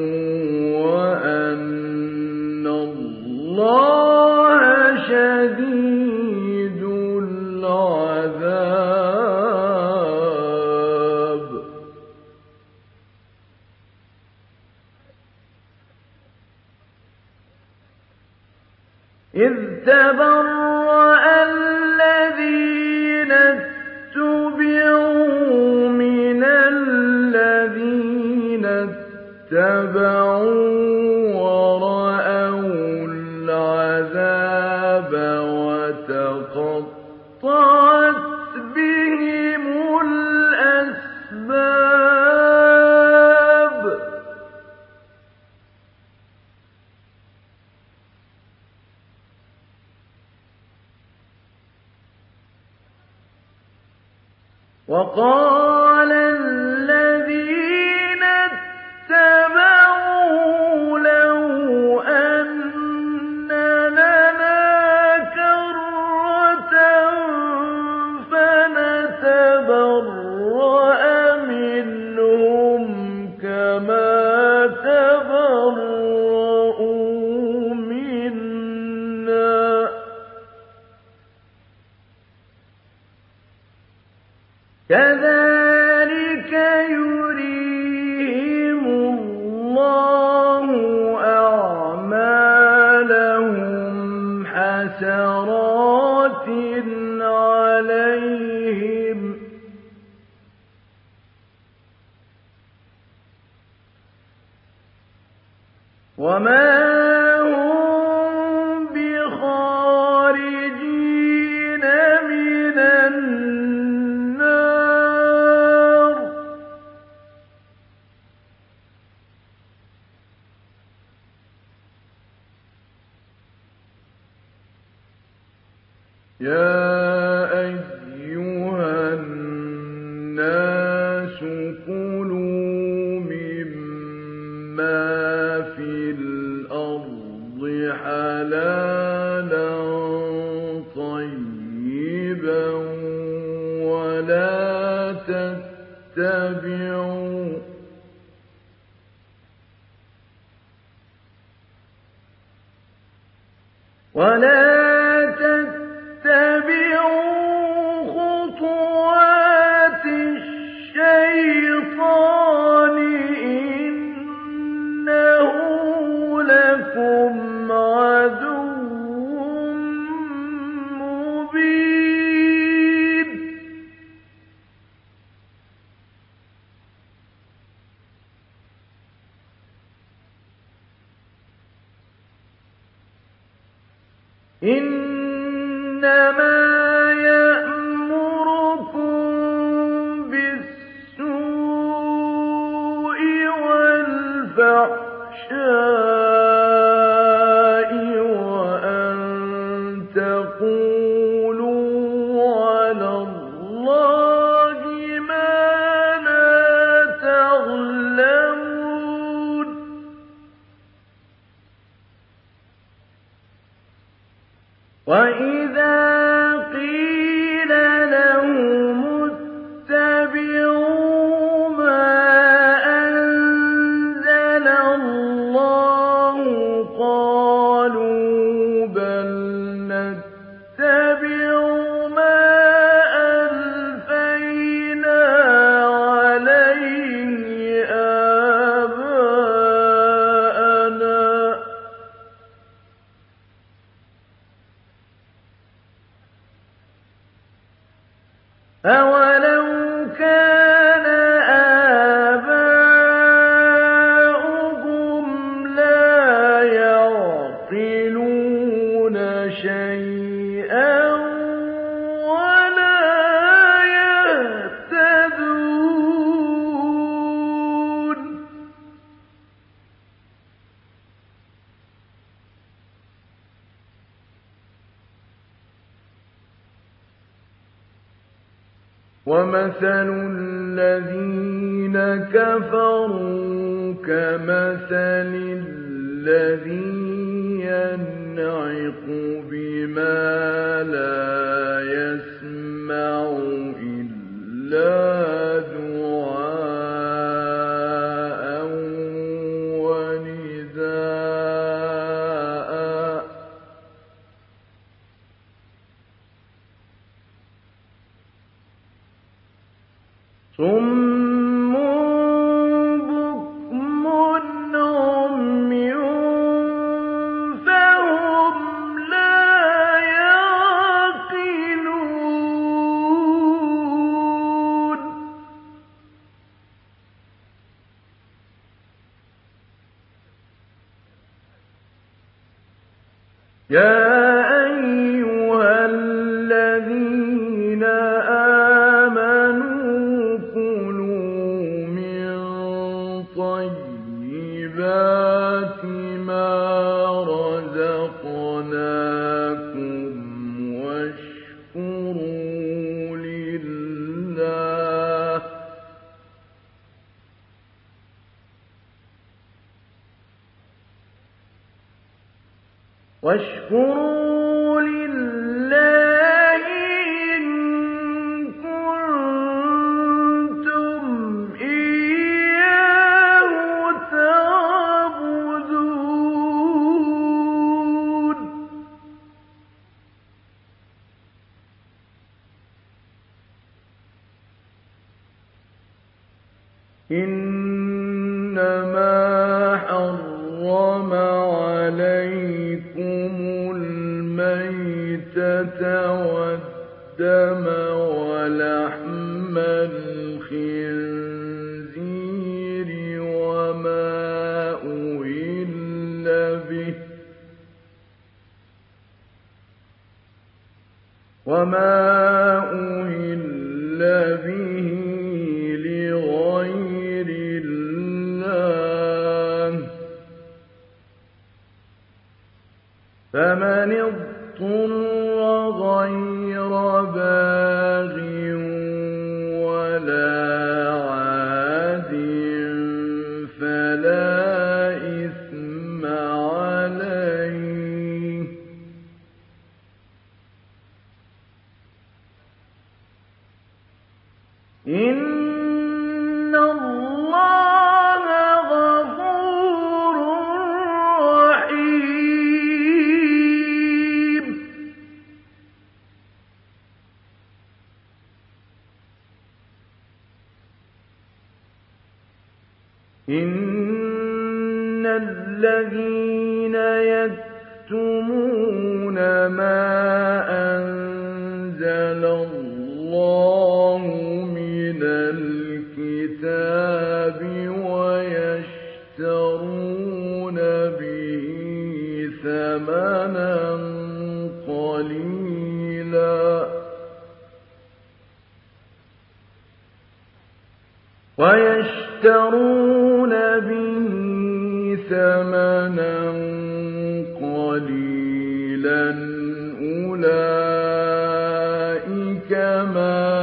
وأن الله شديد العذاب إذ تبرأ الذين اتبعوا من الذين اتبعوا ورأوا العذاب وتقطعت بهم الأسباب وقال الذين اتبعوا لو أن لنا كرة فنتبرأ منهم كما تبرؤوا منا كذلك يريهم الله أعمالهم حسرات عليهم وما هم بخارجين من النار يا أيها الناس كلوا مما في الأرض حلالا طيبا ولا تتبعوا ولا تتبعوا خطوات إنما يأمركم بالسوء والفحشاء وأن تقولوا على الله ما لا تعلمون وإذا قيل لهم اتبعوا ما أنزل الله قالوا بل نتبع ما ألفينا عليه آباءنا أولو كان آباؤهم لا يعقلون شيئا ولا يهتدون ومثل الذين كفروا كمثل الذي ينعق بما لا يسمع إلا دعاء ونداء صم بكم عمي فهم لا يعقلون يا أيها الذين آمنوا كلوا من طيبات ما رزقناكم واشكروا لله واشكروا لله إن كنتم إياه تعبدون إنما حرم عليكم الميتة والدم ولحم الخنزير وما أهل به وما أهل به لغير الله فمن اضطر غير باغ ولا عاد فلا إثم عليه إن الله غفور رحيم إن الذين يكتمون ما أنزل الله من الكتاب ويشترون به ثمنا قليلا ويشترون به ثمنا قليلا أولئك ما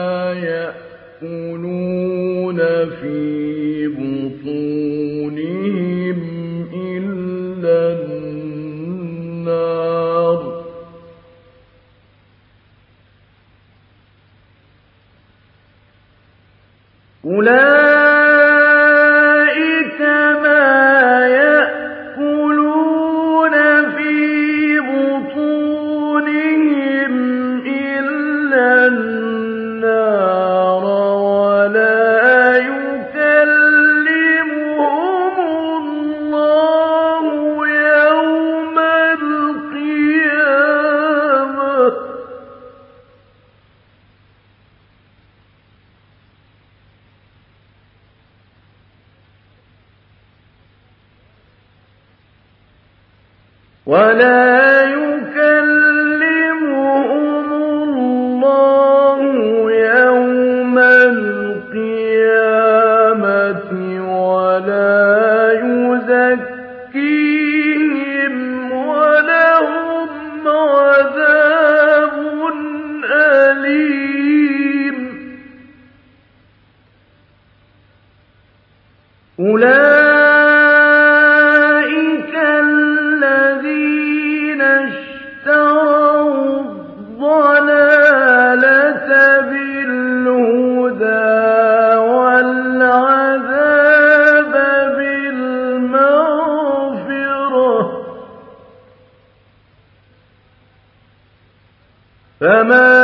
يأكلون في بطونهم إلا النار أولئك ما يأكلون في بطونهم إلا النار ولا يكلمهم الله يوم القيامة ولا يكلمهم الله يوم القيامة ولا يزكيهم ولهم عذاب أليم أولئك الذين اشتروا الضلالة بالهدى والعذاب بالمغفرة فما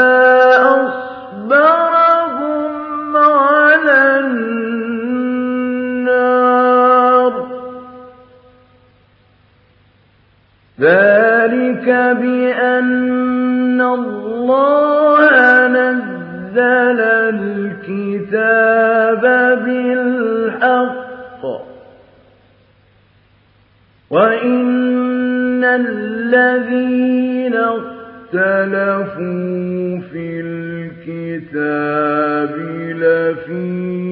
أصبرهم على النار ذلك بأن الله نزل الكتاب بالحق وإن الذين اختلفوا في الكتاب لفي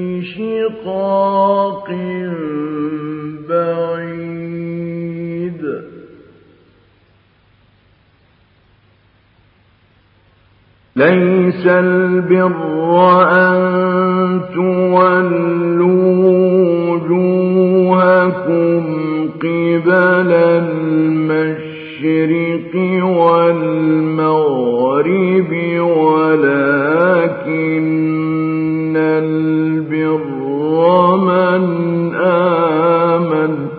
شقاق بعيد ليس البر أن تولوا وجوهكم قبل المشرق والمغرب ولكن البر من آمن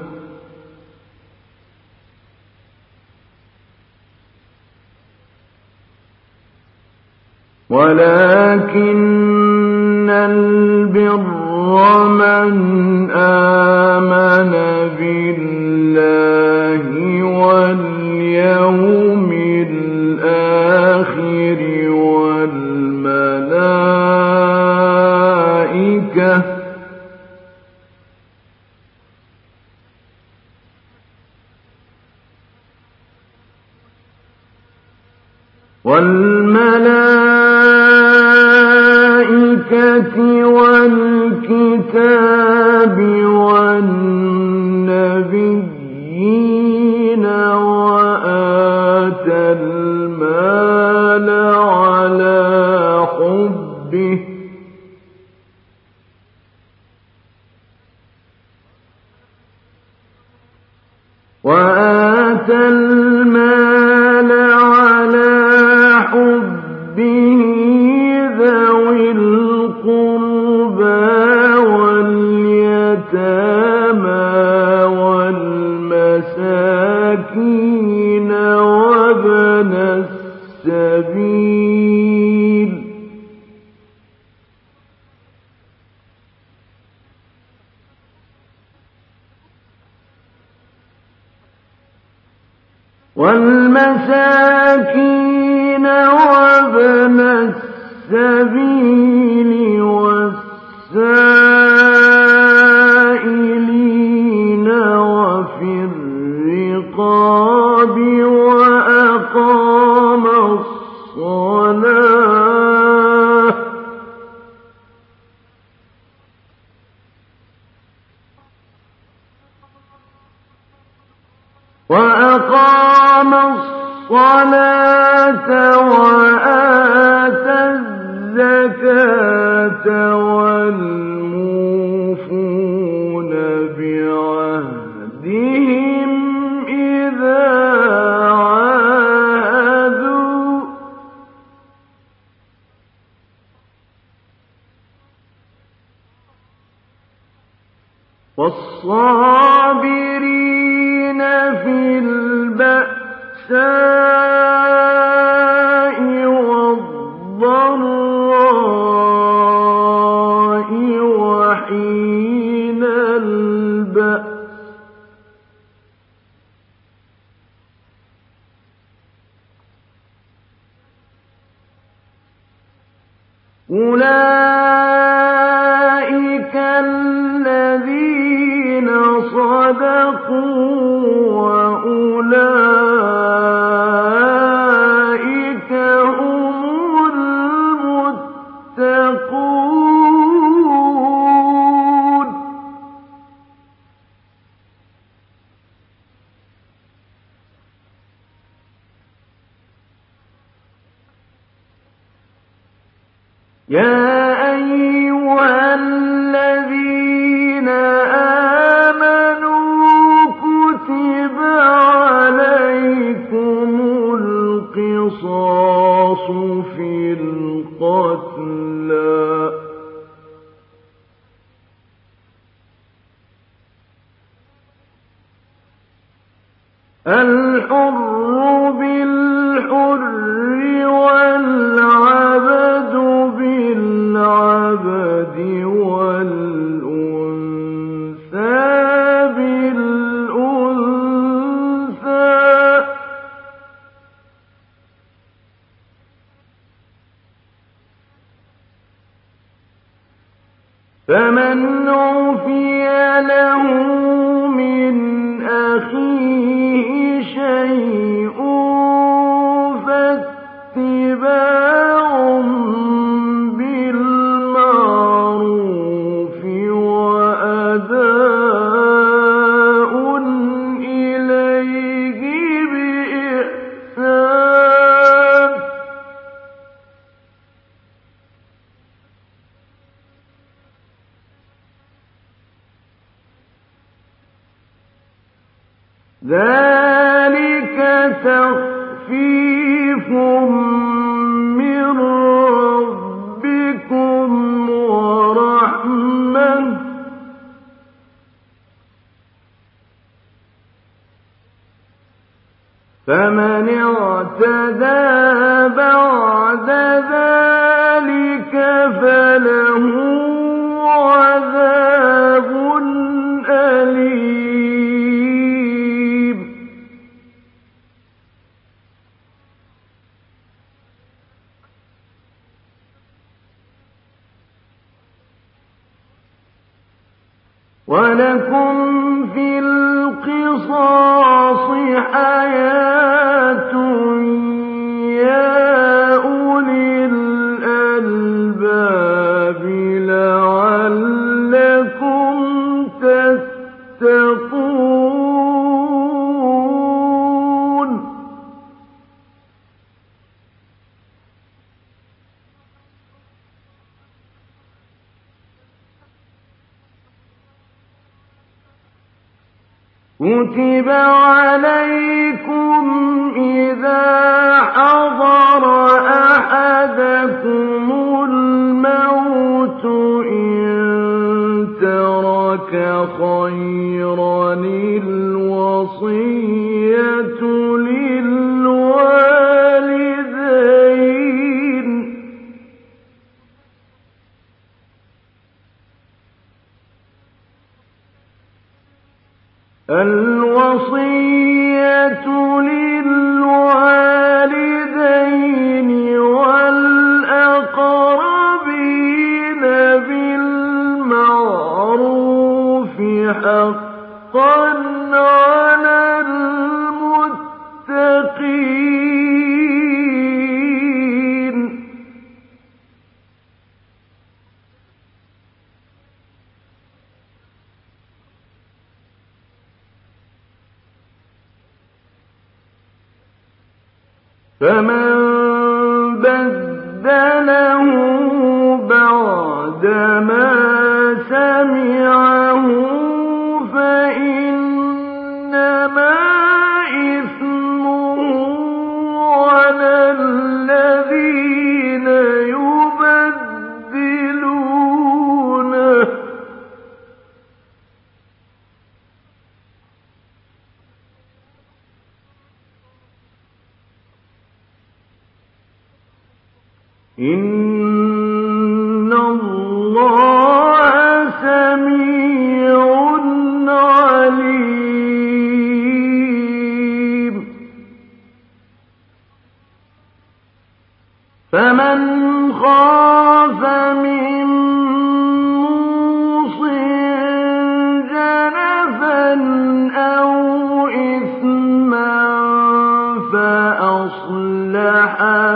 ولكن البر من آمن بالله واليوم الآخر والملائكة والملائكة والكتاب والنبيين وآتى المال على حبه وآتى المال على حبه ذوي القربى واليتامى والمساكين وابن السبيل والمساكين وابن السبيل والسائلين وفي الرقاب وأقام الصلاة والصابرين في البأساء والضراء وحين البأس أولئك الذين صدقوا وأولئك هم المتقون يا أيها الذين آمنوا كتب عليكم القصاص في القتلى الحر بالحر والعبد بالعبد والأنثى بالأنثى فمن عفي له من أخيه شيء فاتباع بالمعروف وأداء إليه بإحسان ذلك تخفيف من ربكم ورحمة فمن اعتدى بعد ذلك فله عذاب أليم ولكم في القصاص حياة يا أولي الألباب لعلكم تتقون كتب عليكم إذا حضر أحدكم الموت إن ترك خيرا الوصية للوالدين الوصية للوالدين والأقربين بالمعروف حقا على المتقين فمن بدله بعدما سمعه فإنما إثمه على الذين يبدلونه إن الله سميع عليم فمن خاف من موصٍ جنفا أو إثما فأصلح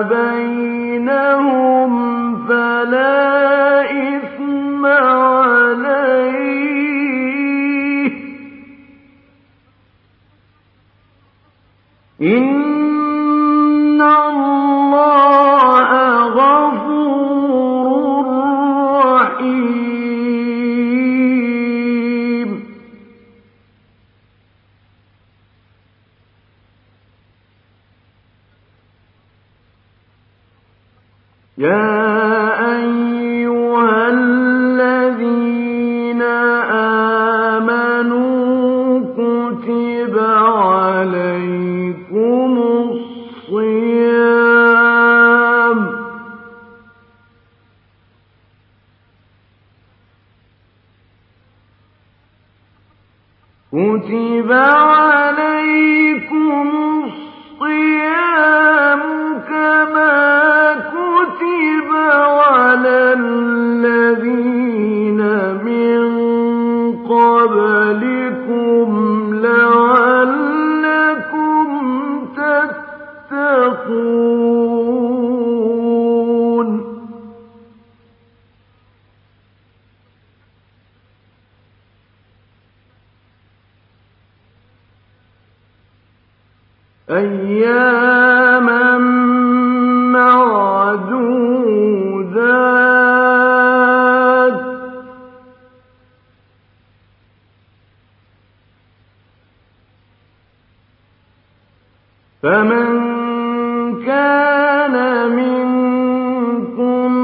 بينهم فلا إثم عليه إن الله غفور رحيم يا أيها الذين آمنوا كتب عليكم الصيام كتب عليكم الصيام كما كتب على الذين من قبلكم لعلكم تتقون أياما معدودات فمن كان منكم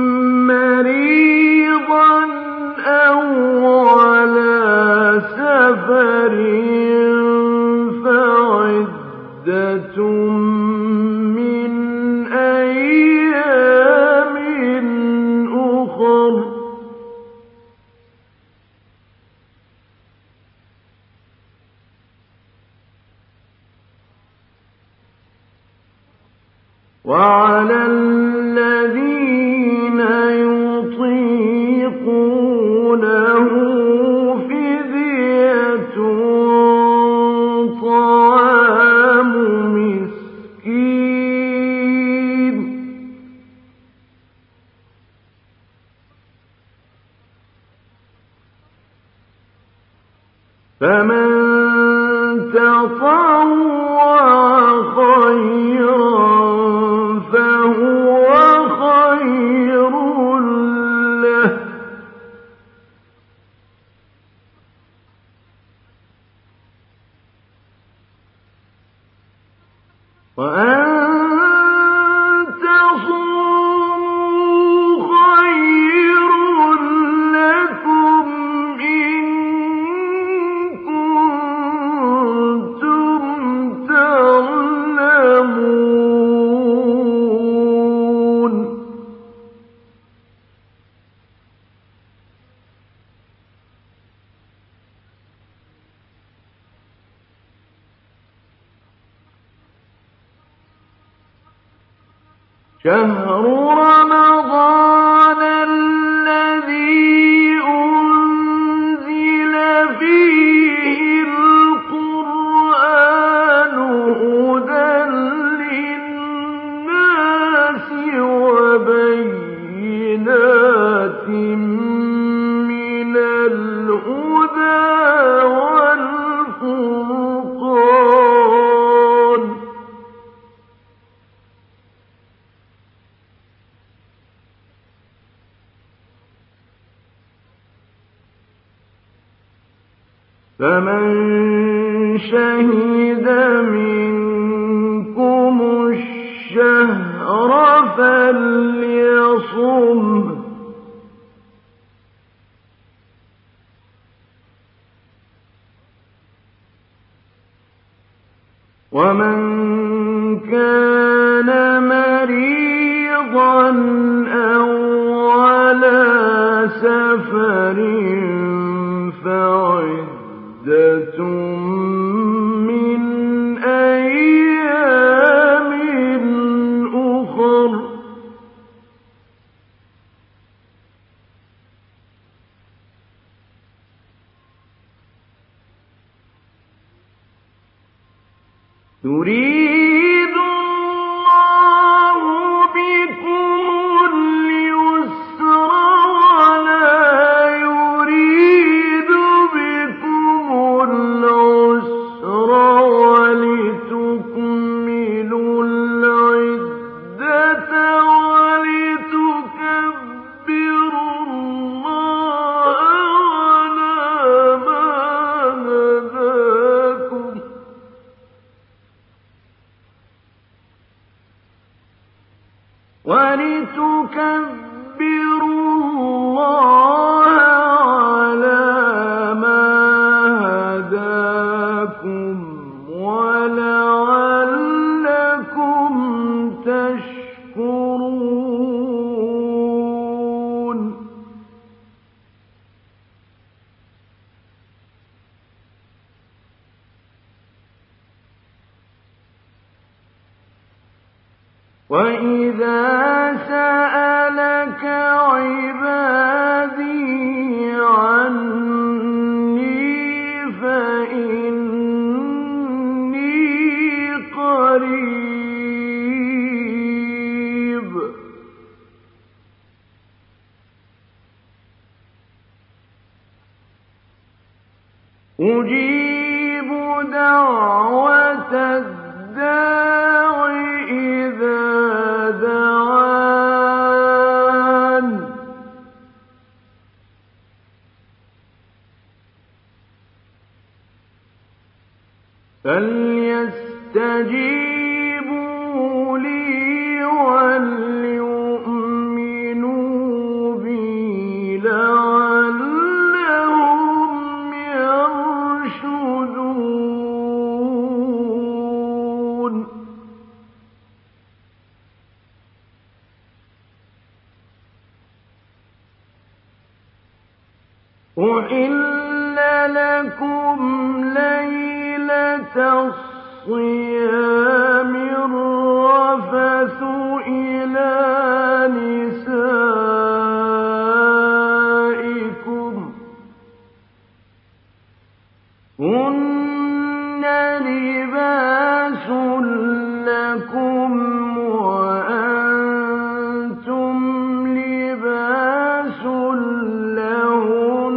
مريضا أو على سفر فعدة من أيام أخر وعلى الذين يطيقونه فدية طعام مسكين فمن تطوع خيرا فهو خير له وأن تصوموا خير لكم إن كنتم تعلمون شهر رمضان الذي أنزل فيه القرآن هدى للناس وبينات من الهدى والفرقان فمن شهد منكم الشهر فليصمه ومن كان مريضا يريد الله بكم اليسر ولا يريد بكم العسر ولتكملوا العدة ولتكبروا الله على ما هداكم ولتكبروا الله على ما هداكم ولعلكم تشكرون. وَإِذَا سَأَلَكَ عِبَادِي عَنِّي فَإِنِّي قَرِيبٌ أُجِيبُ دَعْوَةَ الدَّاعِ إِذَا دَعَانِ فَلْيَسْتَجِيبُوا لِي وَلْيُؤْمِنُوا بِي لَعَلَّهُمْ يَرْشُدُونَ. أُحِلَّ لَكُمْ لَيْلَةَ الصِّيَامِ الرَّفَثُ إِلَىٰ نِسَائِكُمْ هُنَّ لِبَاسٌ لَّكُمْ وَأَنتُمْ لِبَاسٌ لَّهُنَّ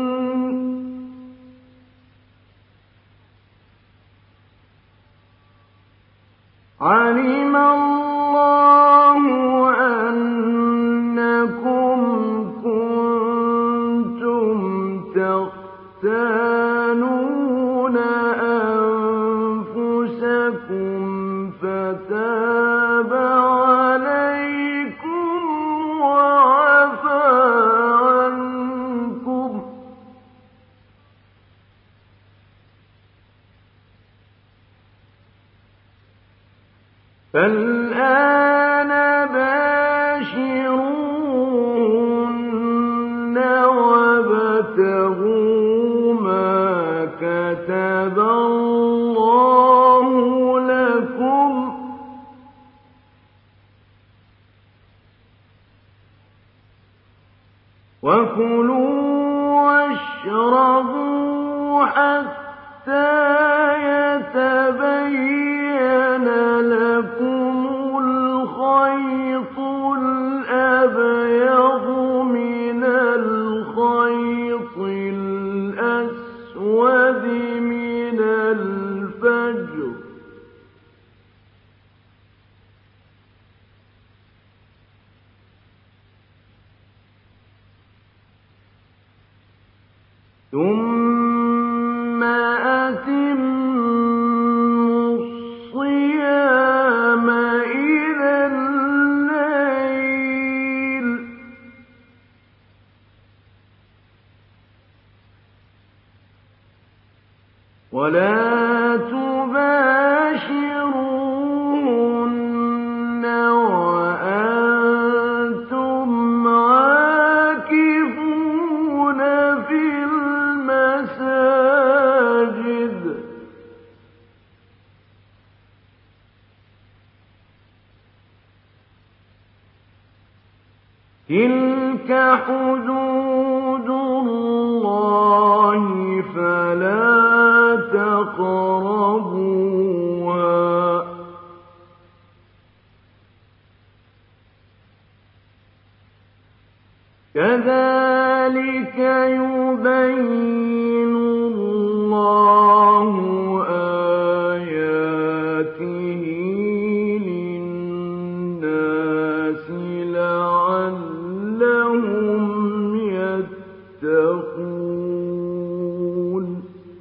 عَلِمَ اللَّهُ أَنَّكُمْ كُنتُمْ تَخْتَانُونَ أَنفُسَكُمْ فَتَابَ عَلَيْكُمْ وَعَفَا عَنكُمْ ۖ فَالْآنَ بَاشِرُوهُنَّ وَابْتَغُوا مَا كَتَبَ اللَّهُ لَكُمْ ۚ وَكُلُوا وَاشْرَبُوا حَتَّىٰ يَتَبَيَّنَ لَكُمُ الْخَيْطُ الْأَبْيَضُ مِنَ الْخَيْطِ الْأَسْوَدِ مِنَ الْفَجْرِ ۖ ثُمَّ أَتِمُّوا الصِّيَامَ إِلَى اللَّيْلِ ۚ وَلَا تُبَاشِرُوهُنَّ وَأَنتُمْ عَاكِفُونَ فِي الْمَسَاجِدِ ۗ تِلْكَ حُدُودُ اللَّهِ فَلَا تَقْرَبُوهَا كذلك يبين الله آياته للناس لعلهم يتقون.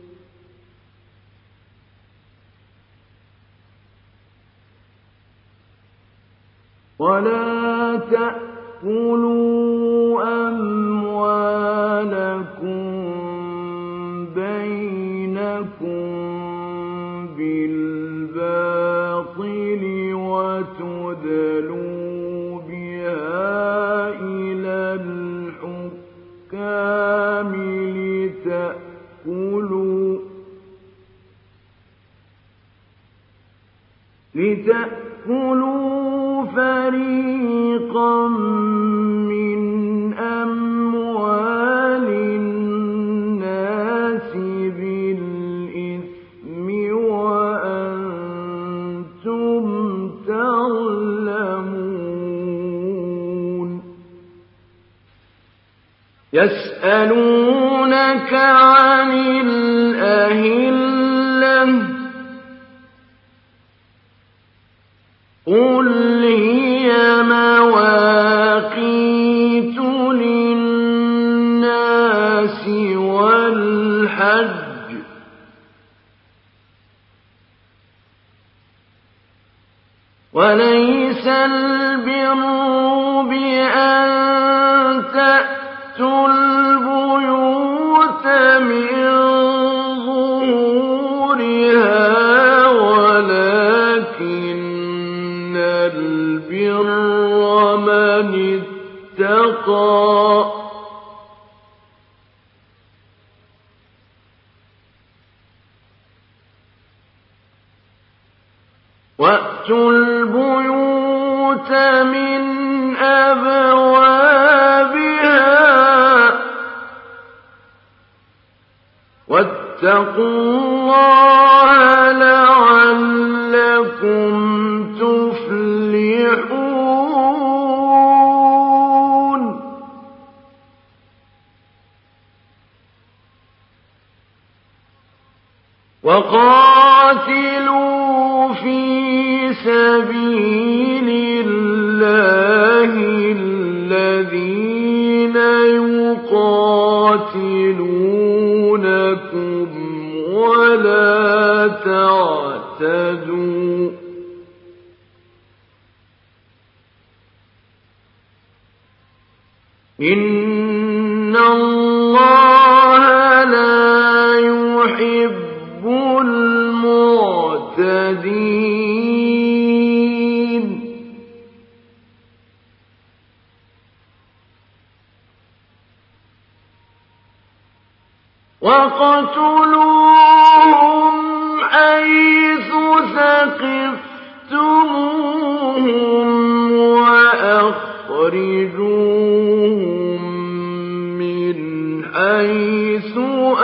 ولا تأكلوا أموالكم بينكم بالباطل وتدلوا بها إلى الحكام لتأكلوا لتأكلوا فريقا من أموال الناس بالإثم وأنتم تعلمون. يسألونك عن الأهلة قل هي مواقيت للناس والحج وليس البر بأن تأتوا البيوت من ظهورها ولكن البر من اتقى وأتوا البيوت من أبوابها واتقوا الله لعلكم تفلحون. وقاتلوا في سبيل الله الذين يقاتلونكم ولا تعتدوا إن الله لا يحب المعتدين. وقتلوهم حيث ثقفتموهم وأخرجوهم من حيث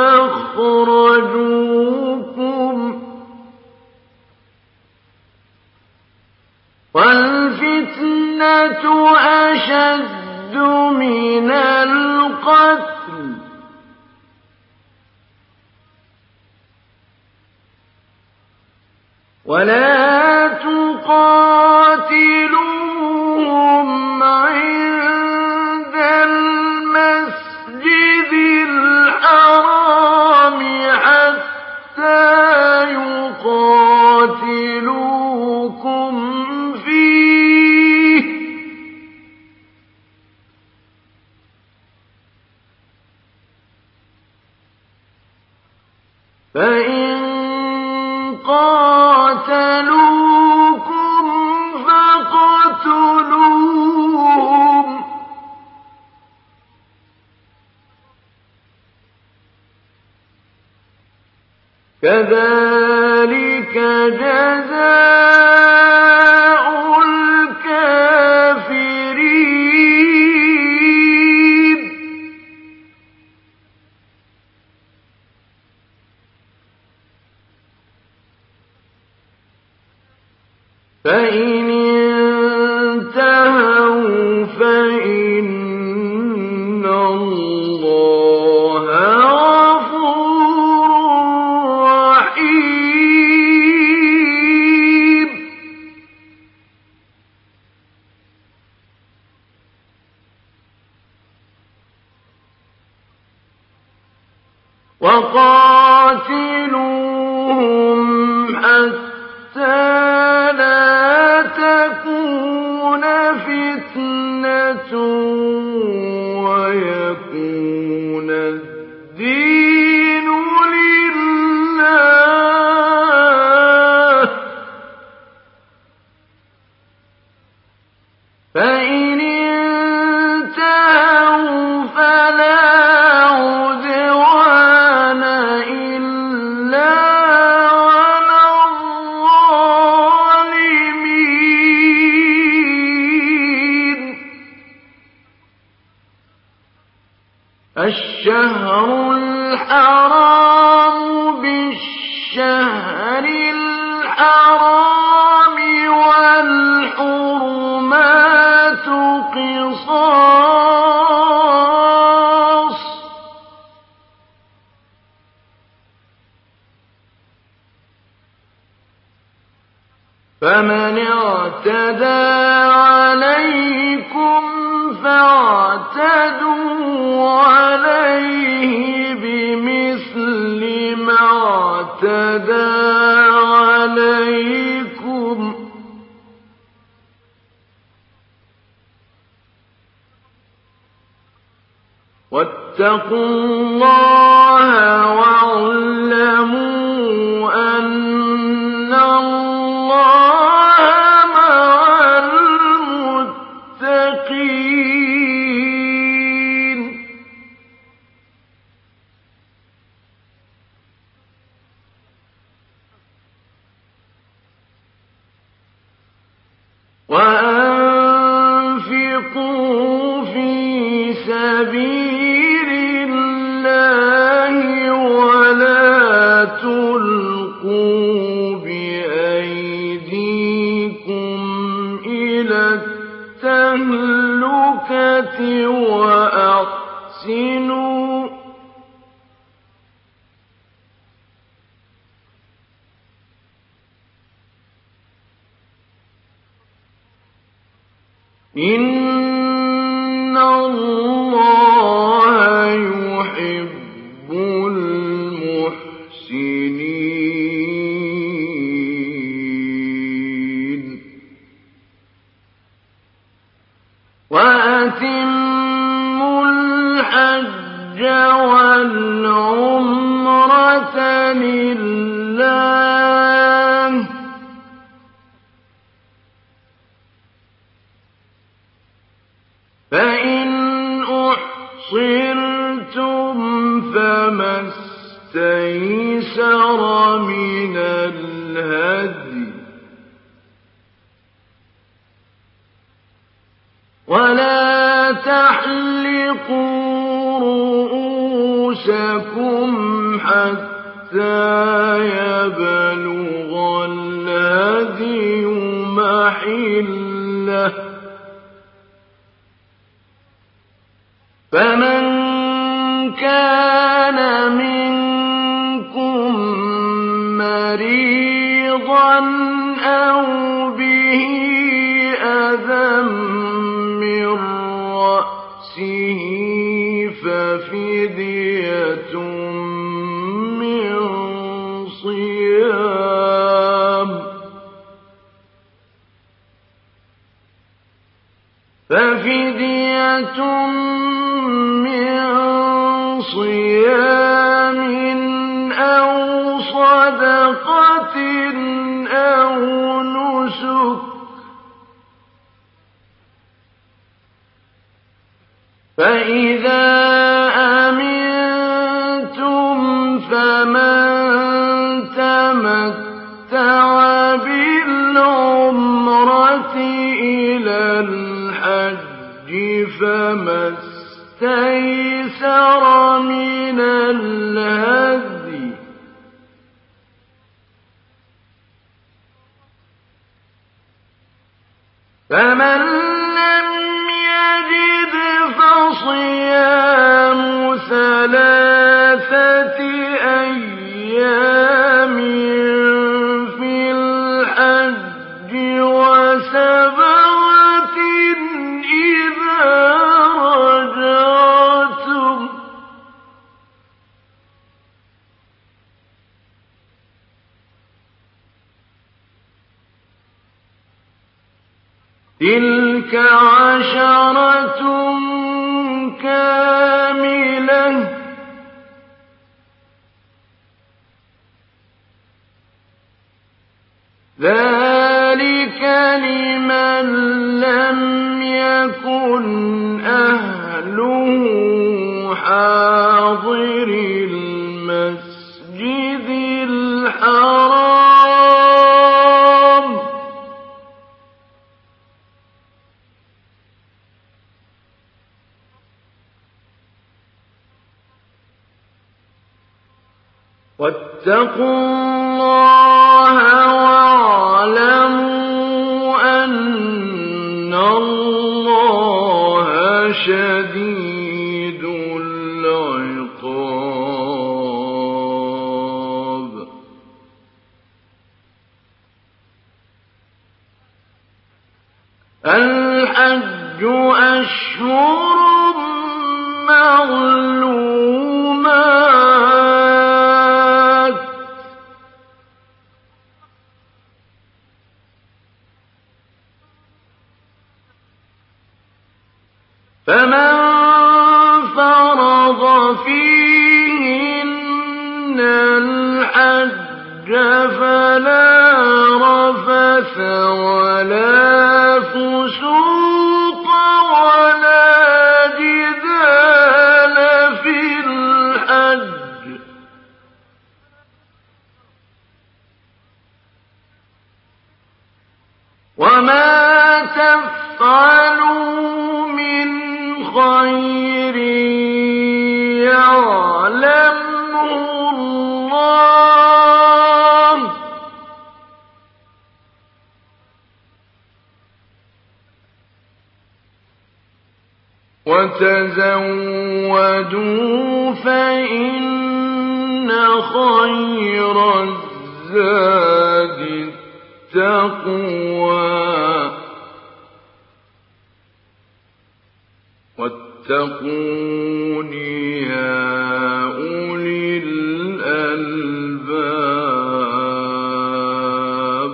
أخرجوكم والفتنة أشد من القتل ولا تقاتلوهم عند المسجد الحرام حتى يقاتلوكم فيه فإن قاتلوكم فاقتلوهم كذلك جزاء الكافرين. فإن انتهوا فإن وقاتلوهم حتى لا تكون فتنة ويكون الدين لله، فإن انتهوا فلا عدوان إلا على الظالمين. الشهر الحرام بالشهر الحرام والحرمات قصاص، فمن اعتدى عليكم فاعتدوا عليه بمثل ما اعتدى عليكم، واتقوا الله واعلموا أن الله مع المتقين. وأنفقوا في سبيل الله ولا تلقوا بأيديكم إلى التهلكة وأحسنوا إن الله يحب المحسنين. وأتموا الحج والعمرة لله، فإن أحصرتم فما استيسر من الهدي، ولا تحلقوا رؤوسكم حتى يبلغ الهدي محله، فمن كان منكم مريضا أو به أذى من رأسه ففدية من صيام ففدية من صيام أو صدقة أو نسك، فإذا أمنتم فمن تمتع بالعمرة إلى الحج فما استيسر من الهدي، فمن لم يجد فصيام ثلاثة أيام في الحج وسبعة إذا رجعتم، تلك عشرة كاملة ذلك لمن لم يكن أهله حاضر المسجد الحرام واتقوا الله واعلموا أن الله شديد العقاب الحج أشهر معلومات فمن فرض فيهن الحج فلا رفث ولا فسوق ولا جدال في الحج وما تفعلوا من خير يعلمه الله وتزودوا فإن خير الزاد التقوى واتقون يا أولي الألباب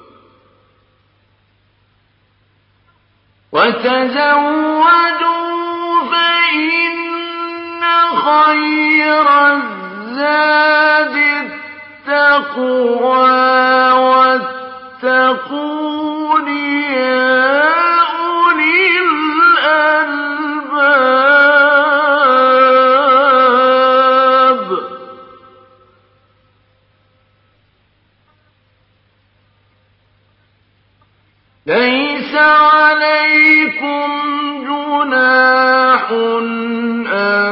وتزودوا فإن خير الزاد التقوى واتقون يا أولي الألباب ليس عليكم جناح أن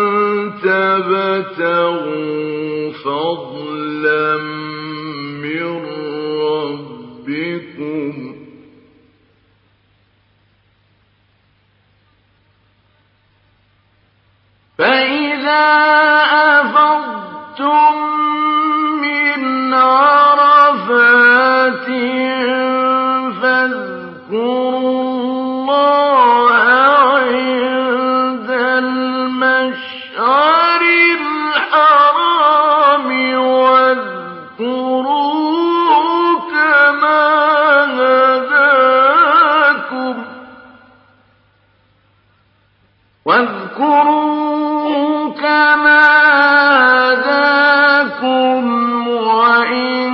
تبتغوا فضلا من ربكم فإذا أفضتم من عرفات فاذكروا الله عند المشعر الحرام واذكروه كما هداكم واذكروه كما هداكم وإن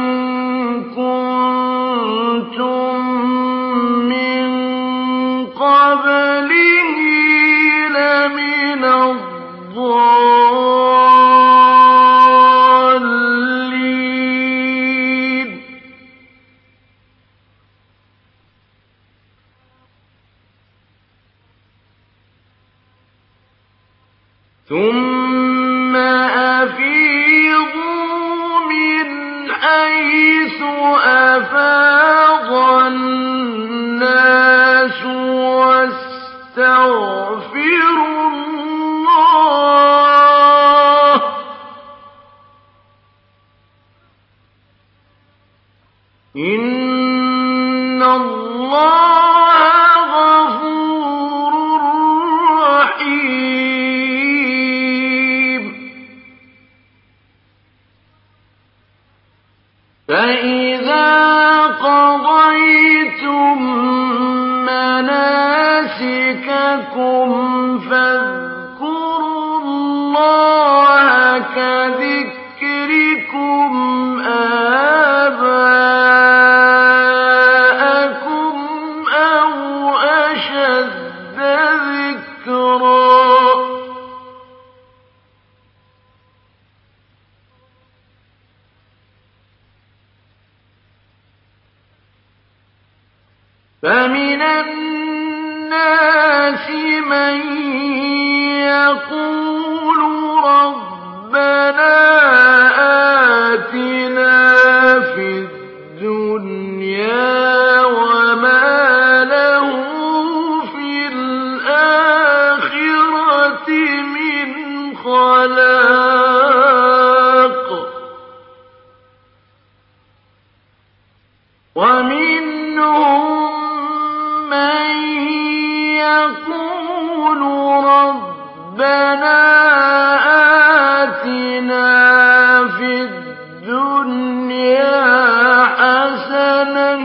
كنتم من قبله لمن الضالين ثم أفيضوا من حيث أفاض الناس واستغفروا الله إن الله غفور رحيم فإذا قضيتم مَنَاسِكَكُمْ فَاذْكُرُوا اللَّهَ كَذِكْرِكُمْ آبَاءَكُمْ أَوْ أَشَدَّ ذِكْرًا ۗ فَمِنَ النَّاسِ مَن يَقُولُ رَبَّنَا آتِنَا فِي الدُّنْيَا وَمَا لَهُ فِي الْآخِرَةِ مِنْ خَلَاقٍ ۗ وَمِنْهُم مَّن يَقُولُ رَبَّنَا آتِنَا فِي الدُّنْيَا حَسَنَةً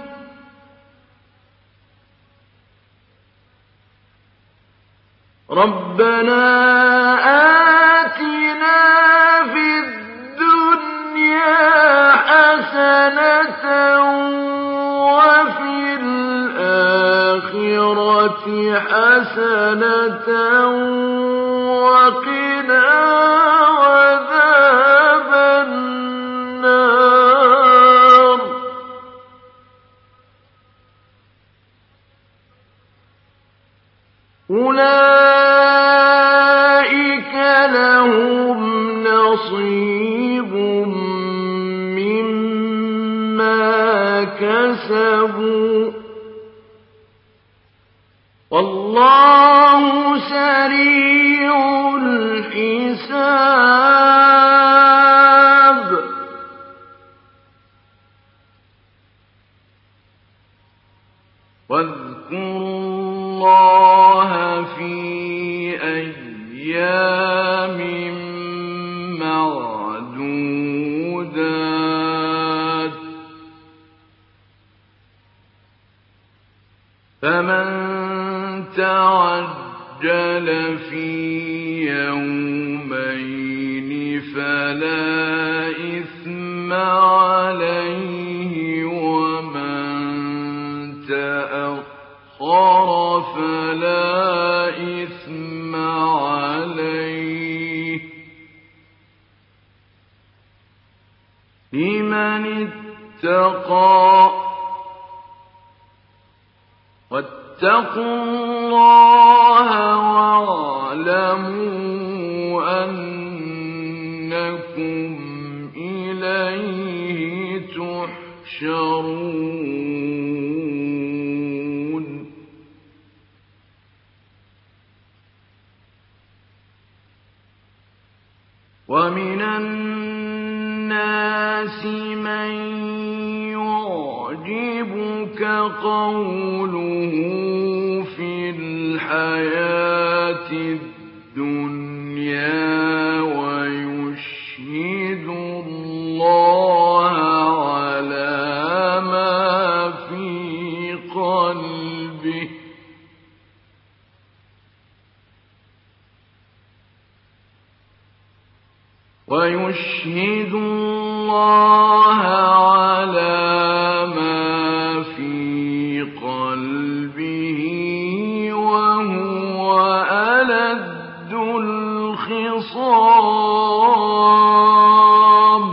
رَبَّنَا آتِنَا فِي الدُّنْيا حَسَنَةً وَفِي الْآخِرَةِ حَسَنَةً وَقِنَا عَذَابَ النَّارِ. أُولَٰئِكَ لَهُمْ نَصِيبٌ مِّمَّا كَسَبُوا ۚ وَاللَّهُ سَرِيعُ الْحِسَابِ. وَاذْكُرُوا اللَّهَ فِي أَيَّامٍ مَّعْدُودَاتٍ ۚ فَمَن تَعَجَّلَ فِي يَوْمَيْنِ فَلَا إِثْمَ عَلَيْهِ ۚ وَمَن تَأَخَّرَ فَلَا إِثْمَ عَلَيْهِ لِمَنِ اتَّقَىٰ ۗ وَاتَّقُوا اللَّهَ وَاعْلَمُوا أَنَّكُمْ إِلَيْهِ تُحْشَرُونَ. وَمِنَ النَّاسِ مَن يُعْجِبُكَ قَوْلُهُ فِي الْحَيَاةِ الدُّنْيَا وَيُشْهِدُ اللَّهَ عَلَىٰ مَا فِي قَلْبِهِ ۗ وَيُشْهِدُ اللَّهَ عَلَىٰ مَا فِي قَلْبِهِ وَهُوَ أَلَدُّ الْخِصَامِ.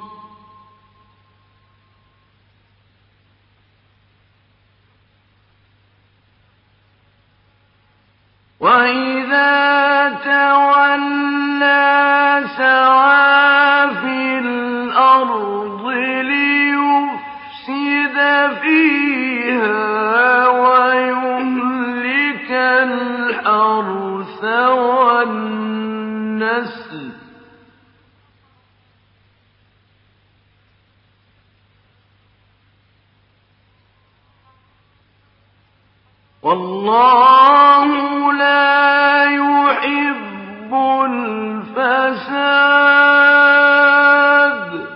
وَإِذَا تَوَلَّىٰ سَعَىٰ فِي الْأَرْضِ لِيُفْسِدَ فِيهَا وَيُهْلِكَ الْحَرْثَ وَالنَّسْلَ ۗ وَاللَّهُ لَا يُحِبُّ الْفَسَادَ ۚ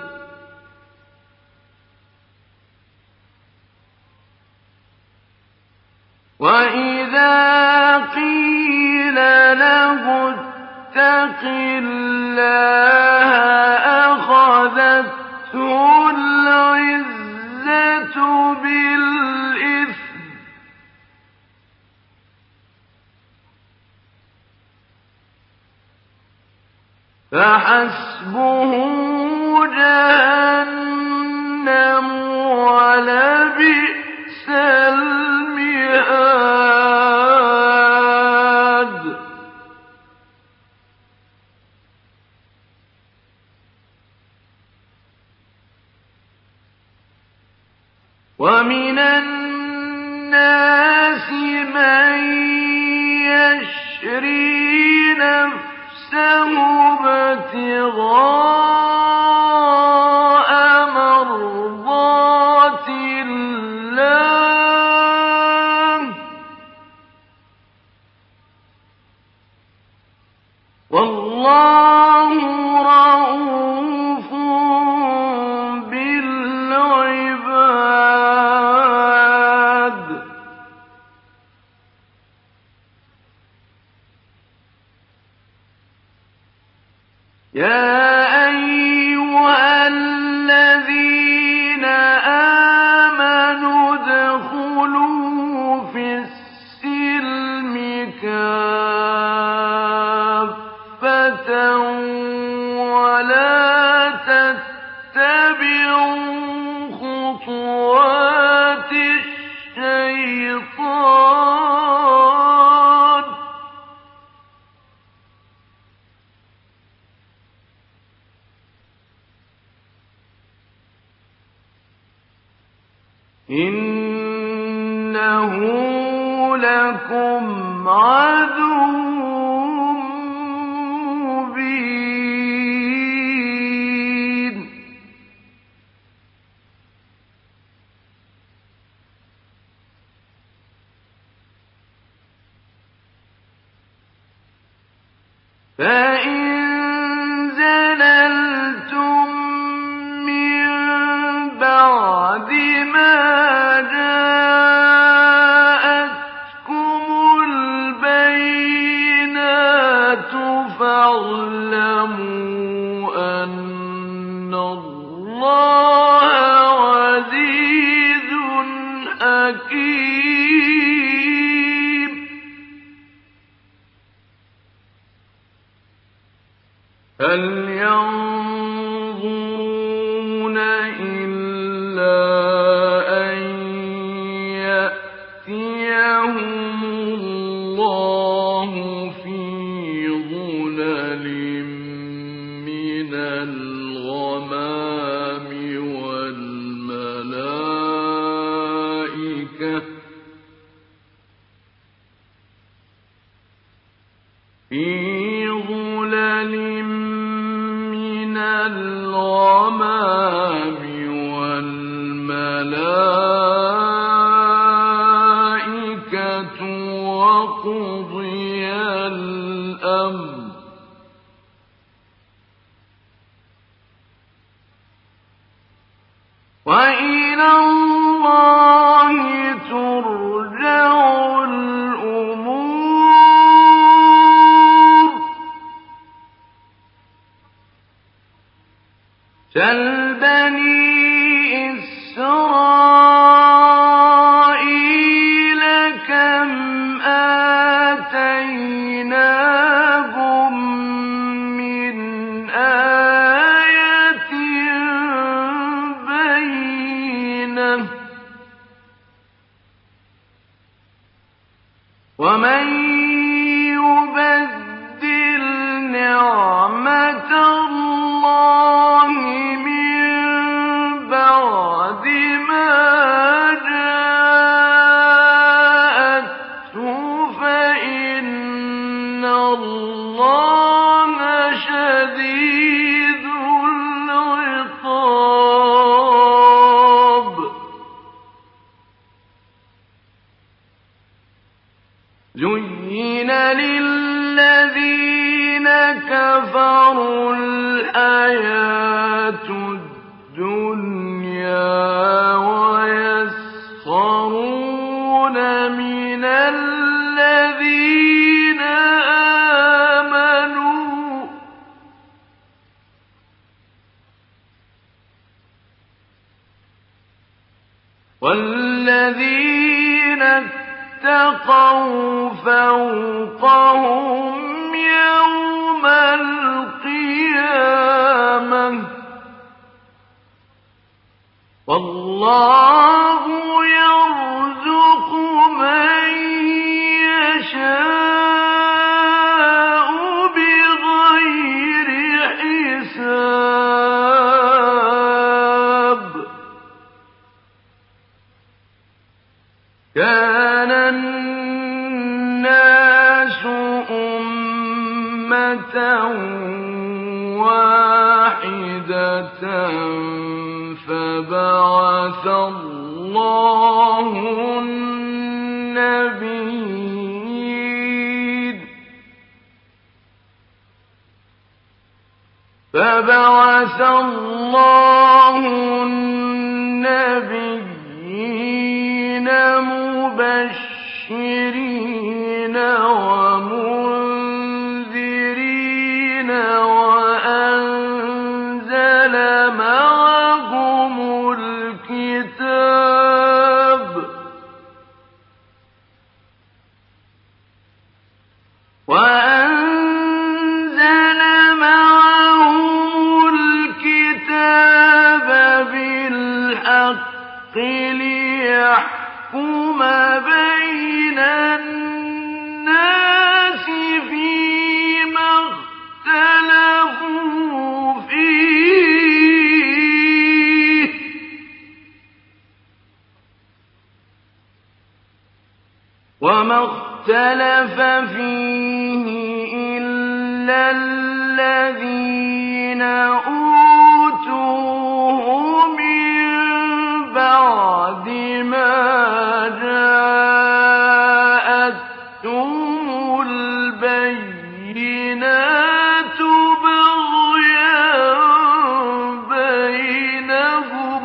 وَإِذَا يتق الله أخذته العزة بالإثم فحسبه جهنم ولبئس المهاد ومن الناس من يشري نفسه ابتغاء مرضات الله والله رؤوف بالعباد يا أيها الذين آمنوا ادخلوا في السلم كافة ولا تتبعوا خطوات الشيطان إنه لكم عدو مبين فإن زللتم من بعد ما جاءتكم البينات فاعلموا أن الله عزيز حكيم هل ينظرون إلا أن يأتيهم الله في ظلل من الغمام والملائكة في ظلل من الغمام والملائكة وقضي الأمر وإلى الله ترجع الأمور سل بني إسرائيل كم آتيناهم من آية بينة ومن يبدل نعمة الله من بعد ما جاءته فإن الله شديد العقاب زين للذين كفروا الحياة الدنيا ويسخرون من الذين آمنوا والذين اتقوا فوقهم يوم القيامة والله يرزق من يشاء بغير حساب. كان الناس أمة واحدة فبعث الله النبيين فبعث الله النبيين مبشرين ومنذرين وأنزل معهم الكتاب وأنزل معهم الكتاب بالحق ليحكم بين الناس فيما اختلفوا فيه وما اختلف فيه إلا الذين أوتوه من بعد ما جاءتهم البينات بغيا بينهم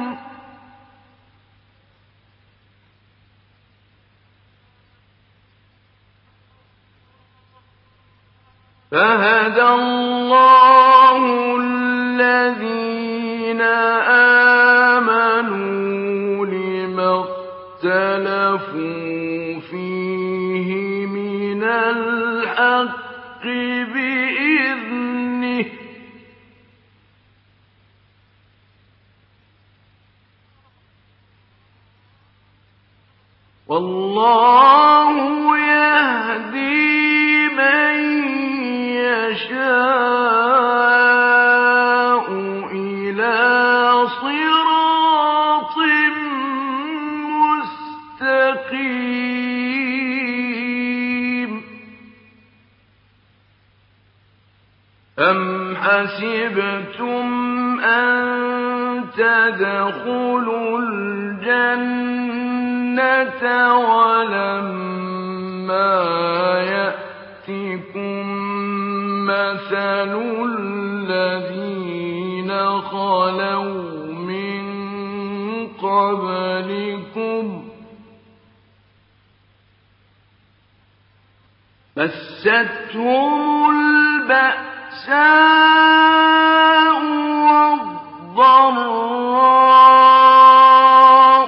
فهدى الله الذين آمنوا لما اختلفوا فيه من الحق بإذنه والله يهدي من يشاء إلى صراط مستقيم. أم حسبتم أن تدخلوا الجنة ولما يأتكم مثل الذين خلوا من قبلكم مستهم البأساء والضراء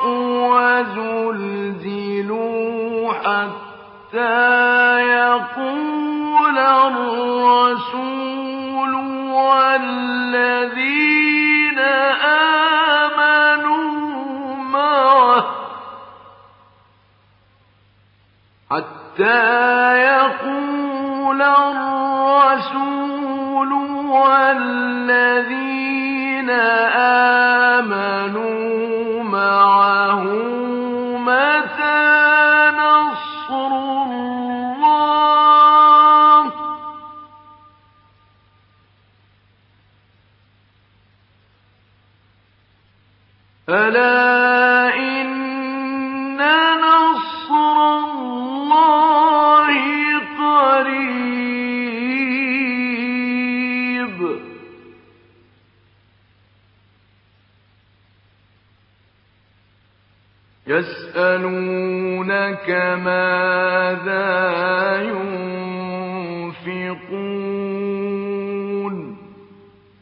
وزلزلوا حتى يقول الرسول والذين آمنوا معه حتى يقول الرسول والذين آمنوا معه متى نصر الله ألا إن نصر الله قريب. يسألونك ماذا ينفقون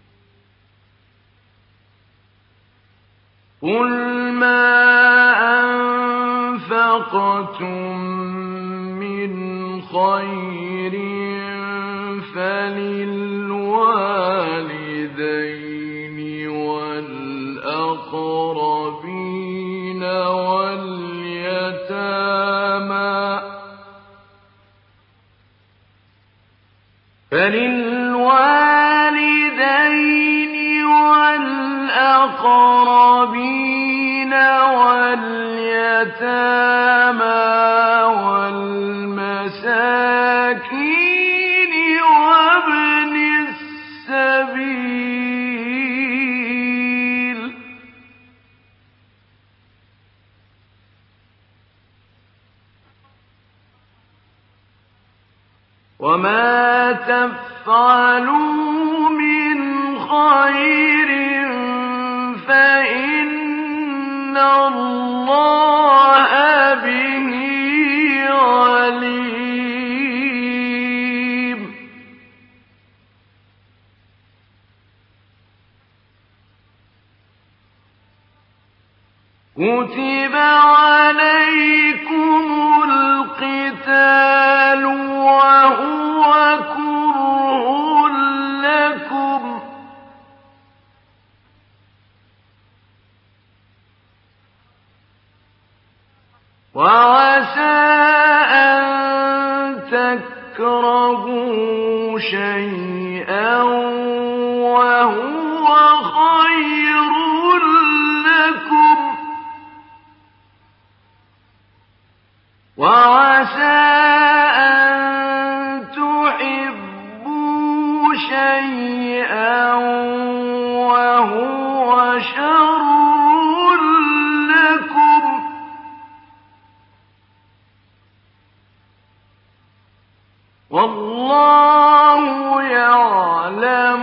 قل ما خير فللوالدين والأقربين واليتامى فللوالدين والأقربين واليتامى والمساكين وابن السبيل وما تفعلوا من خير فإن الله به عليم كتب عليكم القتال وهو كره لكم وعسى أن تكرهوا شيئا وهو خير لكم وعسى أن تحبوا شيئا وهو شر لكم والله يعلم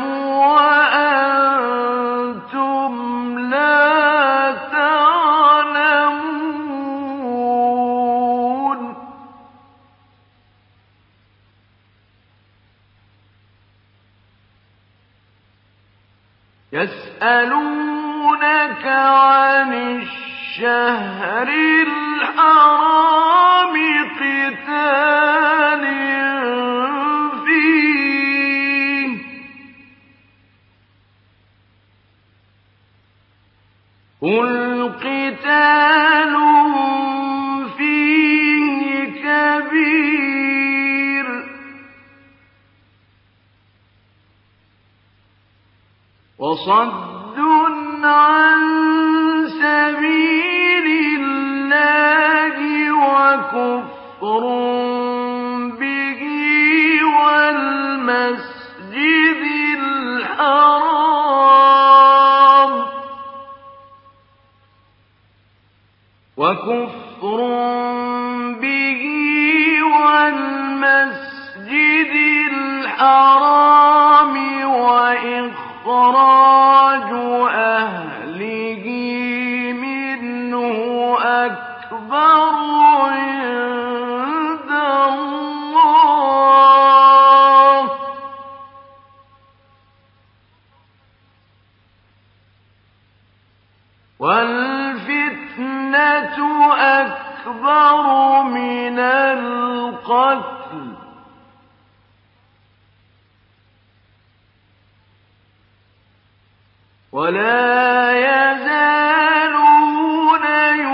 وأنتم لا تعلمون يسألونك عن الشهر الحرام قتال فيه قل قتال فيه كبير وصد عن سبيل الله وكفر به والمسجد الحرام وكفر به والمسجد الحرام وإخراج أهله منه أكبر عند الله والفتنة أكبر من القتل ولا يزالون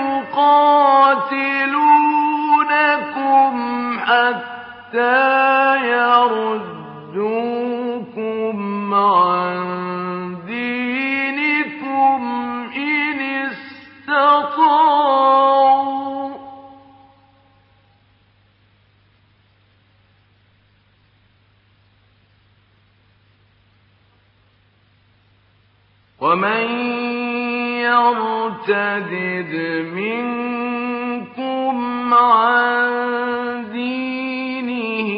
يقاتلونكم حتى يردوكم عن دينكم إن استطاعوا ومن يرتدد منكم عن دينه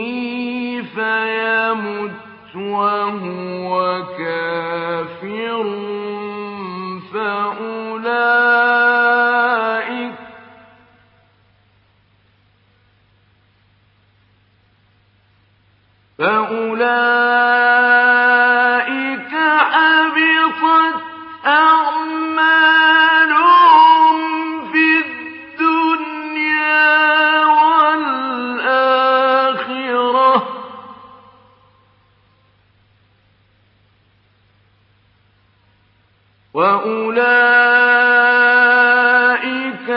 فيمت وهو كافر فأولئك فأولئك حبطت أعمالهم في الدنيا والآخرة وأولئك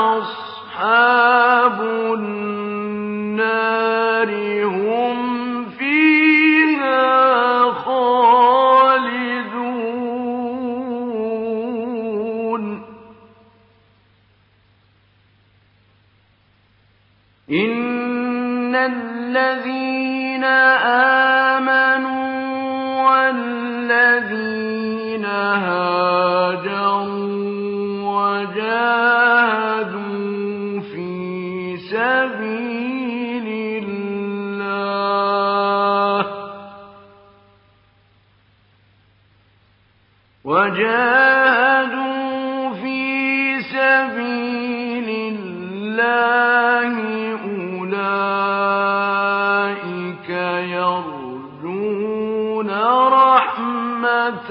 أصحاب النار هم فيها خالدون إن الذين آمنوا والذين هاجروا وجاهدوا في سبيل الله وجاهدوا في سبيل الله أولئك يرجون رحمة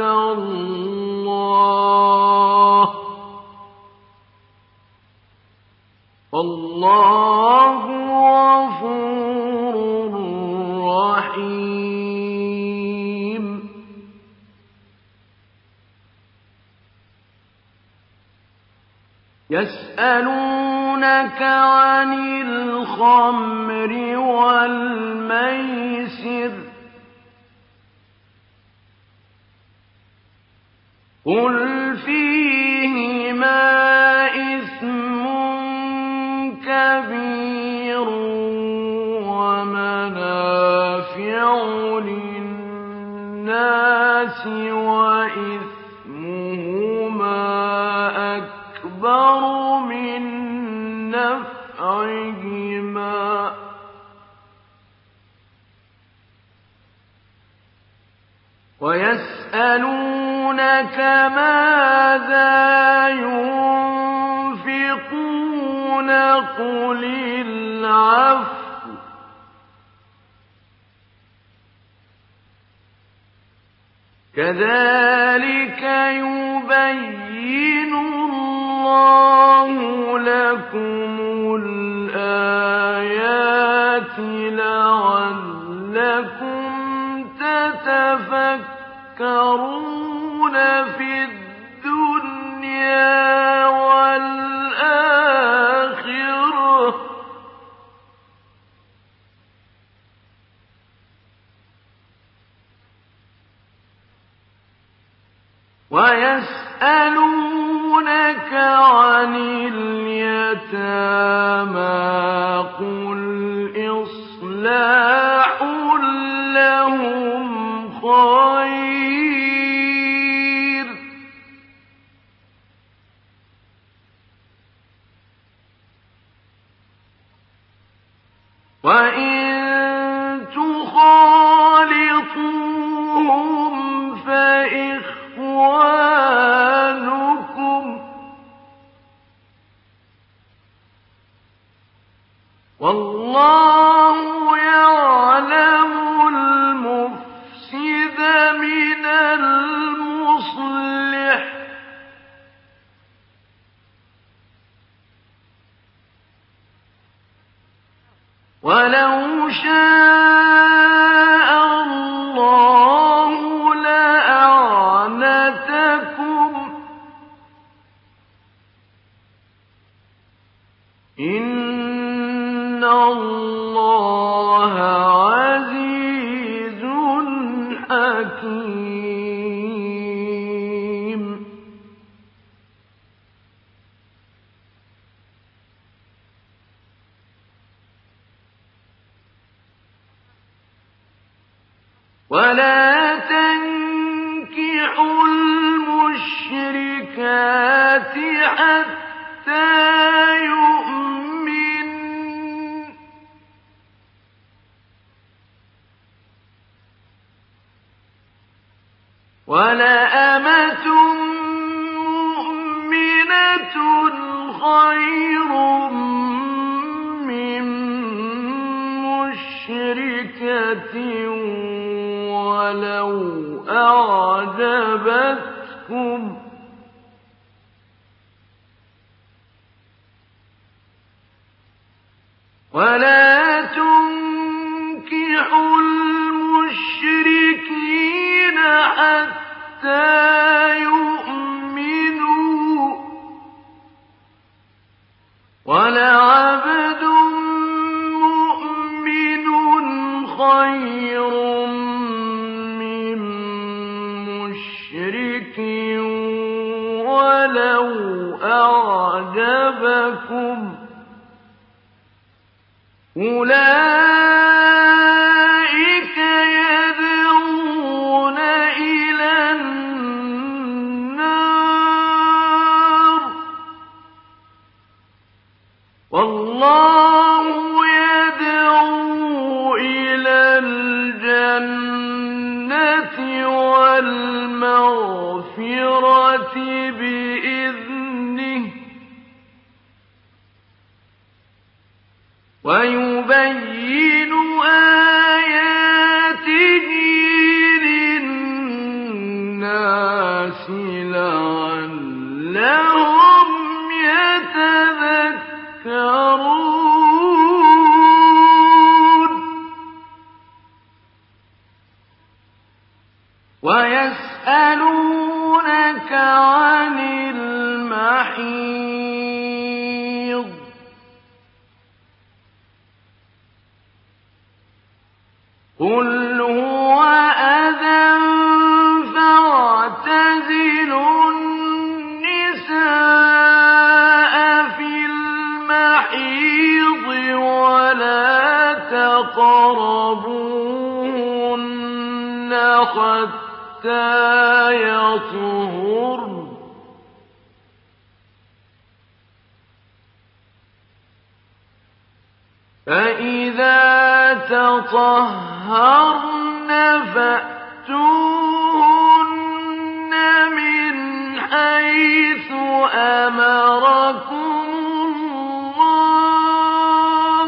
الله والله غفور رحيم يسألونك عن الخمر والميسر قل فيهما إثم كبير ومنافع للناس وإثمهما أكبر من نفعهما ويسألونك ماذا ينفقون قل العفو كذلك يبين الله لكم الآيات لعلكم تتفكرون في الدنيا والآخرة ويسألونك عن اليتامى قل إصلاح لهم خير وإن تخالطوهم فإخوانكم والله يعلم المفسد من المصلح ولو شاء الله لأعنتكم إن الله عزيز حكيم ولا تنكحوا المشركات حتى يؤمن ولأمة مؤمنة خير من مشركة ولو أعجبتكم ولا تنكحوا المشركين حتى يؤمنوا خير من مشرك ولو أعجبكم أولئك يدعون إلى النار والله يدعو إلى الجنة والمغفرة بإذنه ويبين آياته للناس لعلهم يتذكرون ويسألونك عن المحيض قل هو أذى فاعتزلوا النساء في المحيض ولا تقربوهن حتى يطهرن فإذا تطهرن فأتوهن من حيث أمركم الله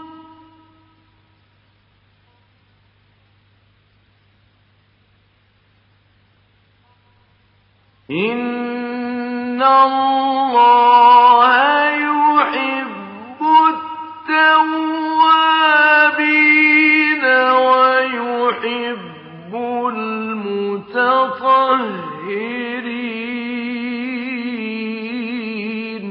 إن الله يحب التوابين ويحب المتطهرين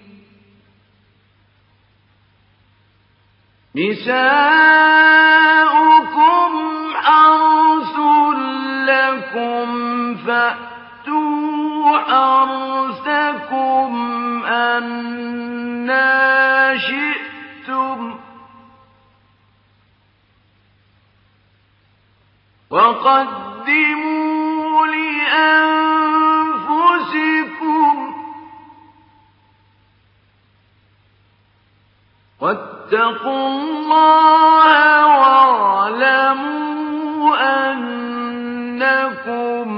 نساؤكم حرث لكم فأتوا حرثكم أنى شئتم وقدموا لأنفسكم واتقوا الله واعلموا أنكم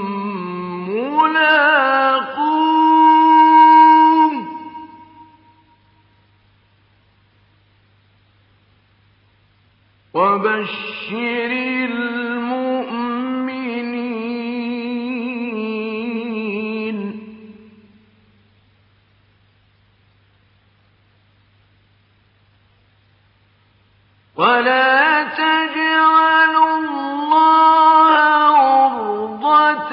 ملاقوه وبشر المؤمنين ولا تجعلوا الله عرضة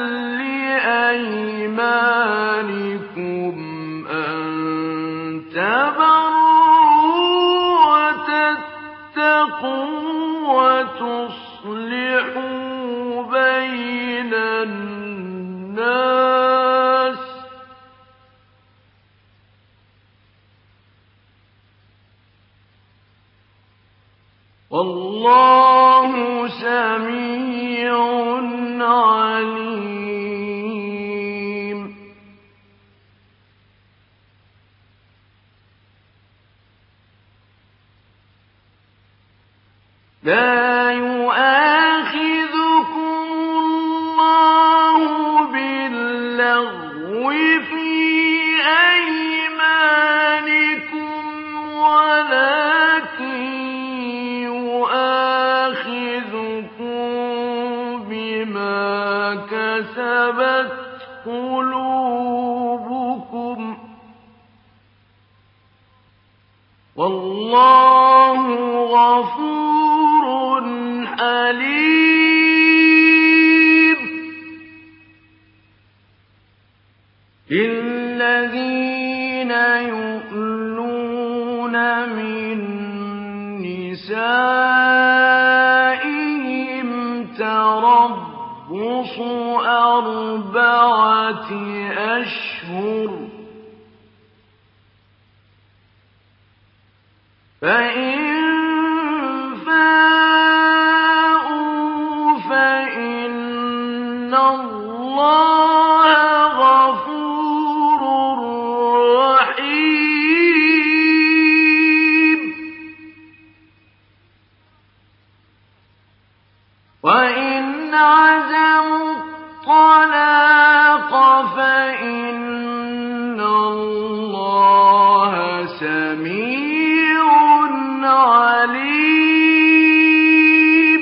لأيمانكم أن تبروا وتتقوا وتصلحوا بين الناس والله سميع عليم لا يؤاخذكم الله باللغو في أيمانكم ولكن يؤاخذكم بما كسبت قلوبكم والله غفور حليم للذين يؤلون من نسائهم أشهر فإن فاءوا فإن الله غفور رحيم وإن عزموا الطلاق فإن الله سميع عليم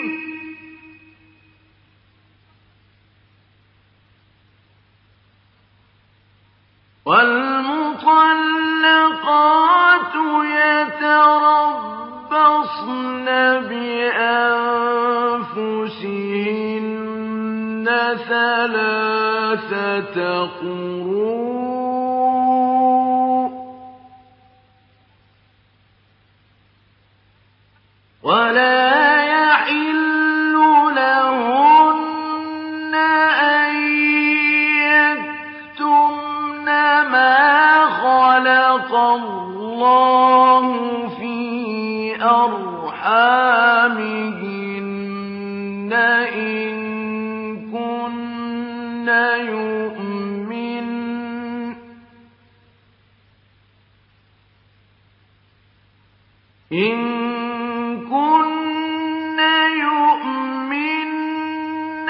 والمطلقات يتربصن بأنفسهن ثلاثة قروء ولا يحل لهن أن يكتمن ما خلق الله في أرحامهن إن كن يؤمن إن كن يؤمن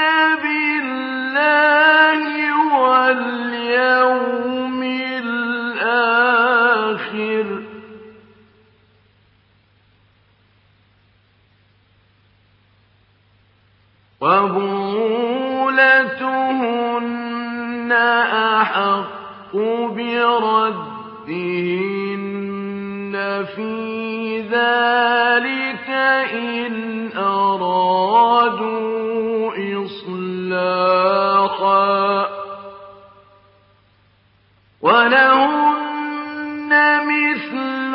بالله واليوم الآخر وبعولتهن أحق بردهن في ذلك إن أرادوا إصلاحا ولهن مثل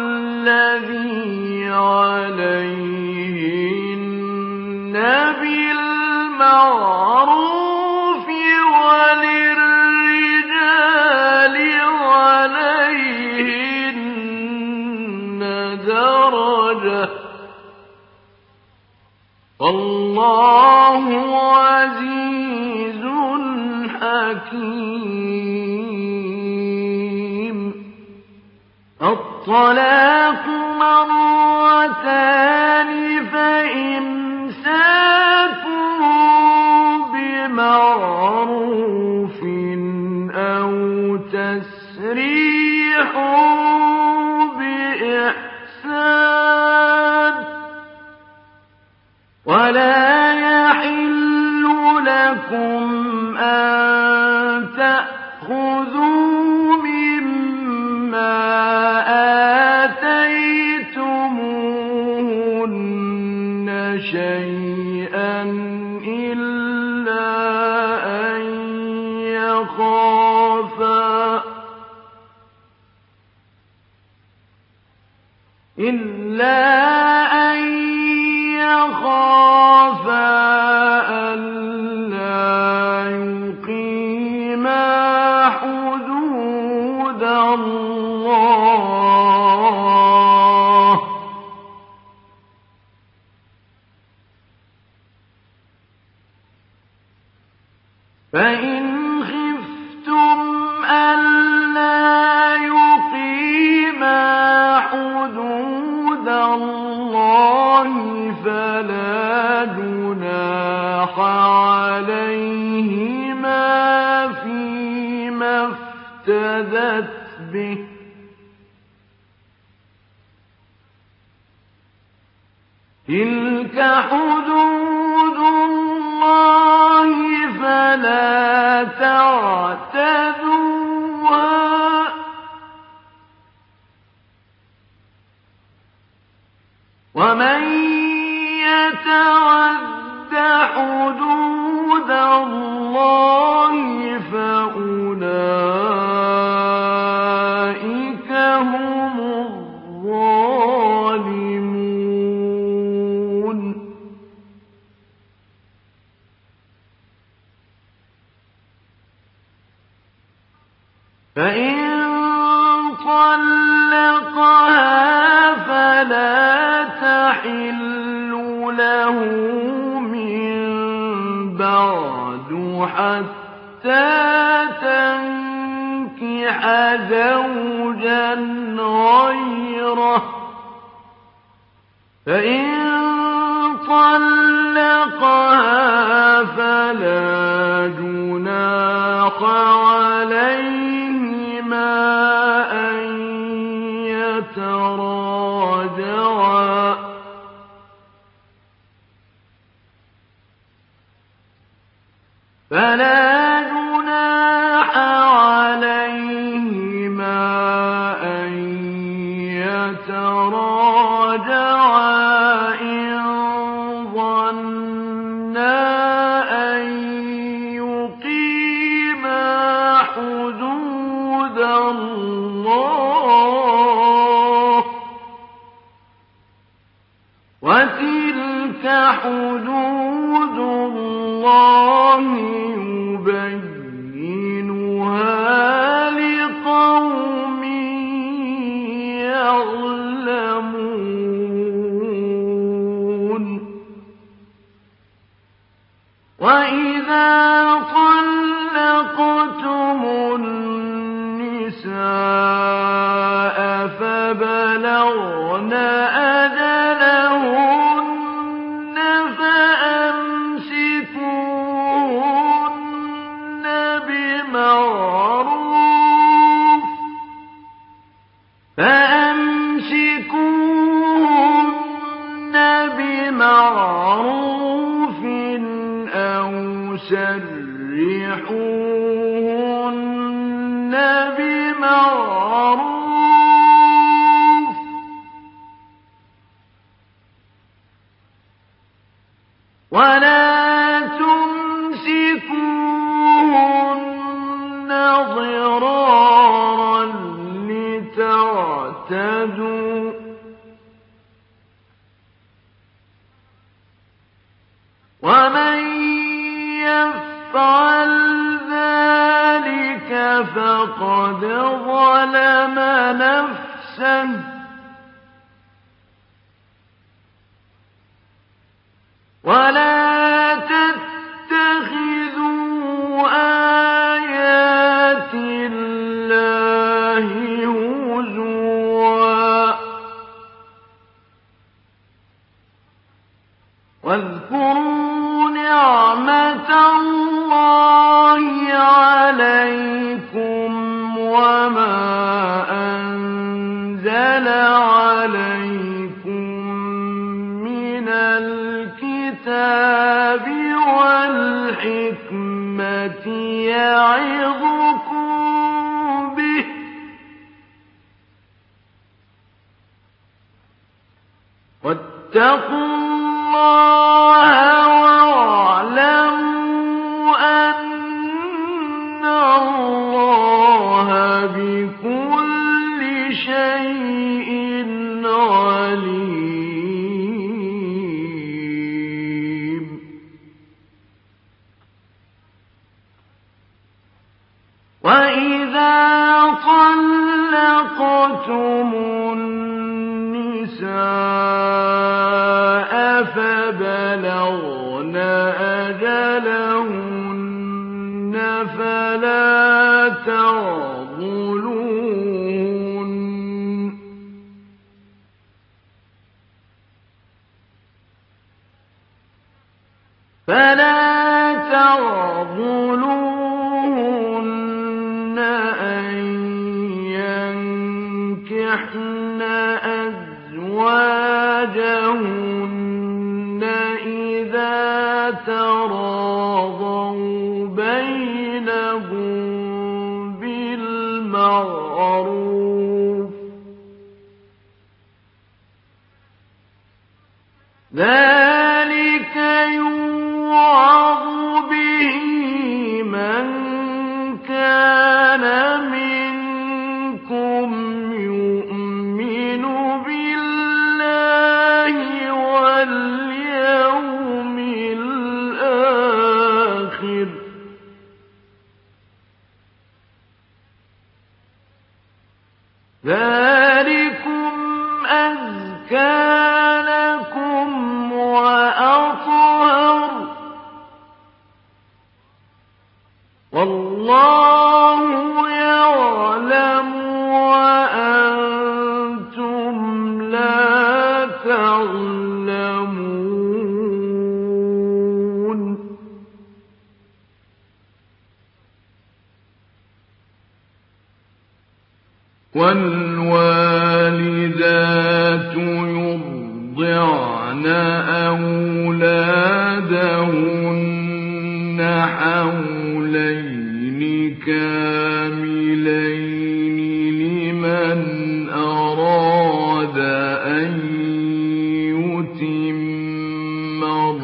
الذي عليهن بالمعروف وللرجال عليهن درجة والله عزيز حكيم الطلاق مرتان فإمساك بمعروف أو تسريح بإحسان ولا يحل لكم أن تأخذوا مما آتيتموهن شيئا إلا أن يخافا إلا أن يخافا ألا يقيما حدود الله فإن خفتم ألا يقيما حدود الله فلا جناح عليهما فيما افتدت به تلك حدود الله فلا تعتدوها ومن يتعد حدود الله فأولئك هم الظالمون فإن طلقها فلا تحل له من بعد حتى تنكح زوجا غيره فإن طلقها فلا جناح عليهما أن يتراجعا فلا جناح عليهما أن يتراجعا إن ظنا أن يقيما حدود الله وتلك حدود الله يبينها لقوم يعلمون وإذا طلقتم النساء فبلغن أجلهن فأمسكوهن بمعروف فأمسكوهن بمعروف أو سرحوهن بمعروف ولا تمسكوهن ضرارا لتعتدوا ومن يفعل ذلك فقد ظلم نفسه ولا تتخذوا آيات الله هزوا واذكروا نعمة الله عليكم وما أنزل عليكم من الكتاب والحكمة يعظكم به واتقوا الله واعلموا أن الله بكل شيء عليم وإذا طلقتم النساء فبلغن أجلهن فلا تعضلون فلا تعضلوهن أن ينكحن أزواجهن إذا تراضوا بينهم بالمعروف ذلك يوعظ به من كان منكم يؤمن بالله واليوم الآخر ذلكم أزكى لكم وأطهر والله يعلم وأنتم لا تعلمون والوالدات يرضعن أولادهن حولين كاملين لمن أراد أن يتم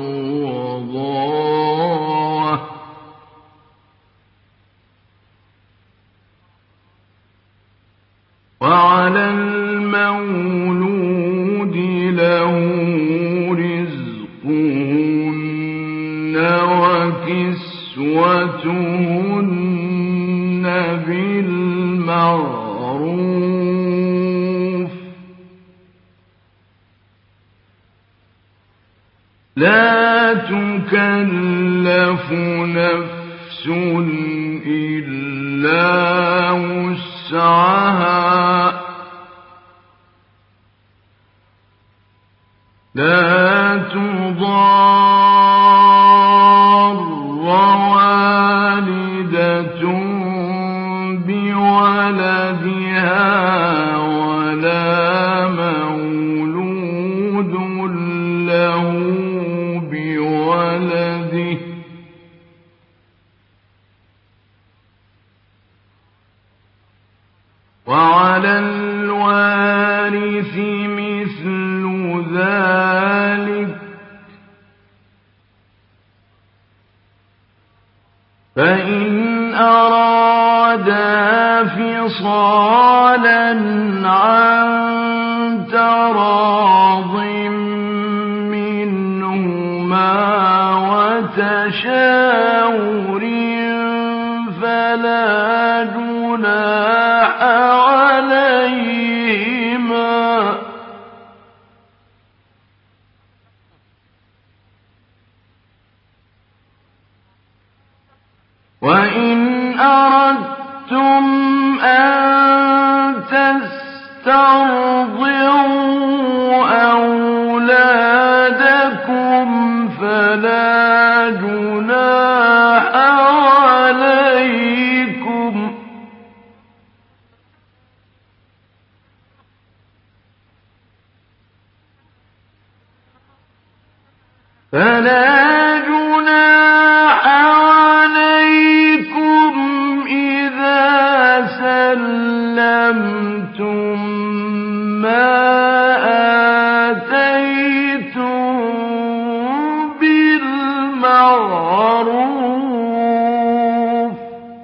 الرضاعة وعلى المولود له رزقهن وكسوتهن بالمعروف لا تكلف نفس إلا وسعها لا تضار والدة بولدها ولا مولود له بولده وعلى الوارث مثل ذلك فإن أرادا فصالا عن تراض منهما وتشاور فلا جناح عليهما وإن أردتم أن تسترضعوا أولادكم فلا جناح عليكم فلا جناح عليكم إذا سلمتم ما آتيتم بالمعروف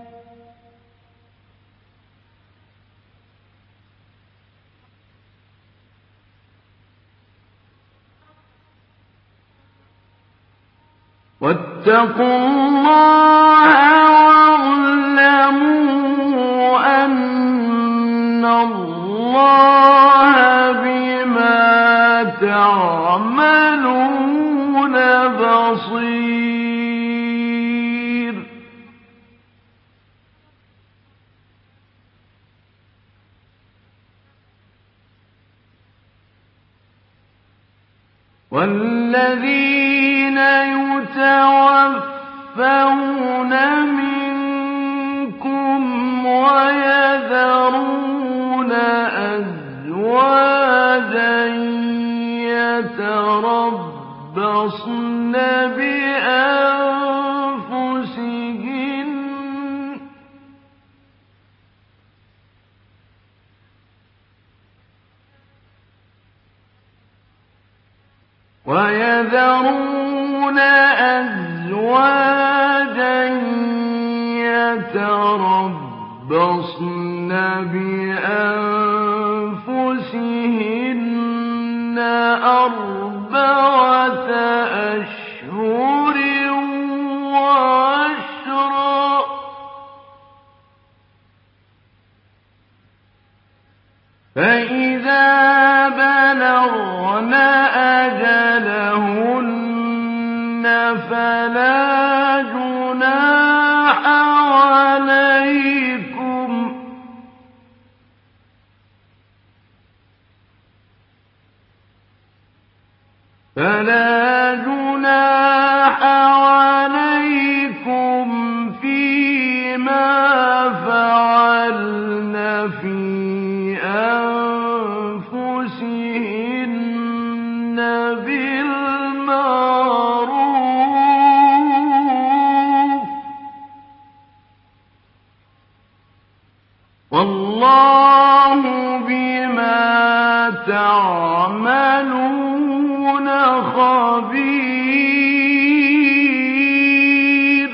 واتقوا الله واعلموا أن الله بما تعملون بصير والذين يتوفون منكم ويذرون أزواجا يتربصن بأنفسهن ويذرون أزواجا يتربصن بأنفسهن أربعة أشهر وعشرا. فلا جناح عليكم فلا جناح عليكم فيما فعلن في أنفسهن بالمعروف والله بما تعملون خبير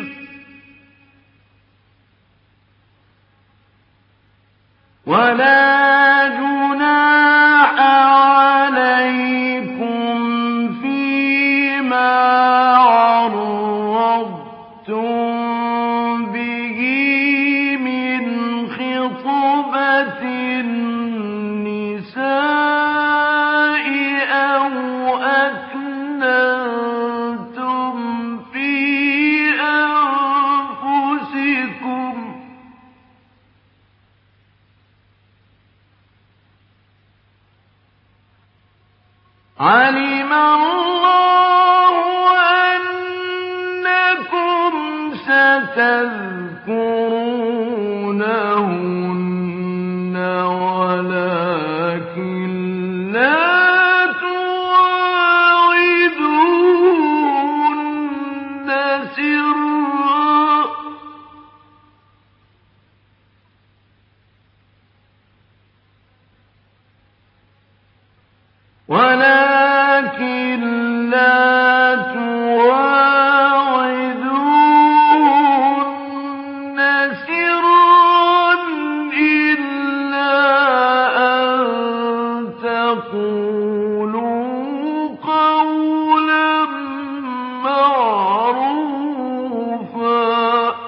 ولا جناح عليكم فيما عرضتم به من خطبة النساء أو أكننتم في أنفسكم علم الله أنكم ستذكرونهن ولكن لا تواعدوهن سرا ولكن لا تواعدوهن سرا إلا أن تقولوا قولا معروفا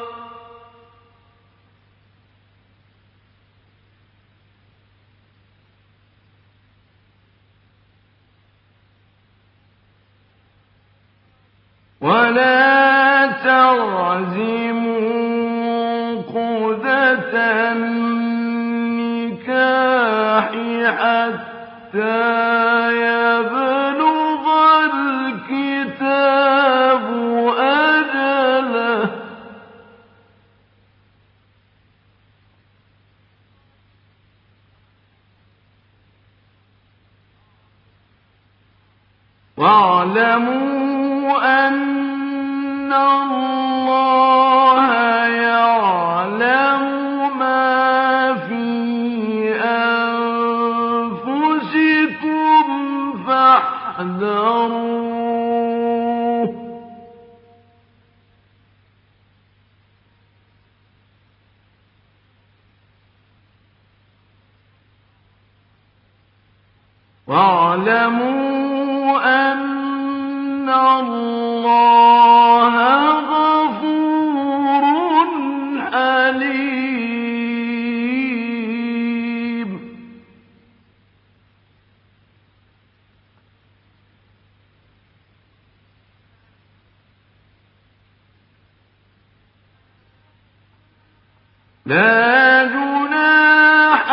ولا تعزموا عقدة النكاح حتى يبلغ الكتاب أجله واعلموا أن الله يعلم ما في أنفسكم فاحذروه واعلموا أن الله غفور حليم لا جناح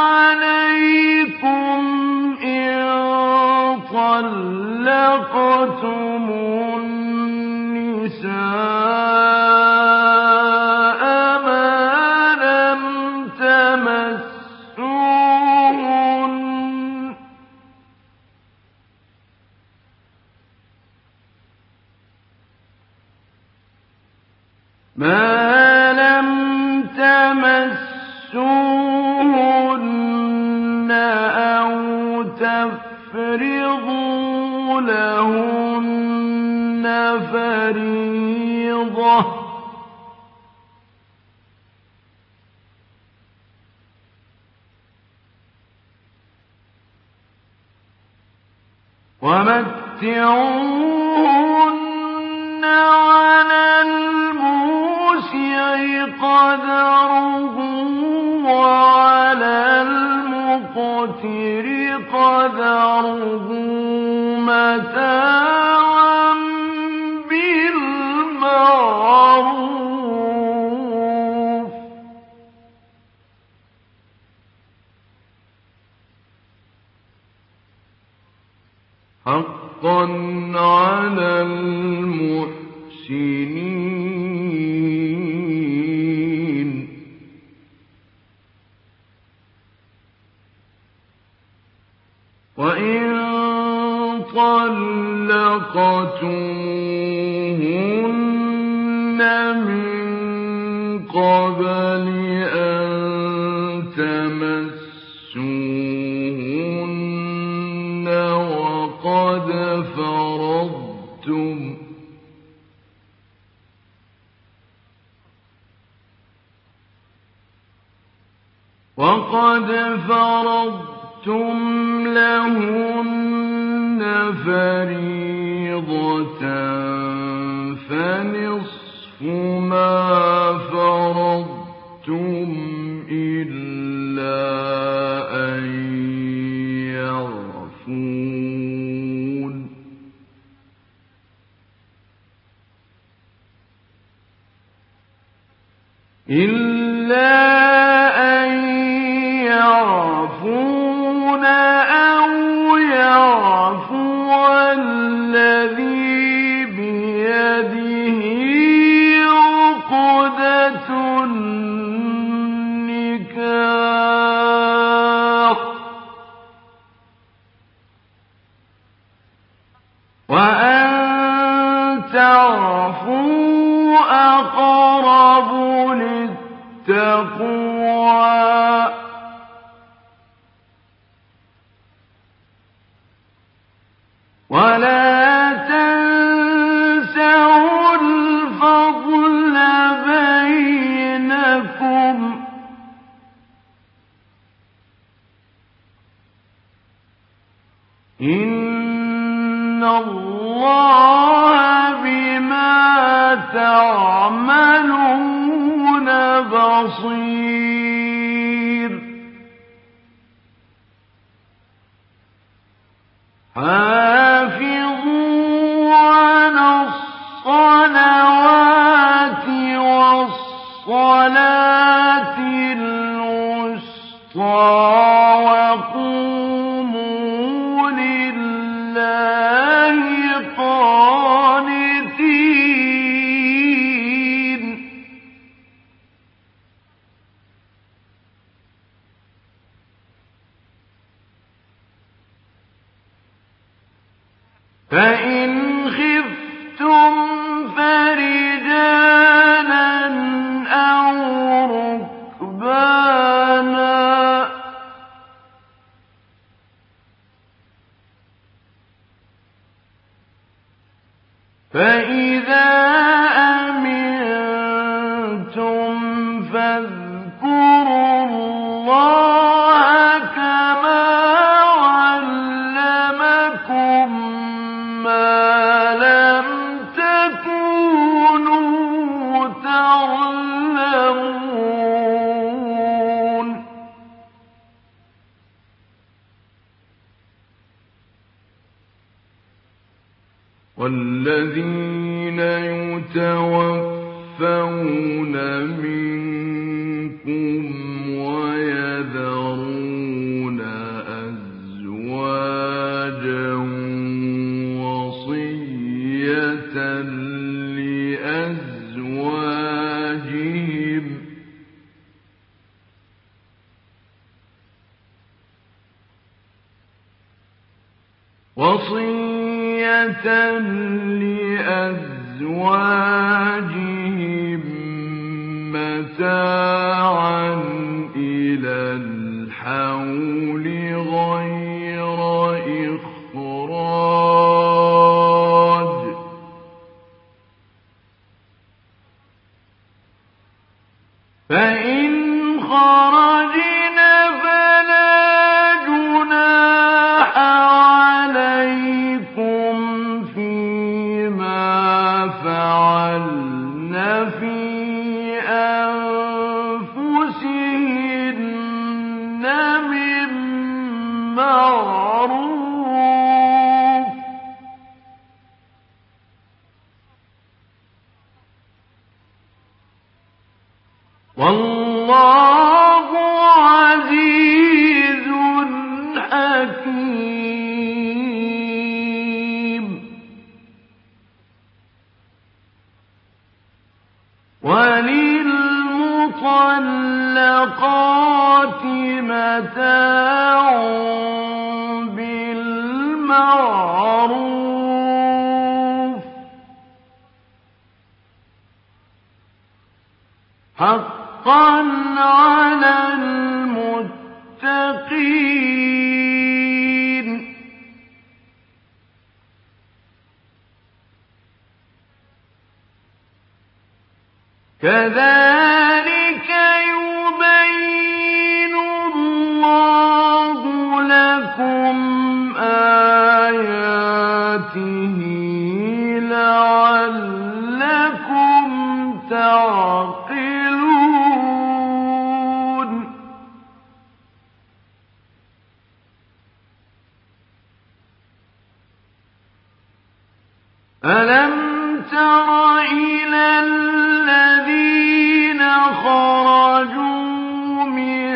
عليكم إن طلقتم النساء ما لم تمسوهن ما لم تمسوهن أو تفرضوا لهن فريضة ومتعوهن على الموسع قدره وعلى المقتر قدره متاعا المحسنين. وإن طلقتموهن من قبل أن تمسوهن وقد فرضتم وقد فرضتم لهن فريضة فنصف ما فرضتم إلا أن يعفون إلا أن يعفون أو يعفو الذي بيده عقدة النكاح وأن تعفوا أقرب للتقوى ولا تنسوا الفضل بينكم إن الله بما تعملون بصير. حافظوا على الصلوات والصلاة الوسطى وقوموا لله قانتين. فإن خفتم فرجالا أو ركبانا فإذا أمنتم فاذكروا الله كما علمكم ما لم تكونوا تعلمون. والذين يتوفون منكم ويذرون أزواجا وصية لأزواجهم وصية لأزواجهم متاعا إلى الحول غير إخراج فإن خرجن فلا جناح عليكم فيما فعلن في أنفسهن من معروف والله عزيز حكيم. وَلِلْمُطَلَّقَاتِ مَتَاعٌ بِالْمَعْرُوفِ حَقًّا عَلَى الْمُتَّقِينَ. كَذَلِكَ يُبَيِّنُ اللَّهُ لَكُمْ آيَاتِهِ لَعَلَّكُمْ تَعْقِلُونَ. أَلَمْ تَرَ إِلَى الَّذِينَ خَرَجُوا مِن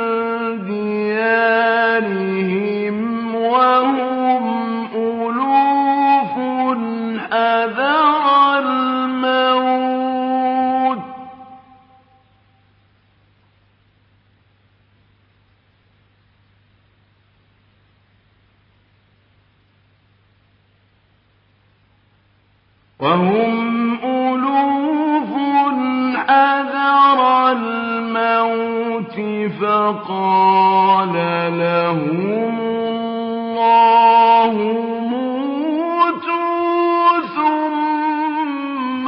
دِيَارِهِمْ وَهُمْ أُلُوفٌ حَذَرَ الْمَوْتِ وَهُمْ أُلُوفٌ حَذَرَ الْمَوْتِ فَقَالَ لَهُمُ اللَّهُ مُوتُوا ثُمَّ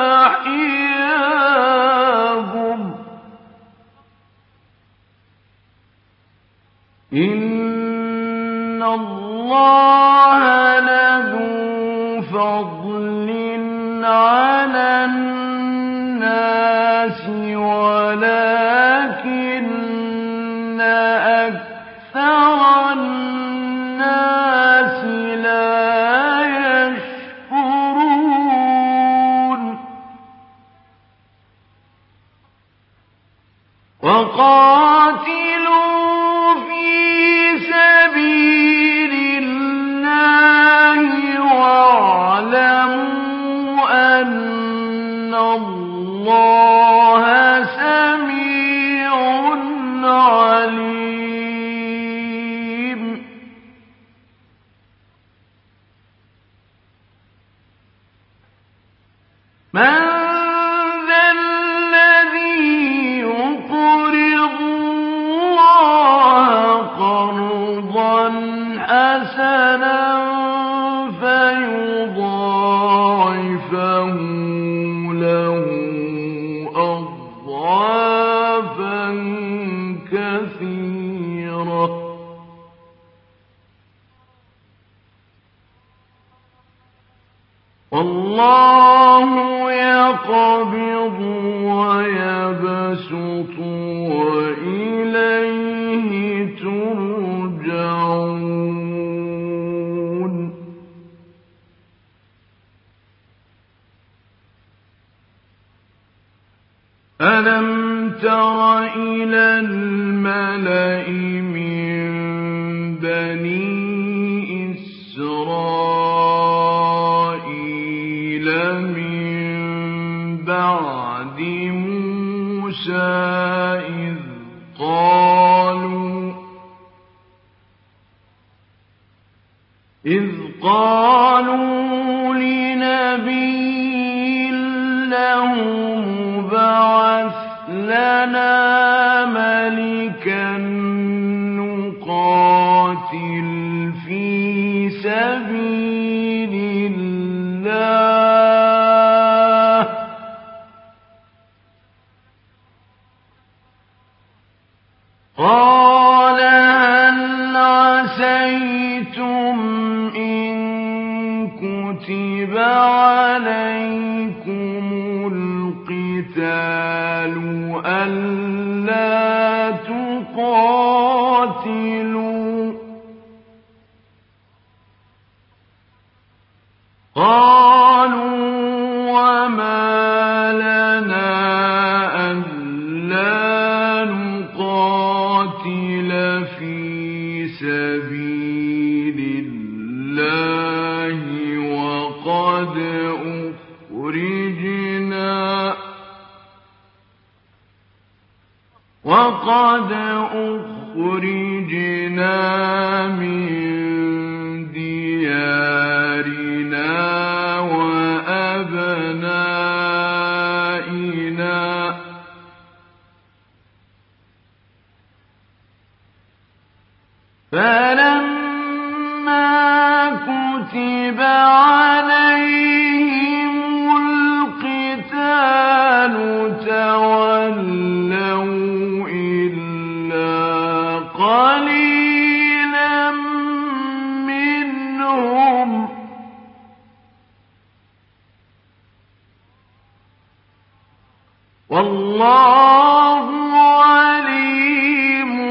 أَحْيَاهُمْ ۚ إِنَّ اللَّهَ لَذُو فَضْلٍ عَلَى النَّاسِ وَلَٰكِنَّ أَكْثَرَ النَّاسِ لَا يَشْكُرُونَ. وَقَاتِلُوا فِي سَبِيلِ اللَّهِ وَاعْلَمُوا أَنَّ اللَّهَ سَمِيعٌ عَلِيمٌ. مَنْ ذَا الَّذِي يُقْرِضُ اللَّهَ قَرْضًا حَسَنًا فَيُضَاعِفَهُ لَهُ أَضْعَافًا كَثِيرَةً ۚ وَاللَّهُ يَقْبِضُ وَيَبْسُطُ وَإِلَيْهِ تُرْجَعُونَ. أَلَمْ تَرَ إِلَى الْمَلَإِ مِن بَنِي إِسْرَائِيلَ مِن بَعْدِ مُوسَىٰ إِذْ قَالُوا إِذْ قَالُوا لِنَبِيٍّ لَّهُ ابْعَثْ لَنَا مَلِكًا نُّقَاتِلْ فِي سَبِيلِ اللَّهِ ۖ قَالَ هَلْ عَسَيْتُمْ إِن كُتِبَ عَلَيْكُمُ الْقِتَالُ أَلَّا تُقَاتِلُوا ۖ قَالُوا وَمَا لَنَا أَلَّا نُقَاتِلَ فِي سَبِيلِ اللَّهِ وَقَدْ أُخْرِجْنَا وقد أخرجنا من ديارنا وأبنائنا فلما كتب عليهم القتال تولوا إلا قليلا منهم والله عليم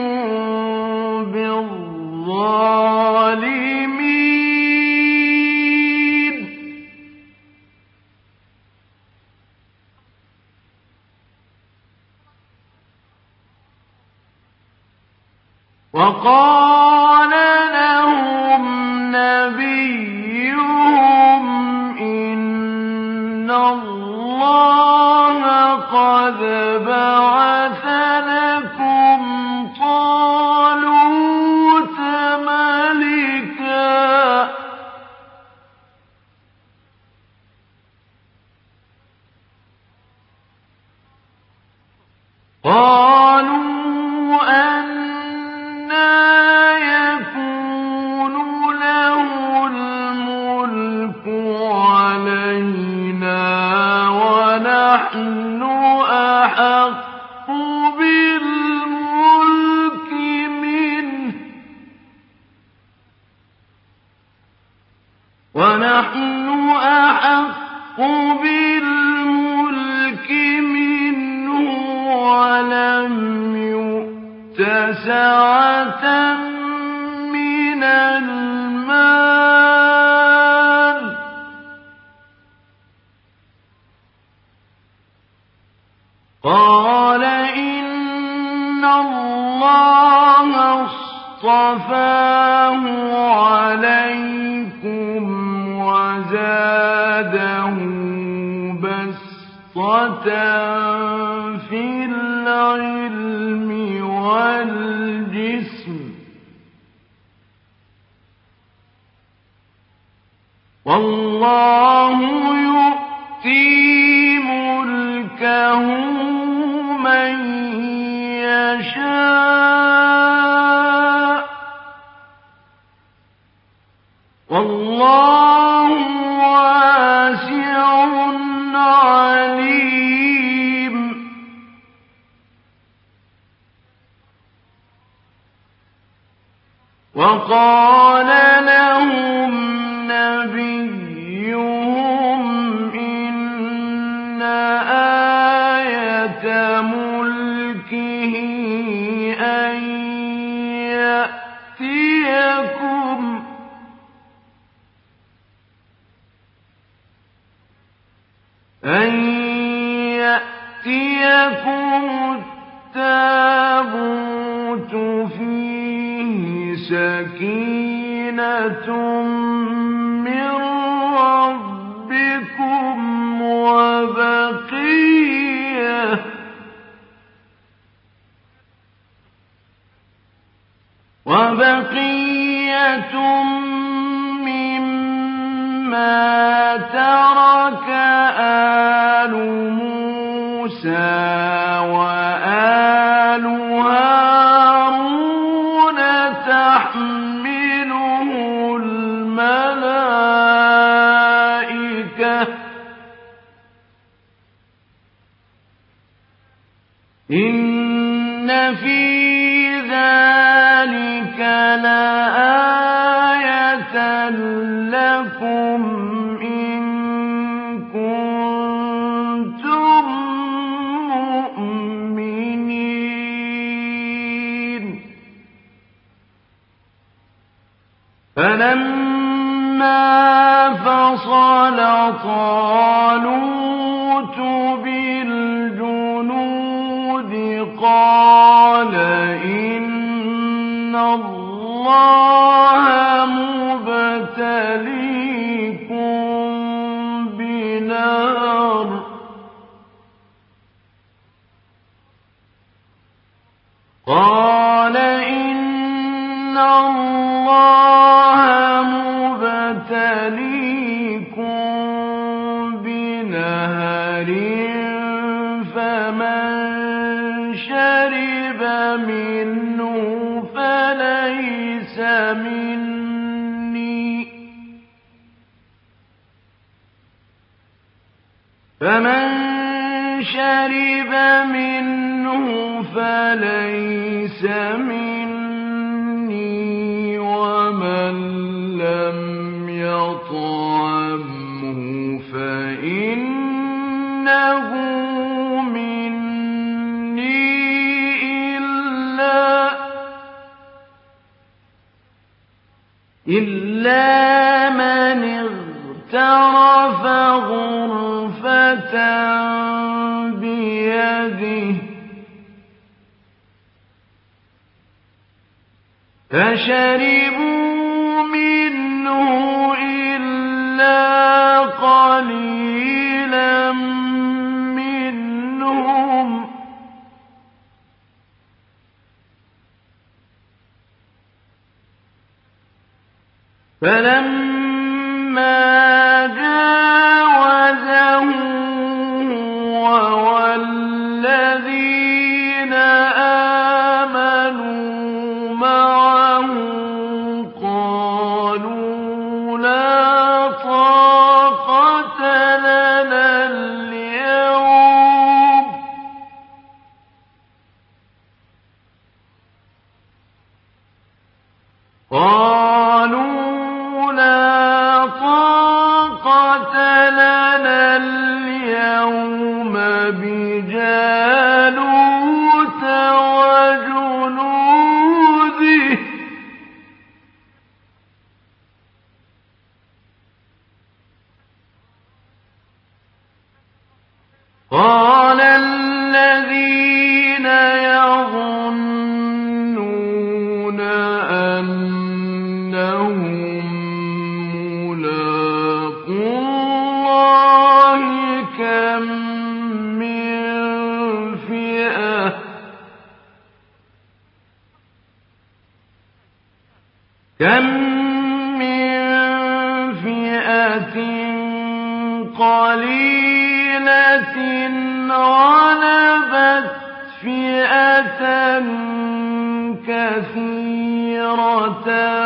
بالظالمين. وقال لهم نبيهم إن الله قد بعث لكم طالوت ملكا قالوا أنى يكون له الملك علينا ونحن أحق بالملك منه ونحن أحق بالملك منه ولم يؤت سعة من المال قال إن الله اصطفاه عليكم وزاده بسطة في العلم والجسم والله يؤتي ملكه من يشاء والله واسع عليم. وقال لهم نبيهم إن آية ملكه أن يأتيكم أن يأتيكم التابوت فيه سكينة من ربكم وبقية وبقية مما ترك آل موسى وآل هارون تحمله الملائكة إن في ذلك لآية لكم إن كنتم مؤمنين. فلما فصل طالوت بالجنود قال إن الله مبتليكم بنار قال إن الله مبتليكم بنهر فمن شرب منه فليس مني فمن شرب منه فليس مني ومن لم يطعمه فإنه مني إلا إلا من اغترف غرفة بيده فشربوا منه إلا قليلا منهم فلما جاوزه هو والذين آمنوا معه قالوا لا طاقة لنا اليوم قالوا لا طاقة لنا اليوم بجالوت وجنوده قال الذين يظنون أنهم ملاقو الله كم من فئة كم من فئة قليلة غلبت فئة كثيرة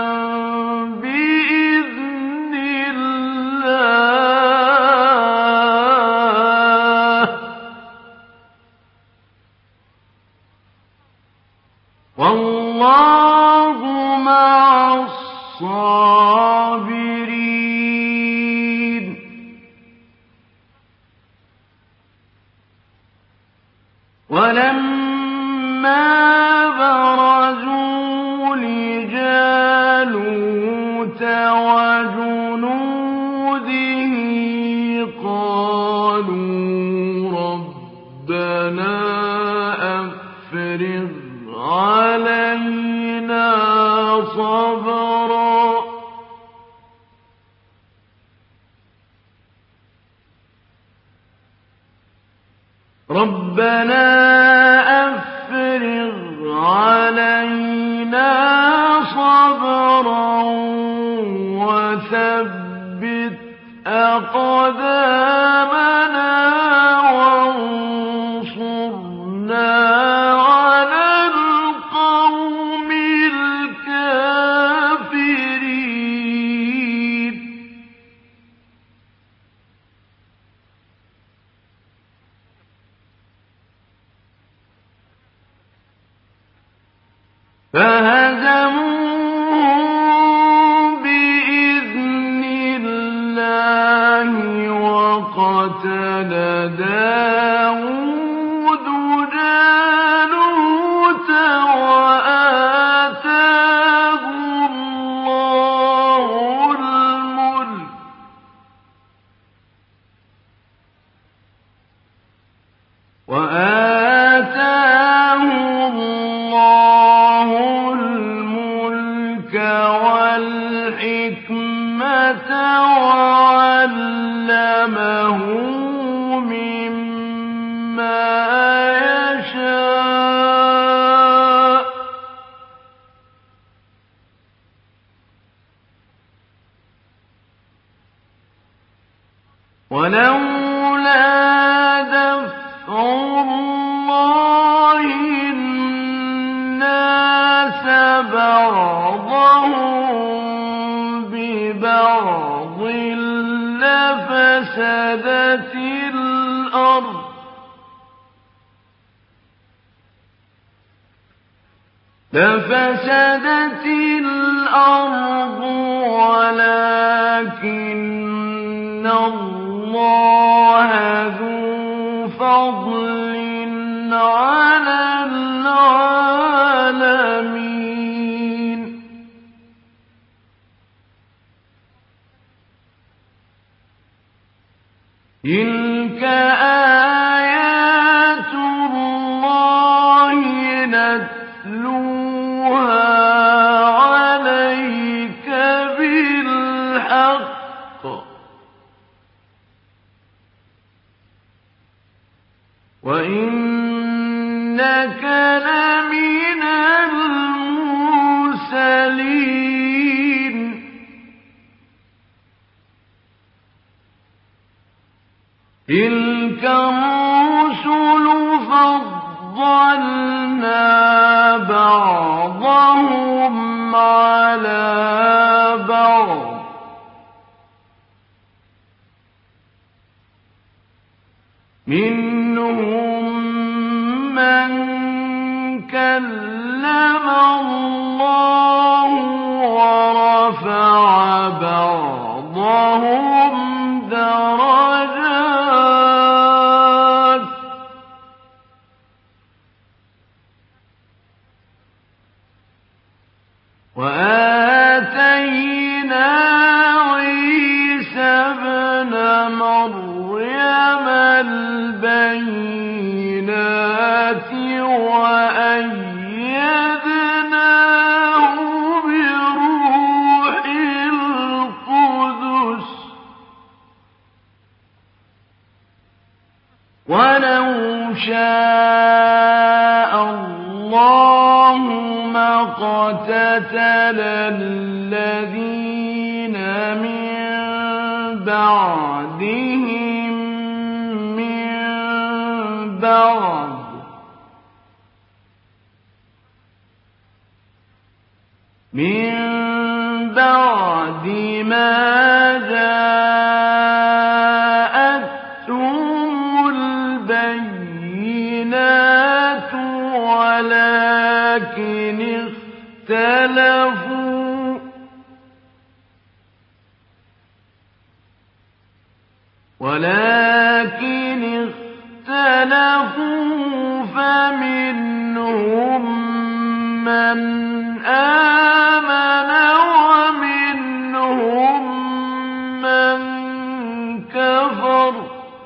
بإذن الله والله مع الصابرين ولما برزوا لجالوت وجنوده قالوا ربنا أفرغ علينا صبرا ربنا أفرغ علينا صبرا وثبت أقدامنا وانصرنا على القوم الكافرين فهزموهم بإذن الله وقتل داود جالوت وآتاه الله الملك وآتاه الله الملك والحكمة وعلمه مما يشاء ولولا دفع الله الناس بعضهم ببعض لفسدت الأرض لفسدت الأرض ولكن الله ذو فضل على العالمين تلك آيات الله نتلوها عليك بالحق وإنك لمن المرسلين تلك الرسل فضلنا بعضهم على بعض منهم من كلم الله ورفع بعضهم درجات وآتينا عيسى ابن مريم البينات وأيدناه بروح القدس ولو شاء الله ما اقتتل الذين من بعدهم من بعد من بعد ما جاءتهم البينات ولكن اختلفوا ولكن اختلفوا فمنهم من آمن ومنهم من كفر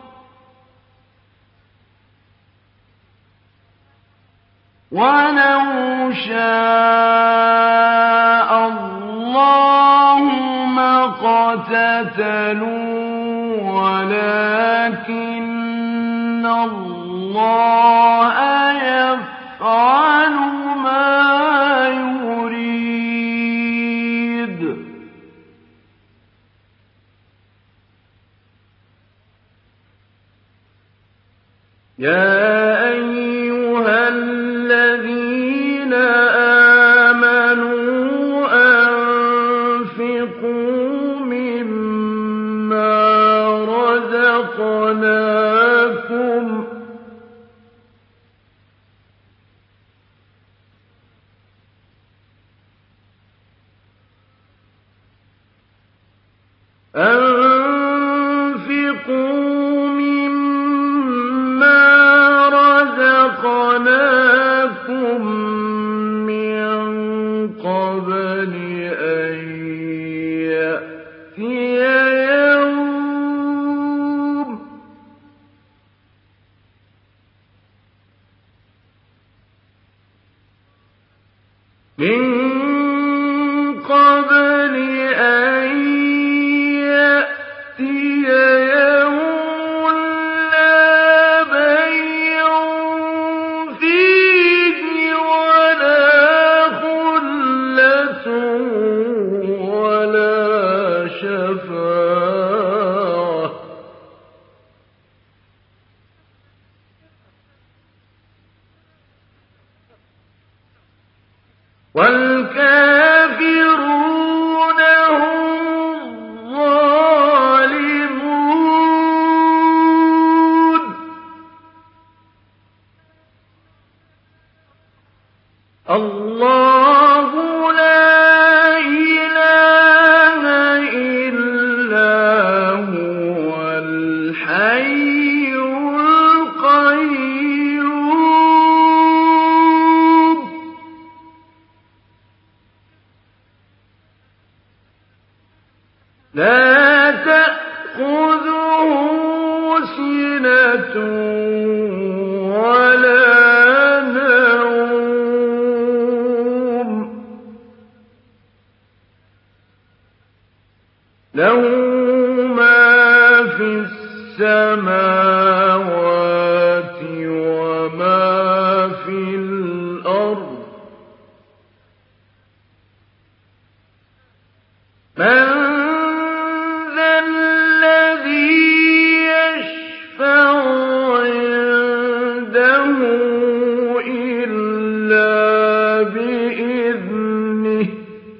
ولو شاء الله ما اقتتلوا ولكن الله يفعل ما يريد يا أيها الذين آمنوا أنفقوا مما رزقناكم أنفقوا مما رزقناكم من قبل أن يأتي يوم من قبل أن يأتي يوم لا بيع فيه ولا خلة ولا شفاعة وَالْكَافِرُونَ هُمُ الظَّالِمُونَ اللَّهُ لَا إِلَٰهَ إِلَّا هُوَ الْحَيُّ الْقَيُّومُ لَا تَأْخُذُهُ سِنَةٌ وَلَا نَوْمٌ لَّهُ مَا فِي السَّمَاوَاتِ وَمَا فِي الْأَرْضِ مَن ذَا الَّذِي يَشْفَعُ عِندَهُ إِلَّا بِإِذْنِهِ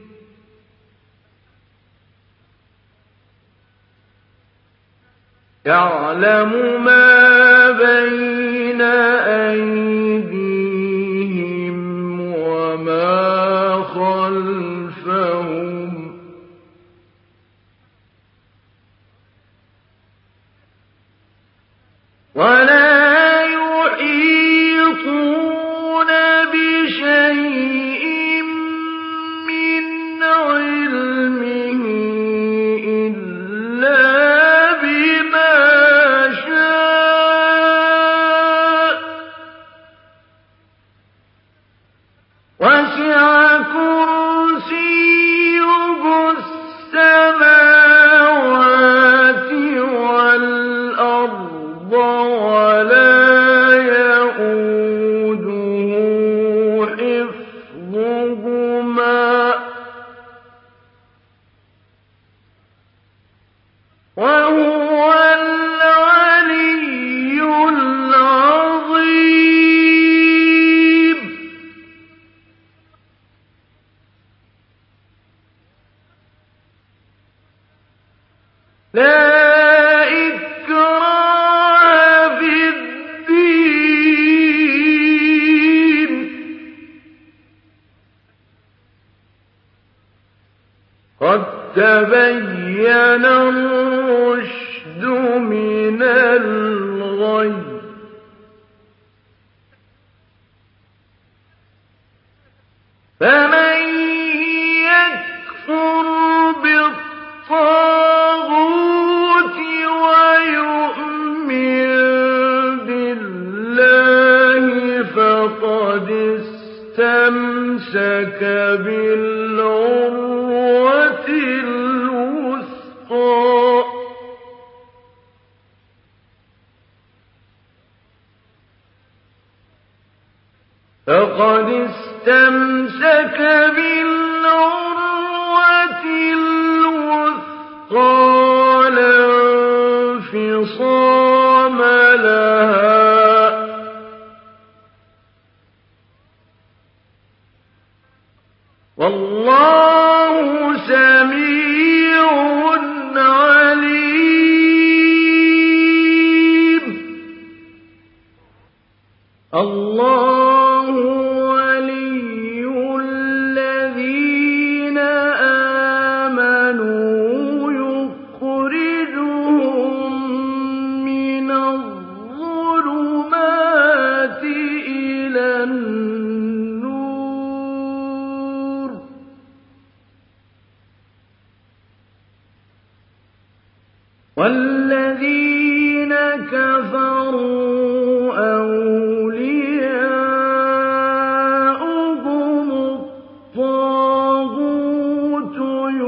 يَعْلَمُ مَا بَيْنَ أَيْدِيهِمْ وَمَا خَلْفَهُمْ وَلَا يُحِيطُونَ بِشَيْءٍ مِّنْ عِلْمِهِ إِلَّا بِمَا شَاءَ وَسِعَ كُرْسِيُّهُ السَّمَاوَاتِ وَالْأَرْضَ وَلَا يَئُودُهُ حِفْظُهُمَا وَهُوَ الْعَلِيُّ الْعَظِيمُ لَا إِكْرَاهَ فِي الدِّينِ قَد تَّبَيَّنَ الرُّشْدُ مِنَ الْغَيِّ ۚ فَمَن يَكْفُرْ بِالطَّاغُوتِ وَيُؤْمِن بِاللَّهِ فَقَدِ اسْتَمْسَكَ بِالْعُرْوَةِ الْوُثْقَىٰ فَقَدِ اسْتَمْسَكَ بِالْعُرْوَةِ الْوُثْقَىٰ لَا انفِصَامَ لَهَا وَاللَّهُ سَمِيعٌ عَلِيمٌ اللَّهُ وَلِيُّ الَّذِينَ آمَنُوا يُخْرِجُهُم مِّنَ الظُّلُمَاتِ إِلَى النُّورِ وَالَّذِينَ كَفَرُوا أَوْلِيَاؤُهُمُ الطَّاغُوتُ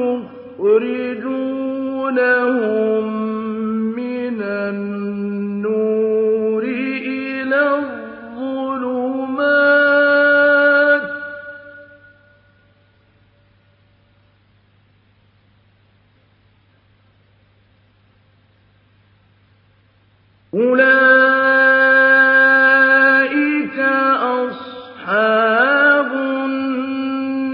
يُخْرِجُونَهُم مِّنَ النُّورِ إِلَى الظُّلُمَاتِ أُولَٰئِكَ أَصْحَابُ النَّارِ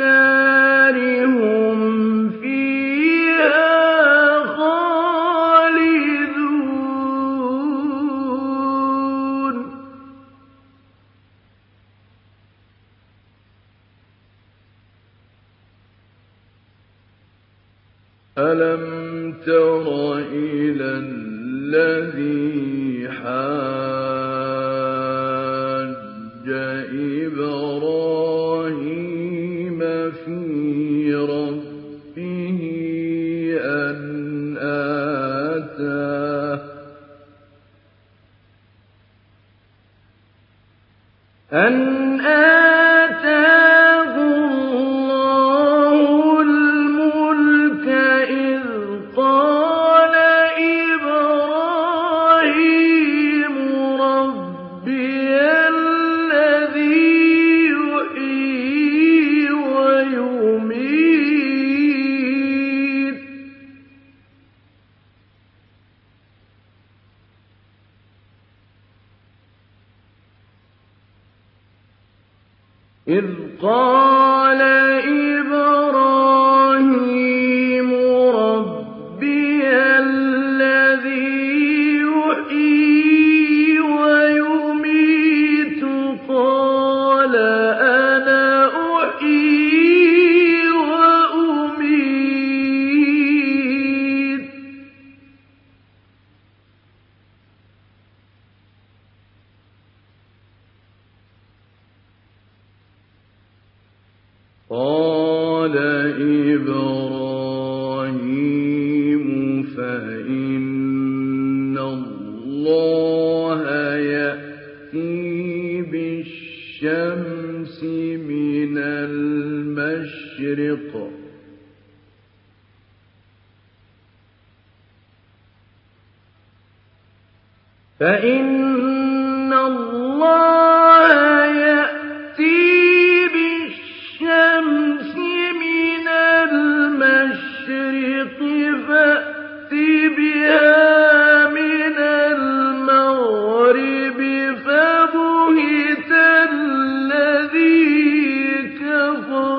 أَلَمْ تَرَ إِلَى الَّذِي حَاجَّ إِبْرَاهِيمَ فِي رَبِّهِ أَنْ آتَاهُ أَنْ آتَاهُ اللَّهُ الْمُلْكَ إِذْ قَالَ إِبْرَاهِيمُ رَبِّيَ الَّذِي يُحْيِي وَيُمِيتُ إِذْ قَالَ إِبْرَاهِيمُ رَبِّيَ الَّذِي يُحْيِي وَيُمِيتُ قَالَ أَنَا أُحْيِي وَأُمِيتُ قَالَ إِبْرَاهِيمُ فَإِنَّ اللَّهَ يَأْتِي بِالشَّمْسِ مِنَ الْمَشْرِقِ فَإِنَّ اللَّهَ يَأْتِي بِالشَّمْسِ مِنَ الْمَشْرِقِ فَأْتِ بِهَا مِنَ الْمَغْرِبِ فَبُهِتَ الَّذِي كَفَرَ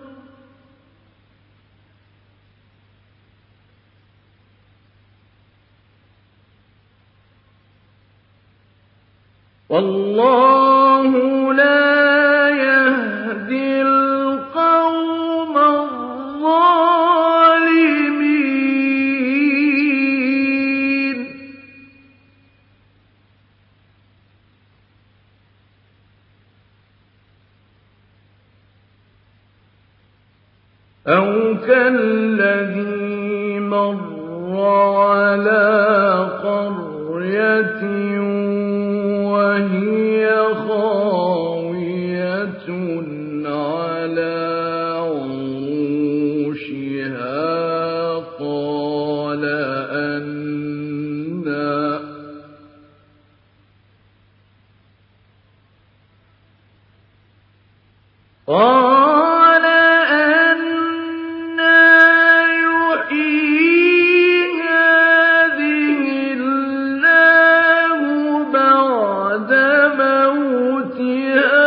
وَاللَّهُ لَا يَهْدِي الْقَوْمَ الظَّالِمِينَ أَوْ كَالَّذِي مَرَّ عَلَىٰ قَرْيَةٍ وَهِيَ خَاوِيَةٌ عَلَىٰ عُرُوشِهَا قَالَ أَنَّىٰ قَالَ أَنَّىٰ يُحْيِي هَٰذِهِ اللَّهُ بَعْدَ مَوْتِهَا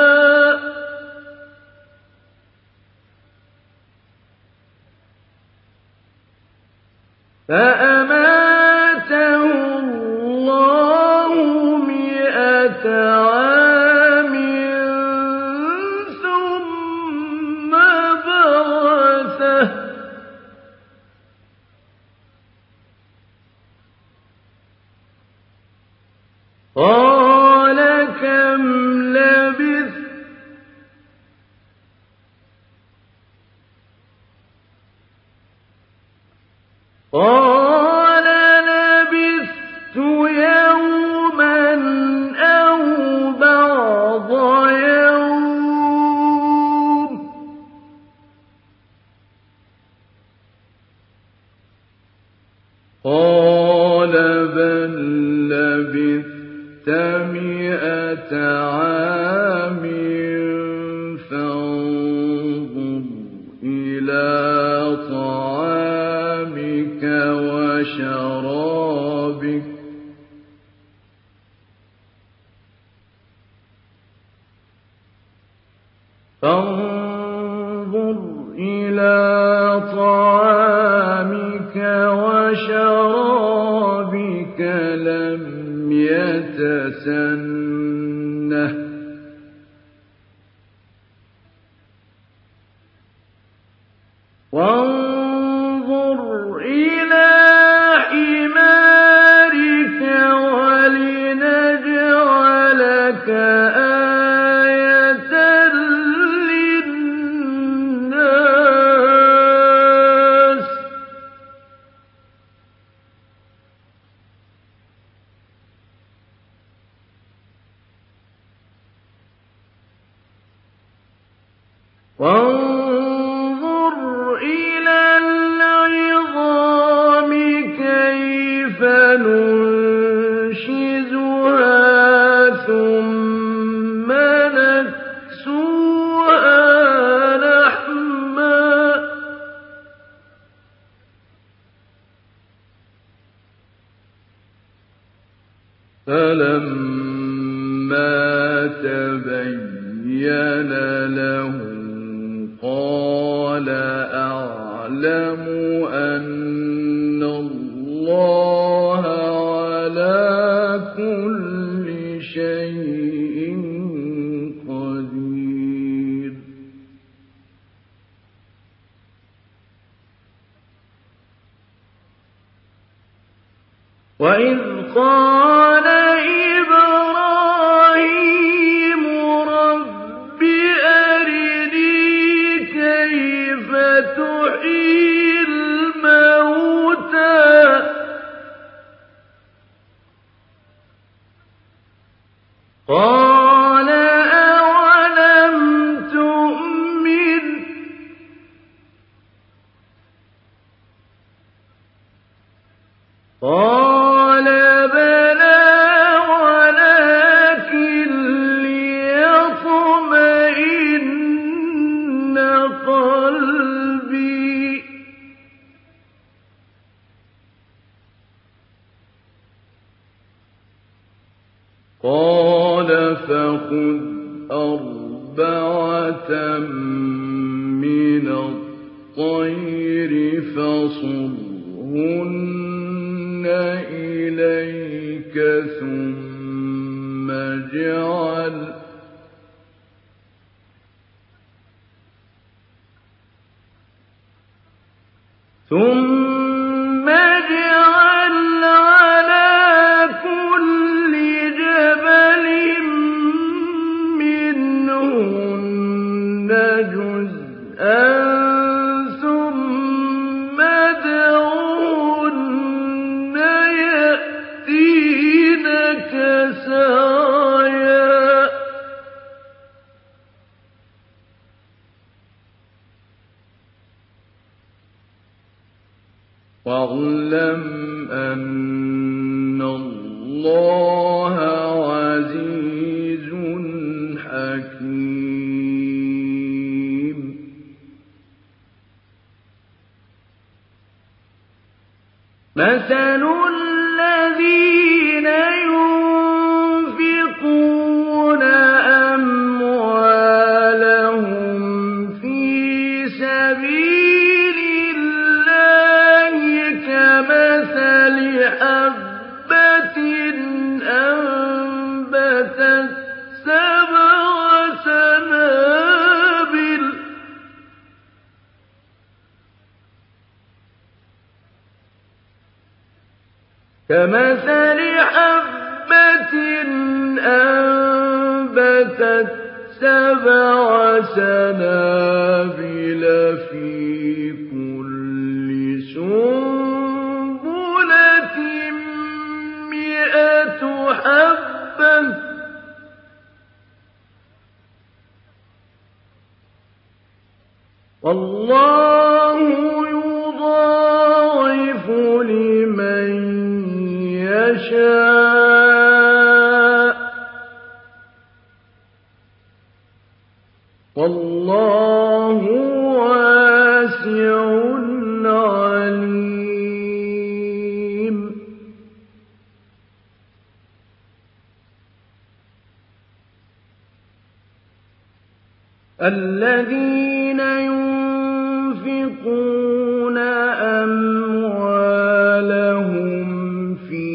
فَأَمَاتَهُ اللَّهُ مِائَةَ عَامٍ ثُمَّ بَعَثَهُ قَالَ كَمْ لَبِثْتَ قَالَ لَبِثْتُ يَوْمًا أَوْ بَعْضَ يَوْمٍ قَالَ بَل لَّبِثْتَ مِائَةَ عَامٍ فَانظُرْ إِلَىٰ طَعَامِكَ وَشَرَابِكَ فَانظُرْ إِلَىٰ طَعَامِكَ وَشَرَابِكَ لَمْ يَتَسَنَّهْ وَانظُرْ وانظر إلى العظام كيف ننشزها ثم نكسوها لحما فلما تبين له قال أعلم أن الله على كل شيء قدير. وإذ قال إبراهيم رب أرني كيف تحيي الموتى قال أولم تؤمن قال بلى ولكن ليطمئن قلبي قال فخذ أربعة من الطير فصرهن إليك ثم اجعل ثم اجعل على كل جبل منهن جزءا ثم ادعهن يأتينك سعيا واعلم أن الله عزيز حكيم. مثل الذين ينفقون أموالهم في سبيل الله كمثل حبة أنبتت سبع سنابل كمثل حبة أنبتت سبع سنابل في كل سنبلة مئة حبة والله يضاعف لمن يشاء والله واسع عليم. الذين ينفقون أموالهم في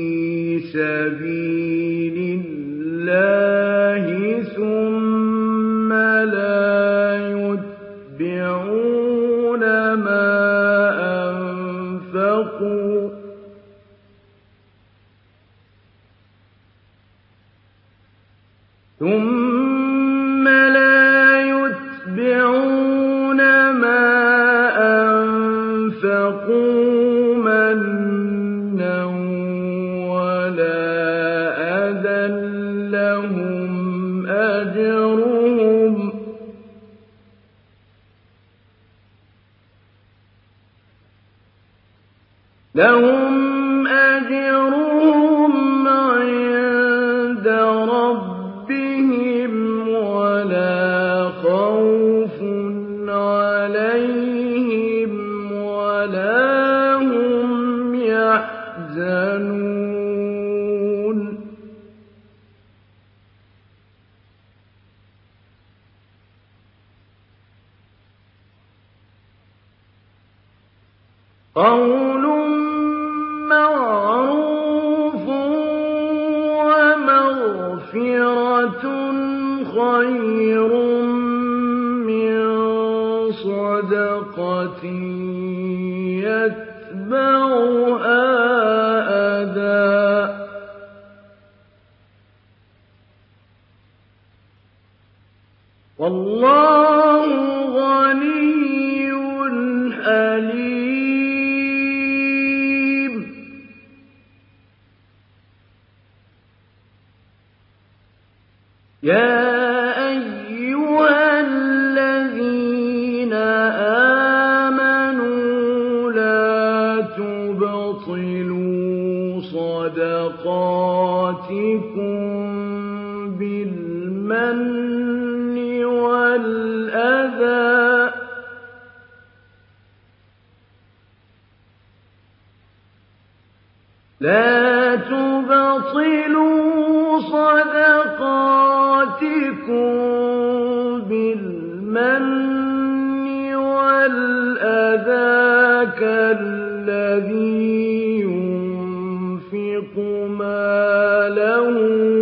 سبيل الله ثم لا يتبعون ما أنفقوا ثم لا يتبعون ما أنفقوا منا ولا أذى لهم أجرهم لهم أجرهم عند ربهم ولا خوف عليهم ولا هم يحزنون قول معروف ومغفرة خير من صدقة يتبعها أذى والله غني حليم يا أيها الذين آمنوا لا تبطلوا صدقاتكم بالمن والأذى لا تبطلوا صدقاتكم بالمن والأذى كالذي ينفق ماله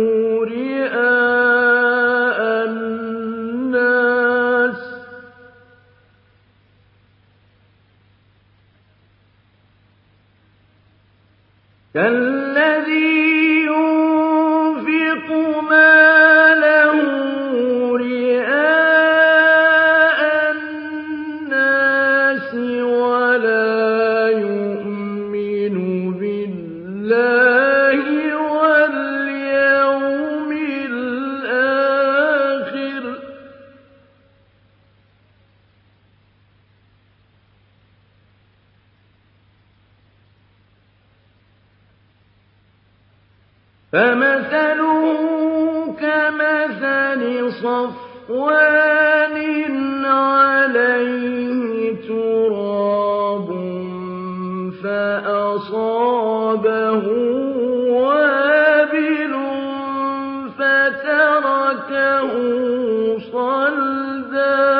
رئاء الناس كالذي ينفق ماله رئاء الناس ولا يؤمن بالله واليوم الآخر فمثله كمثل صفوان عليه تراب فأصابه وابل فتركه صلدا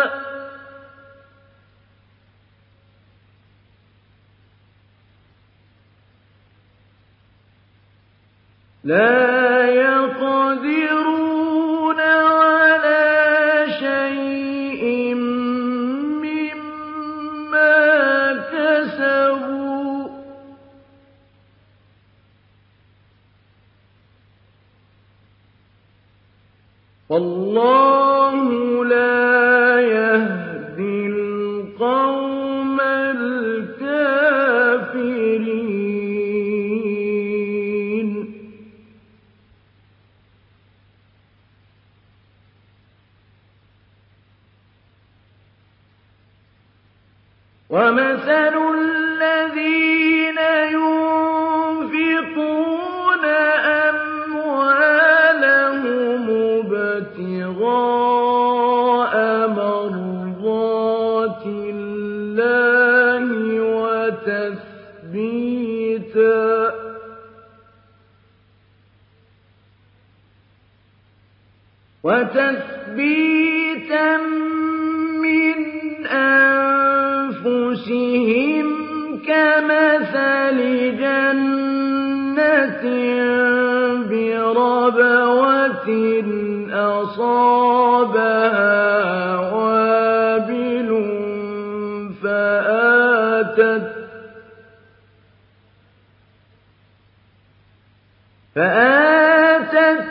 لا يقدرون على شيء مما كسبوا والله لا يهدي القوم الكافرين ومثل الذين ينفقون أموالهم ابتغاء مرضات الله وتثبيتا وتثبيتا من أنفسهم كمثل جنة بربوة أصابها وابل فآتت فآتت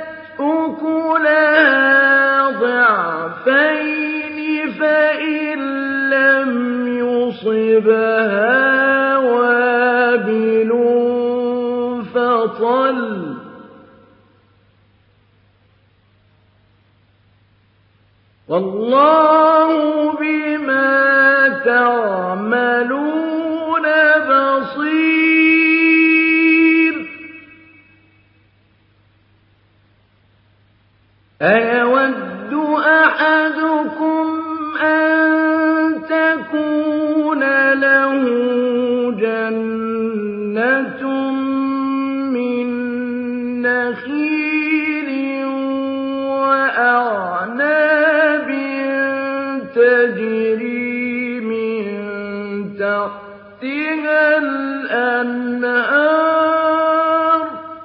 أكلها ضعفين فإن لم يصبها وابل فطل والله بما تعملون بصير أَيَوَدُّ أَحَدُكُمْ أَن تَكُونَ لَهُ جَنَّةٌ مِّن نَّخِيلٍ وَأَعْنَابٍ تَجْرِي مِن تَحْتِهَا الْأَنْهَارُ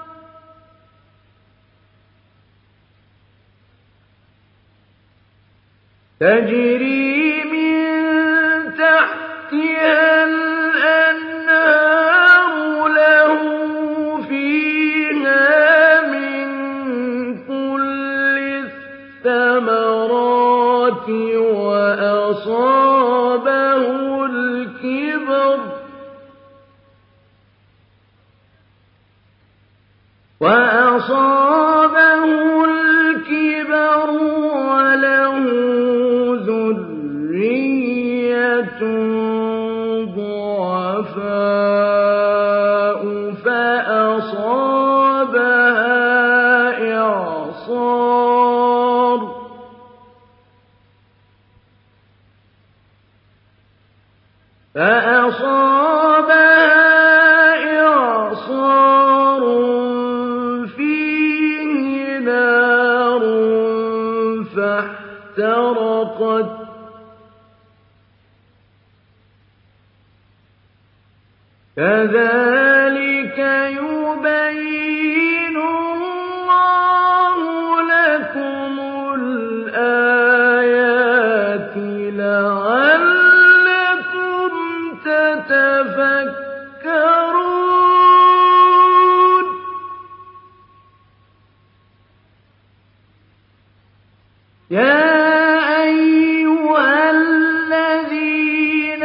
تَجْرِي مِن تَحْتِهَا الْأَنْهَارُ لَهُ فِيهَا مِن كُلِّ الثَّمَرَاتِ وَأَصَابَهُ الْكِبَرُ وَأَصَابَهُ الْكِبَرُ وَلَهُ ذُرِّيَّةٌ ضُعَفَاءُ فَأَصَابَهَا إِعْصَارٌ فَأَصَابَهَا إِعْصَارٌ فِيهِ نَارٌ فَاحْتَرَقَتْ كَذَٰلِكَ يُبَيِّنُ اللَّهُ لَكُمُ الْآيَاتِ لَعَلَّكُمْ تَتَفَكَّرُونَ يَا أَيُّهَا الَّذِينَ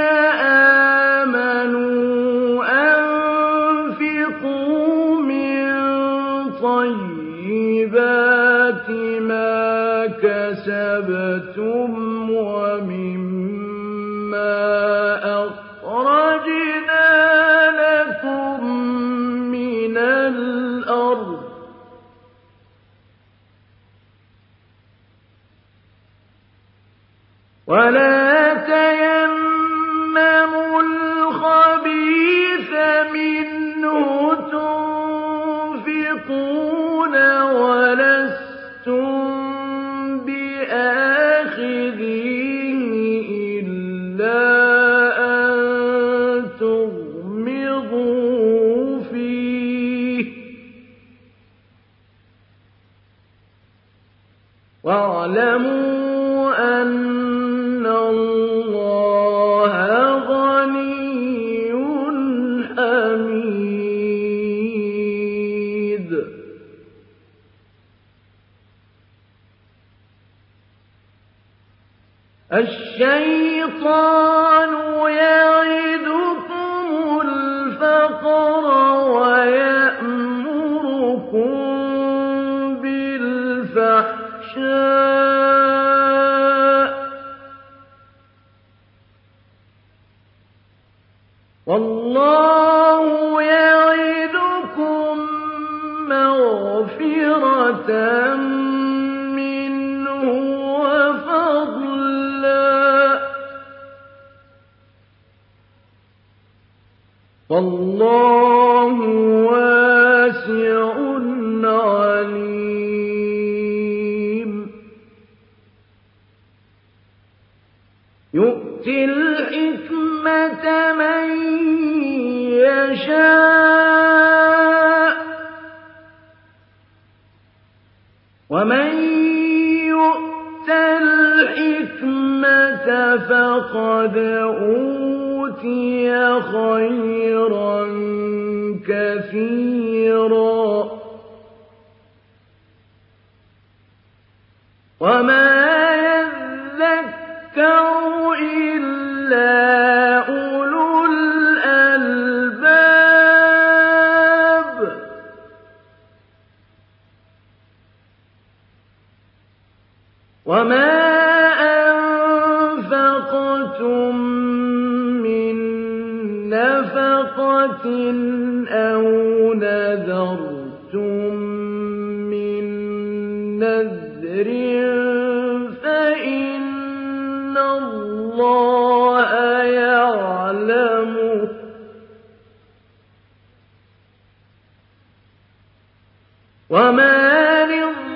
آمَنُوا أَنفِقُوا مِن طَيِّبَاتِ مَا كَسَبْتُمْ وَمِمَّا أَخْرَجْنَا لَكُم مِّنَ الْأَرْضِ وَلَا تَيَمَّمُوا الْخَبِيثَ مِنْهُ تُنفِقُونَ وَلَسْتُم بِآخِذِيهِ إِلَّا أَن تُغْمِضُوا فِيهِ ۚ وَاعْلَمُوا أَنَّ اللَّهَ غَنِيٌّ حَمِيدٌ الشَّيْطَانُ يَعِدُكُمُ الْفَقْرَ وَيَأْمُرُكُم بِالْفَحْشَاءِ ۖ وَاللَّهُ يَعِدُكُم مَّغْفِرَةً مِّنْهُ وَفَضْلًا ۗ وَاللَّهُ وَاسِعٌ عَلِيمٌ يُؤْتِي الْحِكْمَةَ مَن يَشَاءُ ۚ وَمَن يُؤْتَ الْحِكْمَةَ فَقَدْ أُوتِيَ خَيْرًا كَثِيرًا وَمَا يَذَّكَّرُ إِلَّا أُولُو الْأَلْبَابِ وَمَا أَنفَقْتُم مِّن نَّفَقَةٍ أَوْ نَذَرْتُم مِّن نَّذْرٍ عسر فإن الله يعلمه وما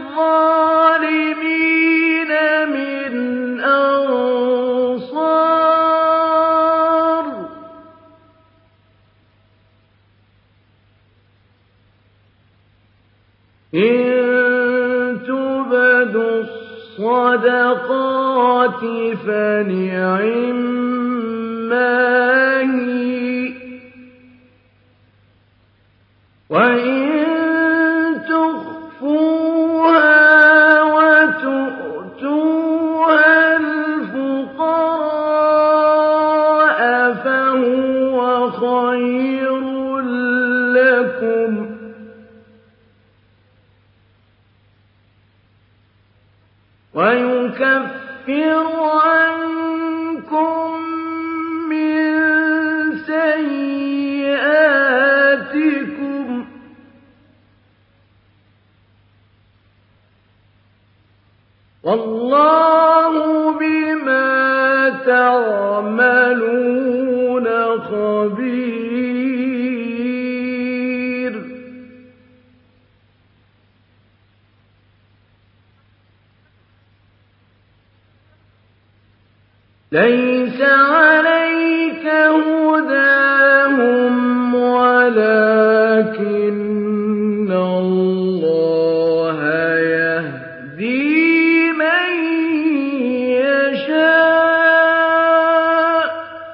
للظالمين من أنصار إن تبدوا الصدقات فنعما هي وإن ويكفر عنكم من سيئاتكم والله بما تعملون خبير ليس عليك هداهم ولكن الله يهدي من يشاء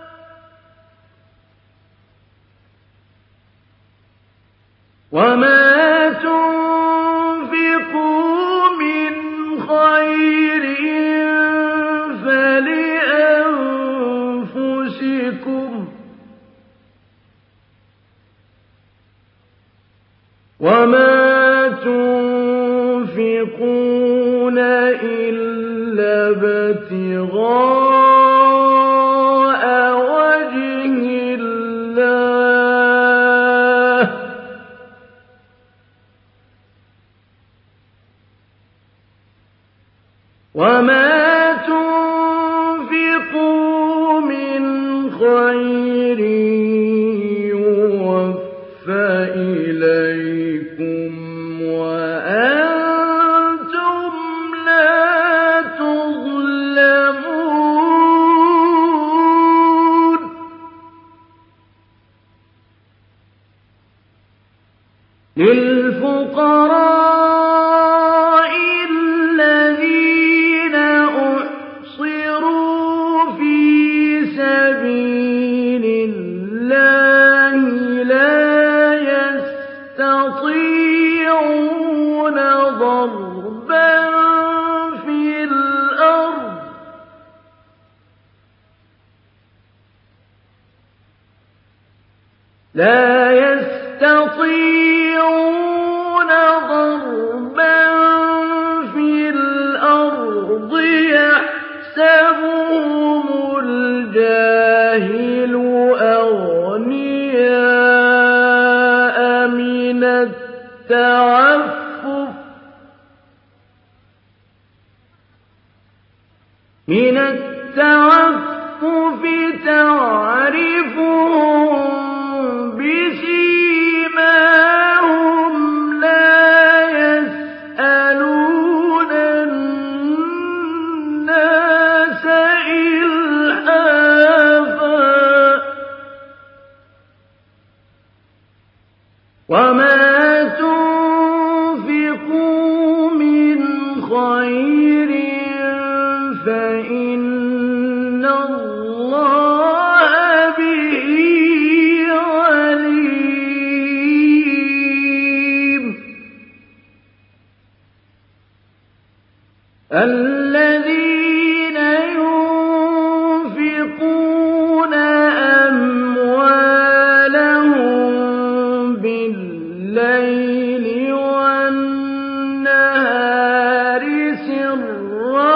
وما تنفقوا من خير وما تنفقون إلا ابتغاء وجه الله وما تنفقوا من خير يوفى إليكم وأنتم لا تظلمون للفقراء الذين أحصروا في سبيل الله لا يستطيعون ضربا في الأرض لا يستطيعون ضربا في الأرض يحسبهم الجاهل أغنياء من التعفف من التعفف تعرفهم بسيماهم لا يسألون الناس إلحافا وما تنفقوا من خير فإن الله به عليم الذين ينفقون أموالهم بالليل والنهار سرا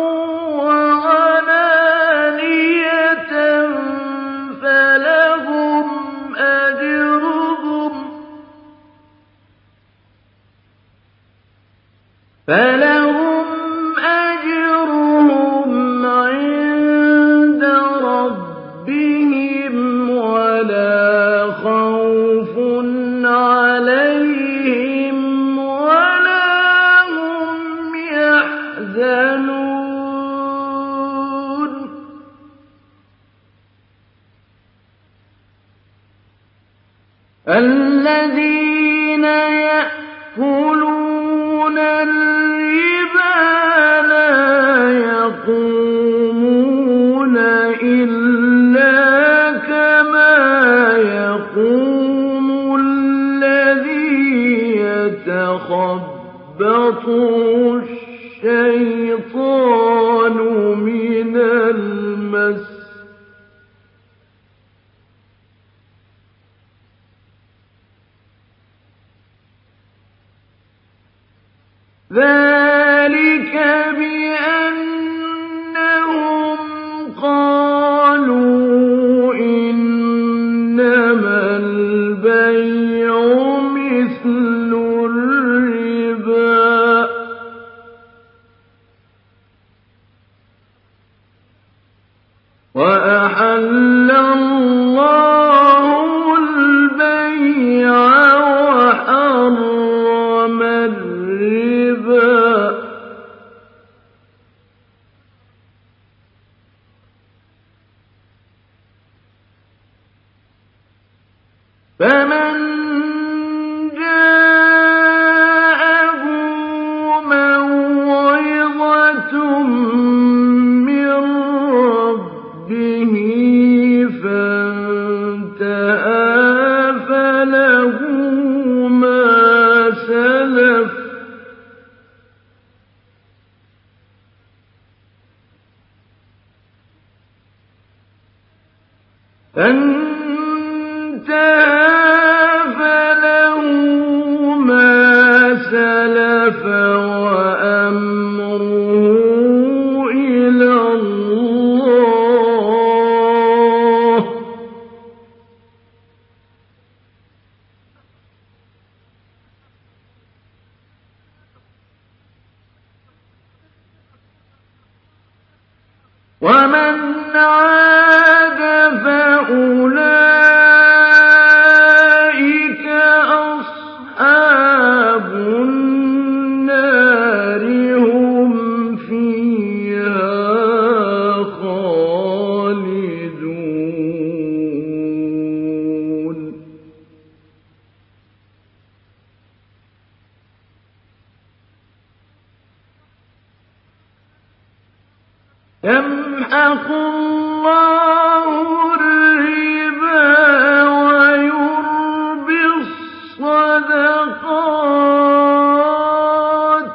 وعلانية فلهم أجرهم فلهم يحزنون الذين يأكلون الربا لا يقومون إلا كما يقوم الذي يتخبطه الشيطان من المس ذلك بأنهم قالوا إنما البيع مثل الربا وأحل الله البيع وحرم الربا فمن جاءه موعظة من ربه فانتهى فله ما سلف فانتهى فله ما سلف وأمره إلى الله ومن عاد فأولئك أصحاب النار هم فيها خالدون يمحق الله الربا ويربي الصدقات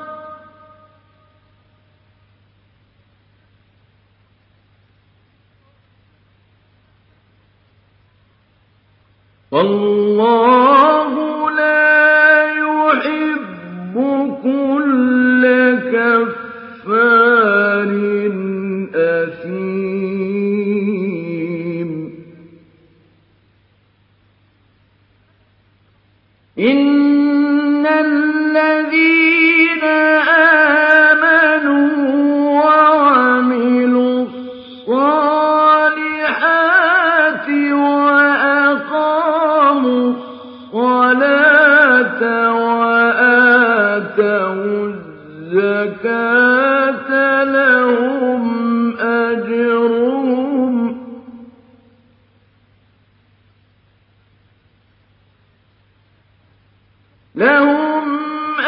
والله لا يحب كل كفار أثيم إن الذين آمنوا وعملوا الصالحات وأقاموا الصلاة وآتوا الزكاة لهم أجرهم لهم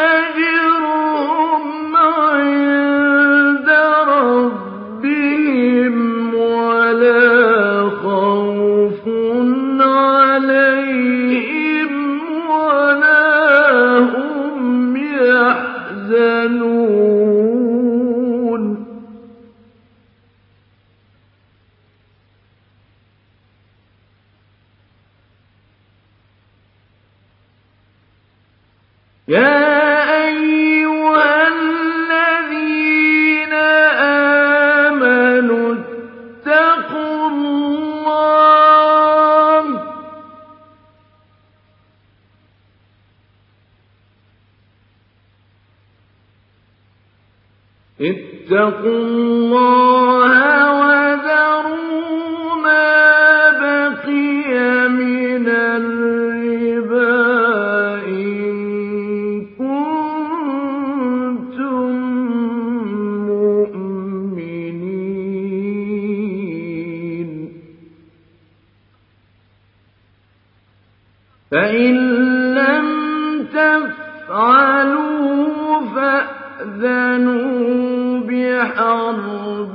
أجرهم عند ربهم ولا خوف عليهم ولا هم يحزنون يا أيها الذين آمنوا اتقوا الله اتقوا الله وذروا ما بقي من الربا إن كنتم فإن لم تفعلوا فأذنوا بحرب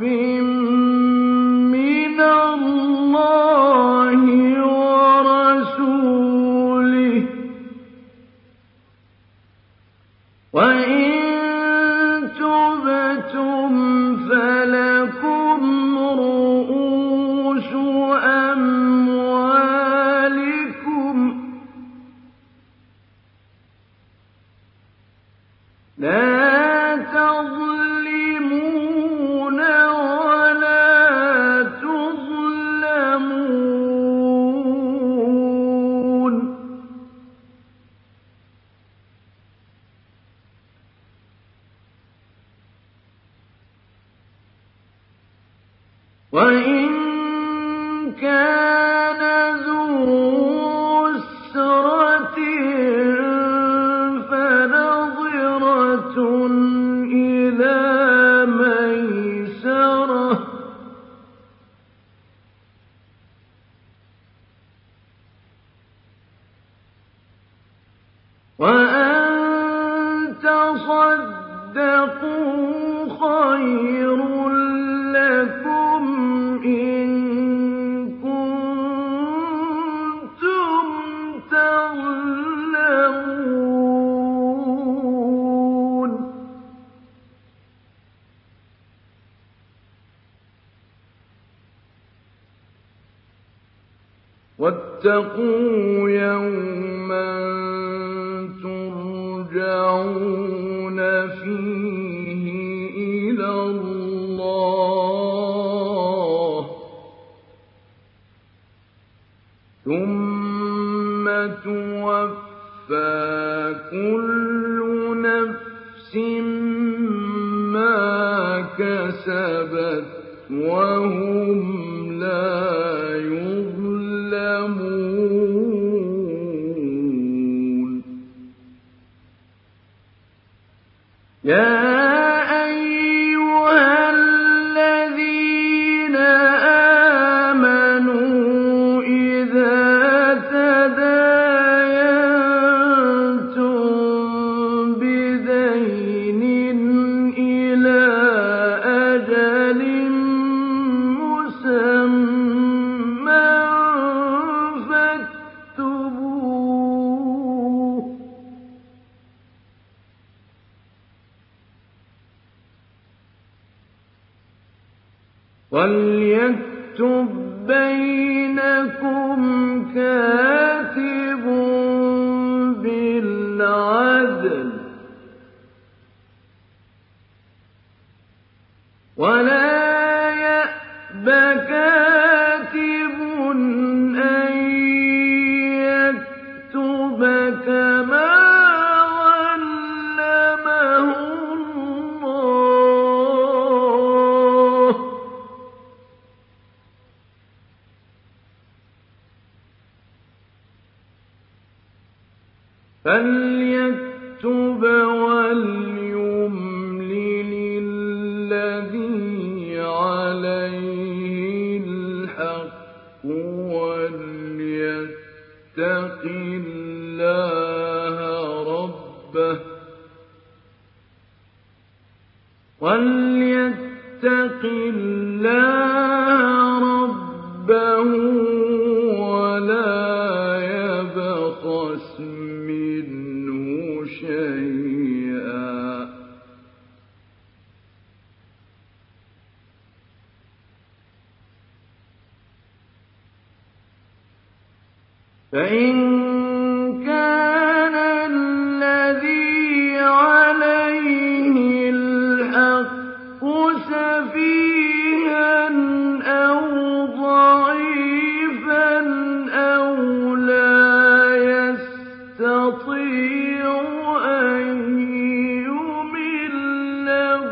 من الله ورسوله، وإن تبتم فلكم رؤوس أموالكم لا تظلمون ولا تظلمون. وإن كان ذو عسرة فنظرة إلى ميسرة، وأن تصدقوا خير لكم إن كنتم تعلمون. واتقوا يوما ترجعون فيه إلى الله ثم توفى كل نفس ما كسبت وهم لا يظلمون. يا أيها الذين آمنوا إذا تداينتم بدين إلى أجل مسمى فاكتبوه، وليكتب بينكم كاتب بالعدل ولا يأب كاتب أن يكتب كما علمه الله، فليكتب وليملل الذي عليه الحق وليتق الله ربه وليتق الله ربه ولا يبخس منه شيئا، فإن كان الذي عليه الحق سفيها أو ضعيفا أو لا يستطيع أن يمله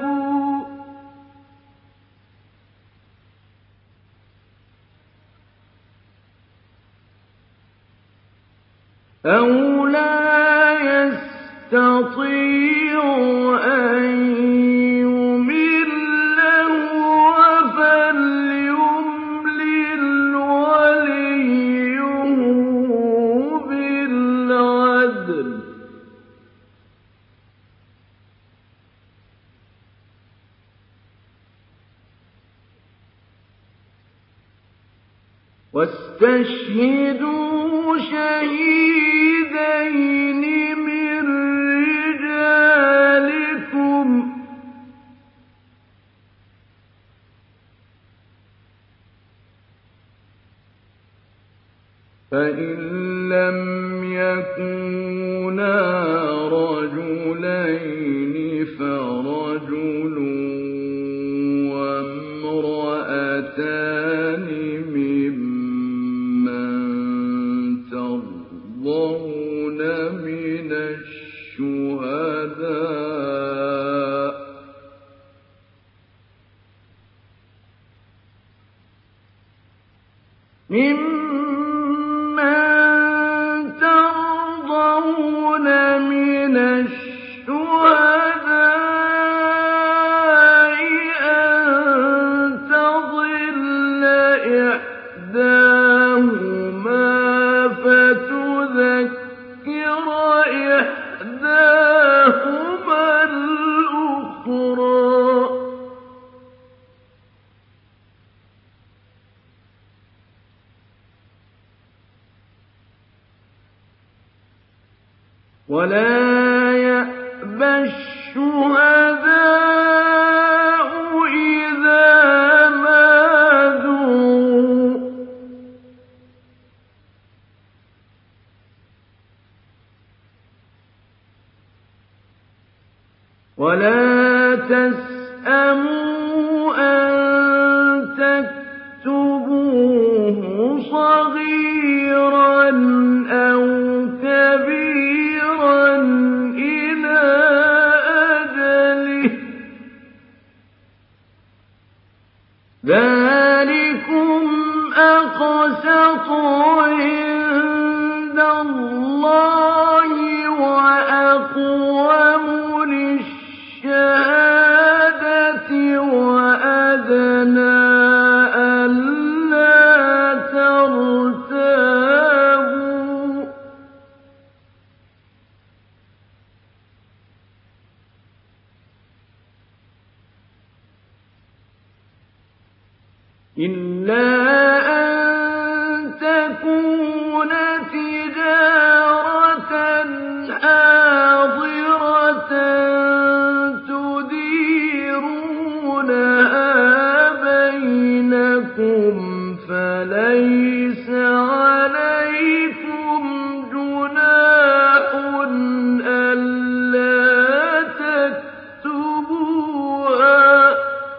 أو لا يستطيع أن يمله فليملل وليه بالقسط واستشهدوا شهيدين من رجالكم فإن لم يكونا رجلين فرجل وامرأتان ممن ترضون من الشهداء ممن ترضون من الشهداء أن تضل إحداهما فتذكر إحداهما الأخرى ولا يأبى الشهداء إذا ما دعوا ولا تسأموا أن تكتبوه صغيرا أو كبيرا إلى أجله ذلكم أقسط عند الله وأقوم للشهادة وأدنى ألا ترتابوا إلا أن تكون تجارة حاضرة تديرونها بينكم فليس عليكم جناح ألا تكتبوها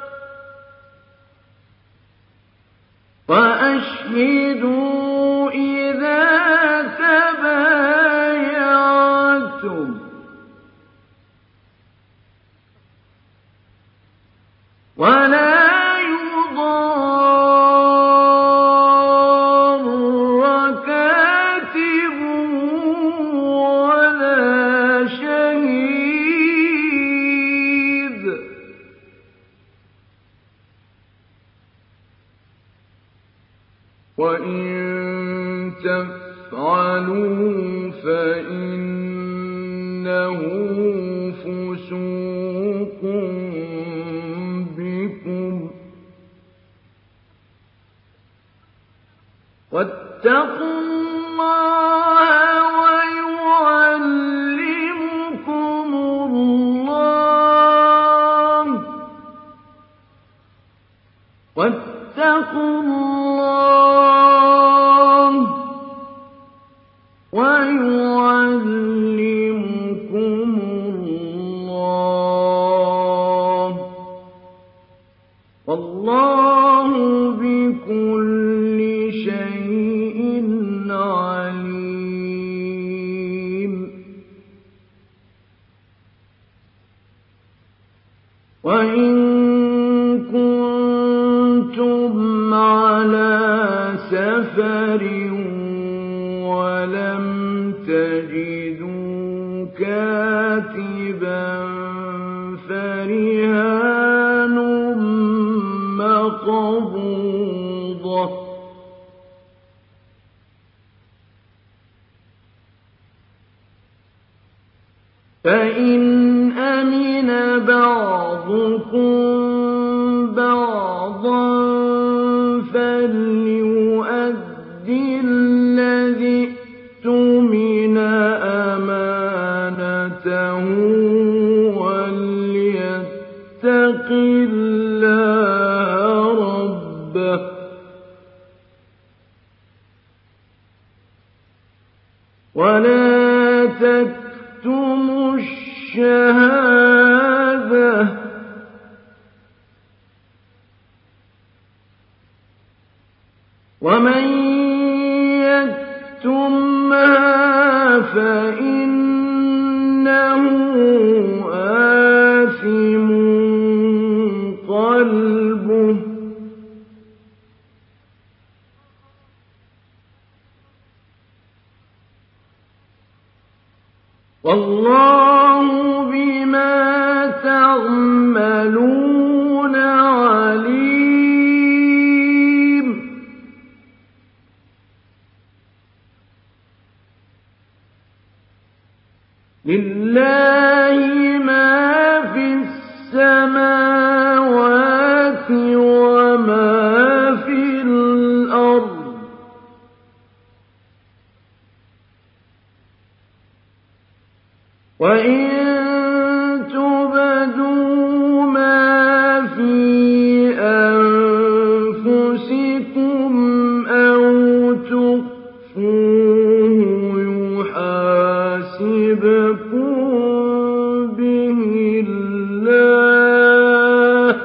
وأشهدوا إذا تبايعتم ولا يضار كاتب ولا شهيد وإن تفعلوا فإنه فسوق بكم واتقوا الله ويعلمكم الله واتقوا الله ويعلمكم الله والله بكل شيء عليم وإن كنتم على سفر ولم تجدوا كاتبا فرهان مقبوضة فإن أمن بعضكم بعضا فليؤد يتق الله ربه ولا تكتموا الشهادة ومن يكتمها فإنه آثم قلبه والله بما تعملون عليم لله ما في السماوات وما في الأرض وإن تبدوا ما في أنفسكم أو تخفوه يحاسبكم به الله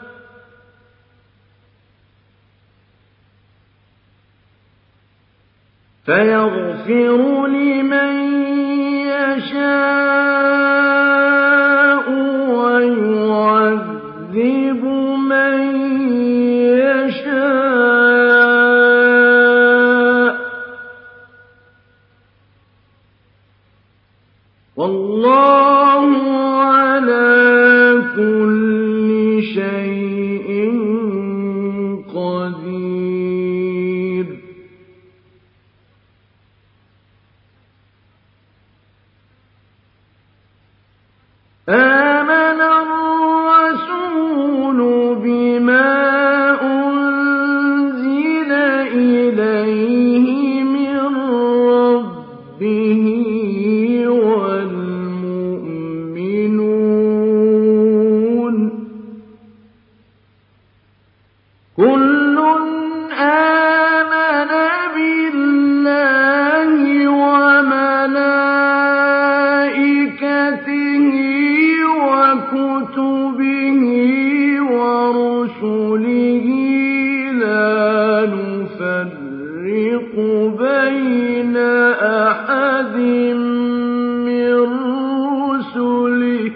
فيغفر لمن يشاء ويعذب من يشاء والله على كل شيء قدير آمن الرسول بما أنزل إليه من ربه والمؤمنون كل آمن بالله وملائكته وكتبه ورسله لا نفرق بين أحد من رسله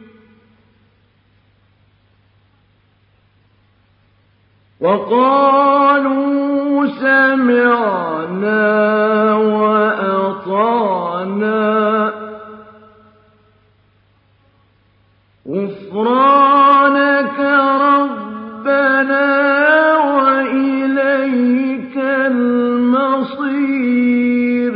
وقالوا سمعنا وأطعنا غفرانك ربنا وإليك المصير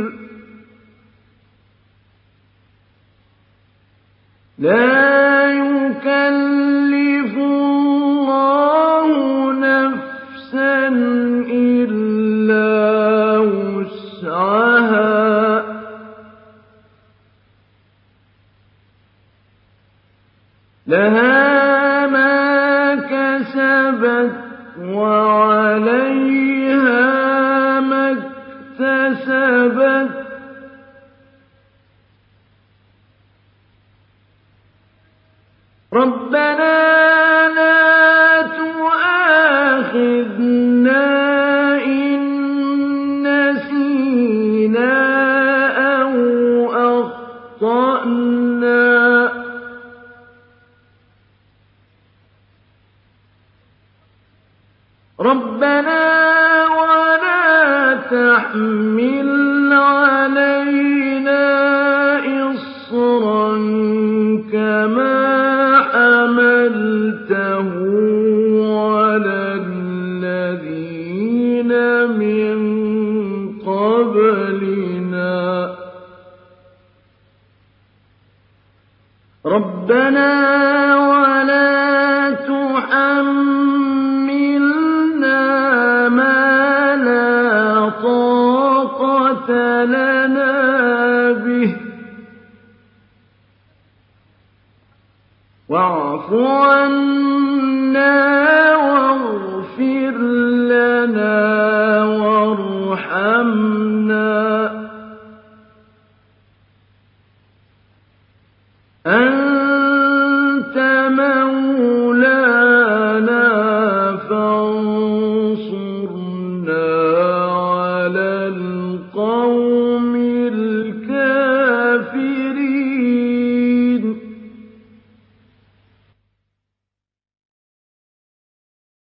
لا يكلف الله نفسا إلا وسعها لها ما كسبت وعليها ما اكتسبت ربنا لا تؤاخذنا إن نسينا أو أخطأنا ربنا ولا تحمل علينا إصرا كما حملته على الذين من قبلنا ربنا ولا تحملنا ما لا طاقة لنا به واعف عنا واغفر لنا وارحمنا